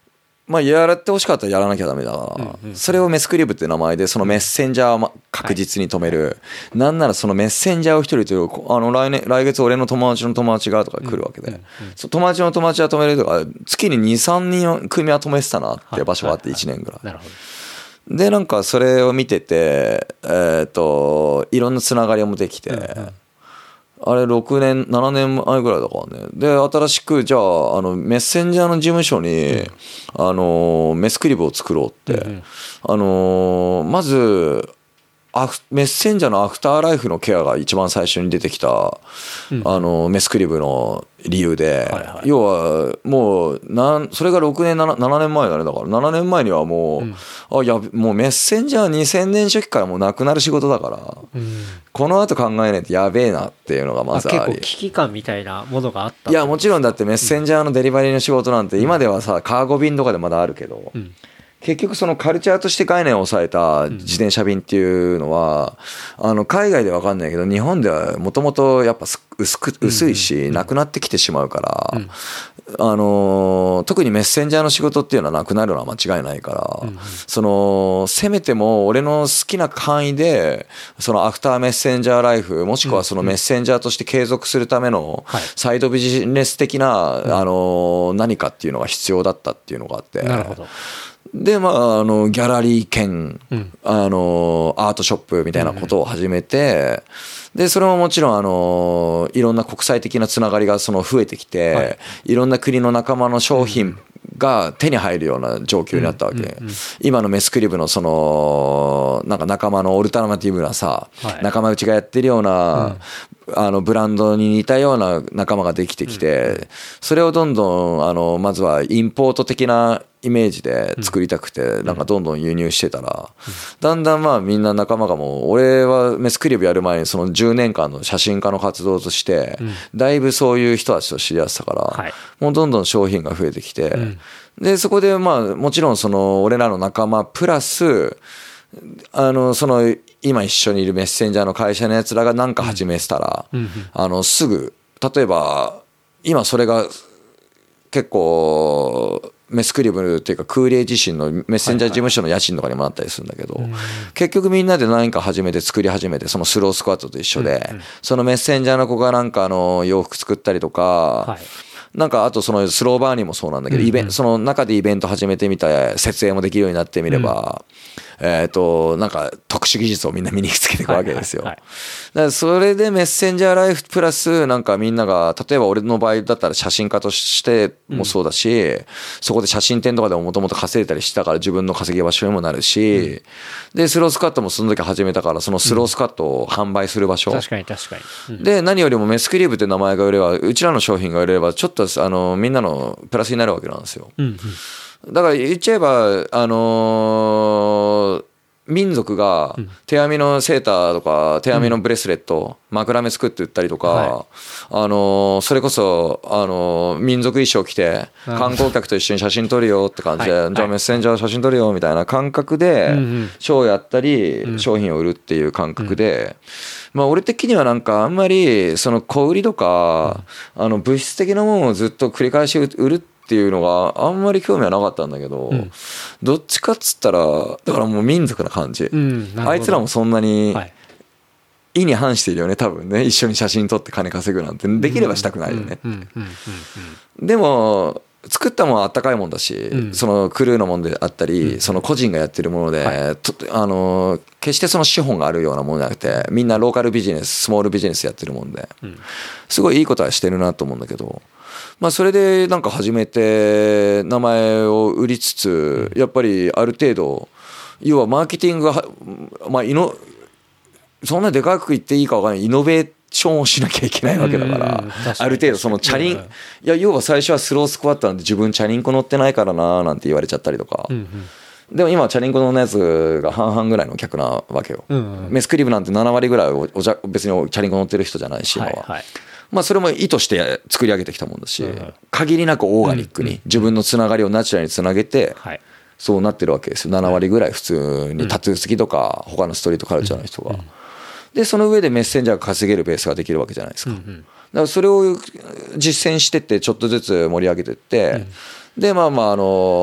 まあやってほしかったらやらなきゃダメだから、うんうん、それをメスクリブって名前でそのメッセンジャーを確実に止める、はい、なんならそのメッセンジャーを一人というあの来年来月俺の友達の友達がとか来るわけで、うんうんうん、友達の友達は止めるとか月に にさんにん組は止めてたなっていう場所があっていちねんぐらい、はいはいはい、なるほど。でなんかそれを見ててえー、っといろんなつながりもできて、うんうん、あれろくねんななねんまえぐらいだからね。で新しくじゃああのメッセンジャーの事務所に、うん、あのメスクリブを作ろうって、うんうん、あのまずアフメッセンジャーのアフターライフのケアが一番最初に出てきた、うん、あのメスクリブの理由で、はいはい、要はもうなんそれがろくねん 7, 7年前だね。だからななねんまえにはもう、うん、あやもうメッセンジャーにせんねん初期からもうなくなる仕事だから、うん、この後考えないとやべえなっていうのがまずあり、 あ結構危機感みたいなものがあった。 いやもちろんだってメッセンジャーのデリバリーの仕事なんて今ではさカーゴ便とかでまだあるけど、うん、結局そのカルチャーとして概念を抑えた自転車便っていうのはあの海外では分かんないけど日本ではもともとやっぱ薄く薄いしなくなってきてしまうからあの特にメッセンジャーの仕事っていうのはなくなるのは間違いないからそのせめても俺の好きな範囲でそのアフターメッセンジャーライフもしくはそのメッセンジャーとして継続するためのサイドビジネス的なあの何かっていうのが必要だったっていうのがあって。なるほど。でまあ、あのギャラリー兼、うん、あのアートショップみたいなことを始めて、うん、でそれももちろんあのいろんな国際的なつながりがその増えてきて、はい、いろんな国の仲間の商品が手に入るような状況になったわけ、うんうんうん、今のメスクリブのそのなんか仲間のオルタナティブなさ、はい、仲間内がやってるような、うん、あのブランドに似たような仲間ができてきて、うん、それをどんどんあのまずはインポート的なイメージで作りたくてなんかどんどん輸入してたらだんだんまあみんな仲間がもう俺はメスクリブやる前にそのじゅうねんかんの写真家の活動としてだいぶそういう人たちと知り合ってたからもうどんどん商品が増えてきてでそこでまあもちろんその俺らの仲間プラスあのその今一緒にいるメッセンジャーの会社のやつらが何か始めてたらあのすぐ例えば今それが結構メスクリブっていうかクーリエ自身のメッセンジャー事務所の家賃とかにもなったりするんだけど結局みんなで何か始めて作り始めてそのスロースクワットと一緒でそのメッセンジャーの子がなんかあの洋服作ったりとかなんかあとそのスローバーにもそうなんだけどイベンその中でイベント始めてみた設営もできるようになってみればえとなんか特殊技術をみんな身につけていくわけですよ。だからそれでメッセンジャーライフプラスなんかみんなが例えば俺の場合だったら写真家としてもそうだしそこで写真展とかでももともと稼いでたりしたから自分の稼ぎ場所にもなるしでスロースカットもその時始めたからそのスロースカットを販売する場所確かに確かにで何よりもメスクリブって名前が売ればうちらの商品が売れればちょっとあのみんなのプラスになるわけなんですよ。だから言っちゃえばあのー、民族が手編みのセーターとか手編みのブレスレット、うん、枕目作って売ったりとか、はい、あのー、それこそ、あのー、民族衣装着て観光客と一緒に写真撮るよって感じで、はい、じゃあメッセンジャー写真撮るよみたいな感覚でショーやったり商品を売るっていう感覚で、まあ俺的にはなんかあんまりその小売りとかあの物質的なものをずっと繰り返し売るっていうのがあんまり興味はなかったんだけど、うん、どっちかっつったらだからもう民族な感じ、うん、あいつらもそんなに意に反しているよね多分ね一緒に写真撮って金稼ぐなんてできればしたくないよね。でも作ったものはあったかいもんだし、うん、そのクルーのもんであったり、うん、その個人がやってるもので、はい、とあの決してその資本があるようなものじゃなくてみんなローカルビジネススモールビジネスやってるもんで、うん、すごいいいことはしてるなと思うんだけど。まあそれでなんか始めて名前を売りつつやっぱりある程度要はマーケティングがまあイノそんなでかく言っていいか分からないイノベーションをしなきゃいけないわけだからある程度そのチャリンいや要は最初はスロースクワットなんで自分チャリンコ乗ってないからななんて言われちゃったりとかでも今はチャリンコのやつが半々ぐらいの客なわけよ。メスクリブなんてななわりぐらいおじゃ別にチャリンコ乗ってる人じゃないし今は。まあそれも意図して作り上げてきたもんだし、限りなくオーガニックに自分のつながりをナチュラルにつなげてそうなってるわけですよ。ななわりぐらい普通にタトゥー好きとか他のストリートカルチャーの人がでその上でメッセンジャーが稼げるベースができるわけじゃないですか。だからそれを実践してってちょっとずつ盛り上げてってでまあまああの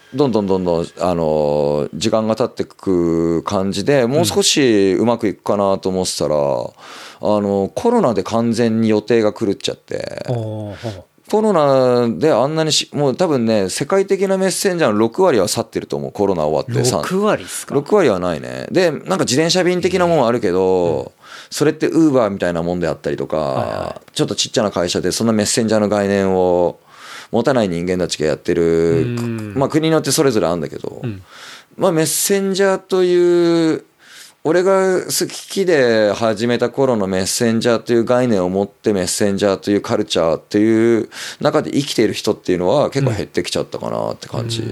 どんどんどんどんあの時間が経ってく感じでもう少しうまくいくかなと思ってたら、うん、あのコロナで完全に予定が狂っちゃって、コロナであんなにしもう多分ね世界的なメッセンジャーのろくわりは去ってると思う。コロナ終わってろくわりですか。 ろくわりはないね。でなんか自転車便的なもんあるけど、うん、それってウーバーみたいなもんであったりとか、はいはい、ちょっとちっちゃな会社でそんなメッセンジャーの概念を持たない人間たちがやってる、まあ、国によってそれぞれあるんだけど、うん、まあ、メッセンジャーという俺が好きで始めた頃のメッセンジャーという概念を持ってメッセンジャーというカルチャーっていう中で生きている人っていうのは結構減ってきちゃったかなって感じ、うん、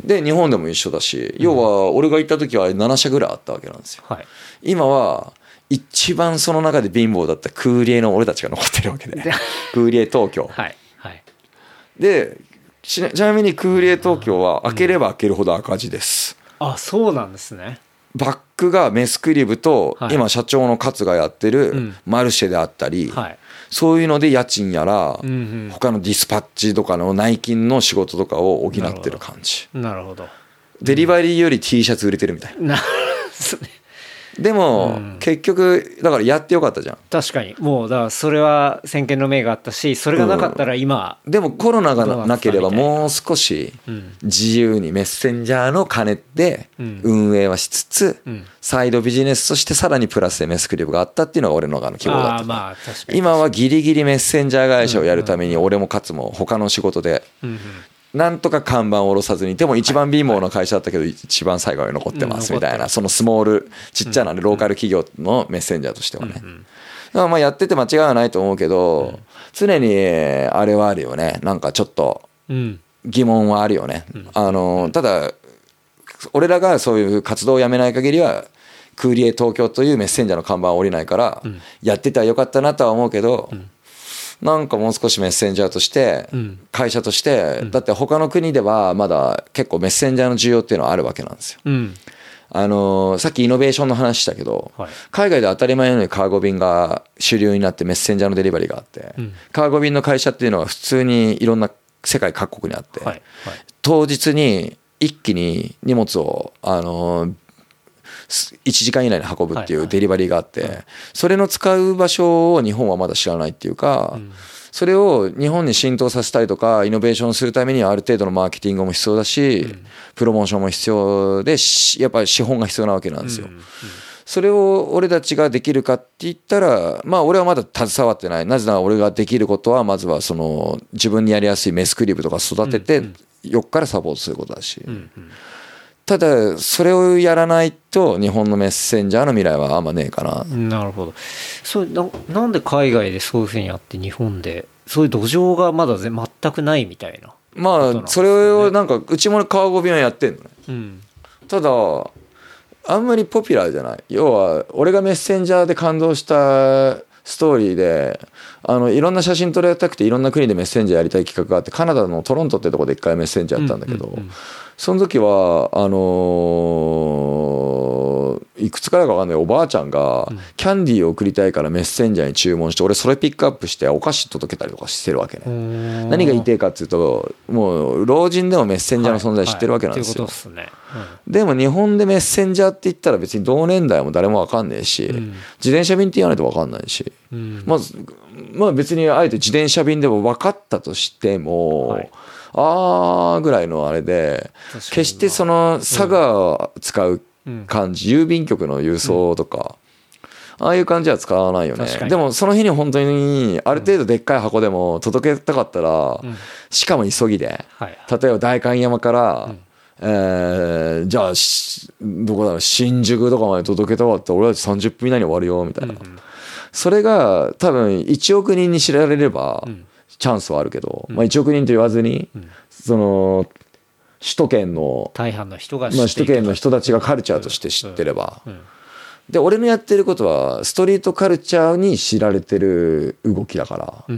で日本でも一緒だし、要は俺が行った時はななしゃぐらいあったわけなんですよ、はい、今は一番その中で貧乏だったクーリエの俺たちが残ってるわけでクーリエ東京、はいはい、でちなみにクーリエ東京は開ければ開けるほど赤字です、 うん、あ、そうなんですね。 バックがメスクリブと今社長の勝がやってるマルシェであったり、そういうので家賃やら他のディスパッチとかの内勤の仕事とかを補ってる感じ。 なるほど。 デリバリーより T シャツ売れてるみたいな。なるほどね。でも、うん、結局だからやってよかったじゃん。 確かにもうだからそれは先見の明があったし、それがなかったら今、 うん、でもコロナがなければもう少し自由にメッセンジャーの金で運営はしつつ、うん、サイドビジネスとしてさらにプラスでメスクリブがあったっていうのが俺の希望だった。あ、まあ、確かに今はギリギリメッセンジャー会社をやるために俺も勝も他の仕事で、うんうん、なんとか看板を下ろさずに、でも一番貧乏な会社だったけど一番最後に残ってますみたいな、そのスモールちっちゃなローカル企業のメッセンジャーとしてはね、だからまあやってて間違いはないと思うけど、常にあれはあるよね、なんかちょっと疑問はあるよね。あのただ俺らがそういう活動をやめない限りはクーリエ東京というメッセンジャーの看板は降りないからやってたらよかったなとは思うけど、なんかもう少しメッセンジャーとして会社としてだって他の国ではまだ結構メッセンジャーの需要っていうのはあるわけなんですよ。あのさっきイノベーションの話したけど、海外で当たり前のようにカーゴ便が主流になってメッセンジャーのデリバリーがあって、カーゴ便の会社っていうのは普通にいろんな世界各国にあって、当日に一気に荷物をあのいちじかん以内に運ぶっていうデリバリーがあって、それの使う場所を日本はまだ知らないっていうか、それを日本に浸透させたりとかイノベーションするためにはある程度のマーケティングも必要だし、プロモーションも必要で、やっぱり資本が必要なわけなんですよ。それを俺たちができるかって言ったら、まあ俺はまだ携わってない。なぜなら俺ができることはまずはその自分にやりやすいメスクリブとか育ててよっからサポートすることだし、ただそれをやらないと日本のメッセンジャーの未来はあんまねえかな。 なるほど。そう な, なんで海外でそういうふうにやって日本でそういう土壌がまだ全くないみたいな、ね、 まあそれをなんかうちもカーゴ便はやってんのね、うん、ただあんまりポピュラーじゃない。要は俺がメッセンジャーで感動したストーリーで、あのいろんな写真撮りたくていろんな国でメッセンジャーやりたい企画があって、カナダのトロントってとこで一回メッセンジャーやったんだけど、うんうんうん、その時はあのー、いくつからか分かんないおばあちゃんがキャンディーを送りたいからメッセンジャーに注文して、俺それピックアップしてお菓子届けたりとかしてるわけね。何が言いたいかっていうと、もう老人でもメッセンジャーの存在知ってるわけなんですよ。でも日本でメッセンジャーって言ったら別に同年代も誰も分かんねえし、うん、自転車便って言わないと分かんないし、うん、まずまあ別にあえて自転車便でも分かったとしても、はい、あーぐらいのあれで、決してその佐賀使う感じ、うん、郵便局の郵送とか、うん、ああいう感じは使わないよね。でもその日に本当にある程度でっかい箱でも届けたかったら、うん、しかも急ぎで、はい、例えば代官山から、うん、えー、じゃあどこだろう、新宿とかまで届けたかったら俺はさんじゅっぷん以内に終わるよみたいな、うんうん、それが多分いちおく人に知られればチャンスはあるけど、うん、まあ、いちおく人と言わずに、うん、その首都圏の大半の人が知っている、 まあ、首都圏の人たちがカルチャーとして知ってれば、うんうん、で俺のやってることはストリートカルチャーに知られてる動きだから、うん、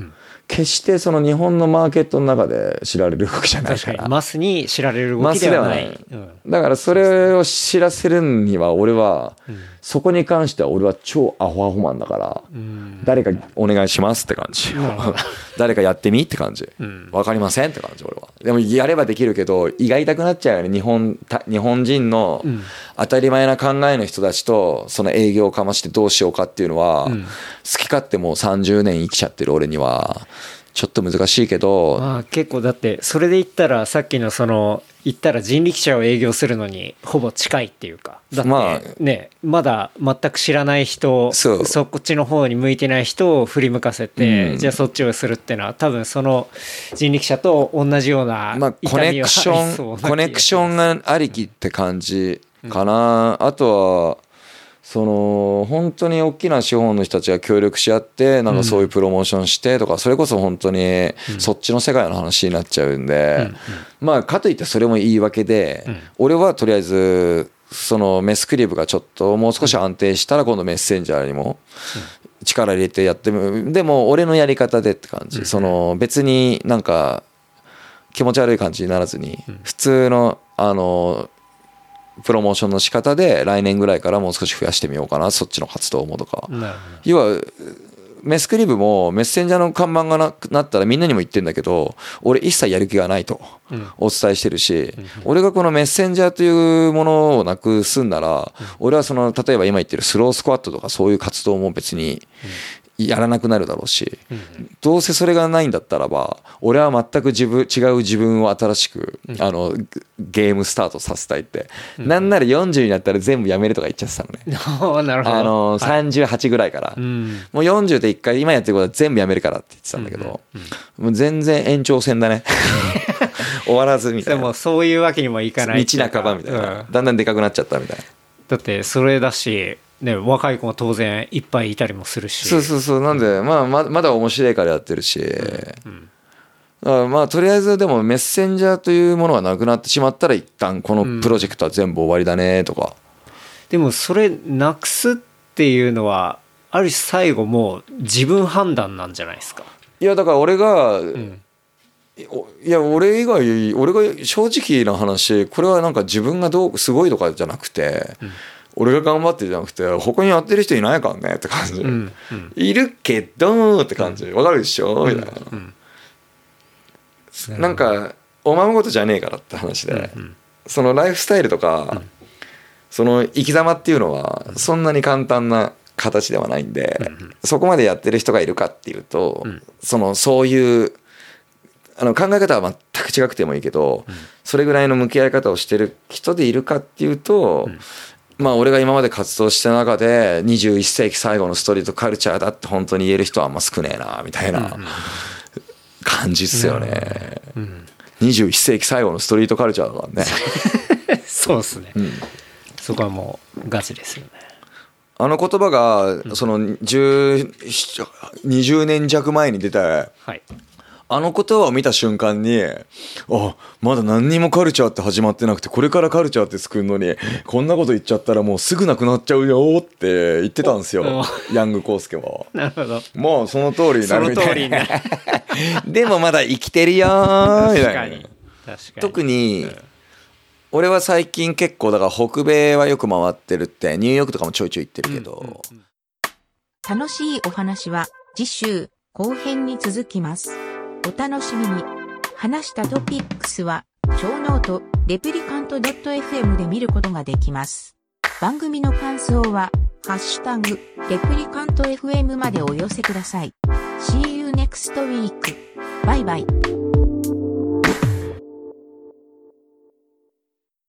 決してその日本のマーケットの中で知られる動きじゃないから。 確かにマスに知られる動きではない。マスではない。 うん、だからそれを知らせるには俺は、うん、そこに関しては俺は超アホアホマンだから、うん、誰かお願いしますって感じ。誰かやってみって感じ。うん、わかりませんって感じ俺は。でもやればできるけど胃が痛くなっちゃうよね。日本日本人の当たり前な考えの人たちとその営業をかましてどうしようかっていうのは、うん、好き勝手もうさんじゅうねん生きちゃってる俺にはちょっと難しいけど、 まあ、結構だってそれで言ったらさっきのその言ったら人力車を営業するのにほぼ近いっていうか、だってね、まだ全く知らない人、そそっちの方に向いてない人を振り向かせて、うん、じゃあそっちをするっていうのは多分その人力車と同じようなまあコネクションコネクションがありきって感じかな、うん、あとはその本当に大きな資本の人たちが協力し合ってなんかそういうプロモーションしてとか、それこそ本当にそっちの世界の話になっちゃうんで、まあかといってそれも言い訳で、俺はとりあえずそのメスクリブがちょっともう少し安定したら今度メッセンジャーにも力入れてやってみ、でも俺のやり方でって感じ、その別になんか気持ち悪い感じにならずに普通のあのプロモーションの仕方で来年ぐらいからもう少し増やしてみようかな、そっちの活動もとか。要はメスクリブもメッセンジャーの看板がなくなったらみんなにも言ってんだけど、俺一切やる気がないとお伝えしてるし、俺がこのメッセンジャーというものをなくすんなら、俺はその例えば今言ってるスロースクワットとかそういう活動も別にやらなくなるだろうし、どうせそれがないんだったらば俺は全く自分違う自分を新しくあのゲームスタートさせたいって、なんならよんじゅうになったら全部やめるとか言っちゃってたのね。なるほど。あのさんじゅうはちぐらいからもうよんじゅうで一回今やってることは全部やめるからって言ってたんだけど、もう全然延長戦だね。終わらずみたいな。 でもそういうわけにもいかない。 道半ばみたいな、だんだんでかくなっちゃったみたいな。 だってそれだしね、若い子も当然いっぱいいたりもするし。 そうそうそう、なんで、まあ、ままだ面白いからやってるし、うんうん、だからまあとりあえずでもメッセンジャーというものがなくなってしまったら一旦このプロジェクトは全部終わりだねとか、うん、 でもそれなくすっていうのはある種最後もう自分判断なんじゃないですか。 いやだから俺が、うん、いや俺以外俺が正直な話、これはなんか自分がどうすごいとかじゃなくて、うん、俺が頑張ってじゃなくて他にやってる人いないからねって感じ、うんうん、いるけどって感じ、わかるでしょみたいな、うんうん、なんかおままごとじゃねえからって話で、うんうん、そのライフスタイルとか、うん、その生き様っていうのはそんなに簡単な形ではないんで、うんうん、そこまでやってる人がいるかっていうと、うん、そのそういうあの考え方は全く違くてもいいけど、うん、それぐらいの向き合い方をしてる人でいるかっていうと、うん、まあ俺が今まで活動した中でにじゅういっ世紀最後のストリートカルチャーだって本当に言える人はあんま少ねえなみたいな感じっすよね、うんうん、にじゅういっ世紀最後のストリートカルチャーだからね。そうですね、うん、そこはもうガチですよね。 あの言葉がそのにじゅう、にじゅうねん弱前に出た、はい、あの言葉を見た瞬間に、あ、まだ何にもカルチャーって始まってなくて、これからカルチャーって作るのにこんなこと言っちゃったらもうすぐなくなっちゃうよって言ってたんですよ、ヤングコウスケは。 なるほど。 もうその通りになるみたいな。でもまだ生きてるよーみたいな。確かに。確かに。特に、うん俺は最近結構だから北米はよく回ってるって、ニューヨークとかもちょいちょい行ってるけど、うんうんうん、 楽しいお話は次週後編に続きます。お楽しみに。話したトピックスはショーノートレプリカント .fm で見ることができます。番組の感想はハッシュタグレプリカント エフエム までお寄せください。See you next week. バイバイ。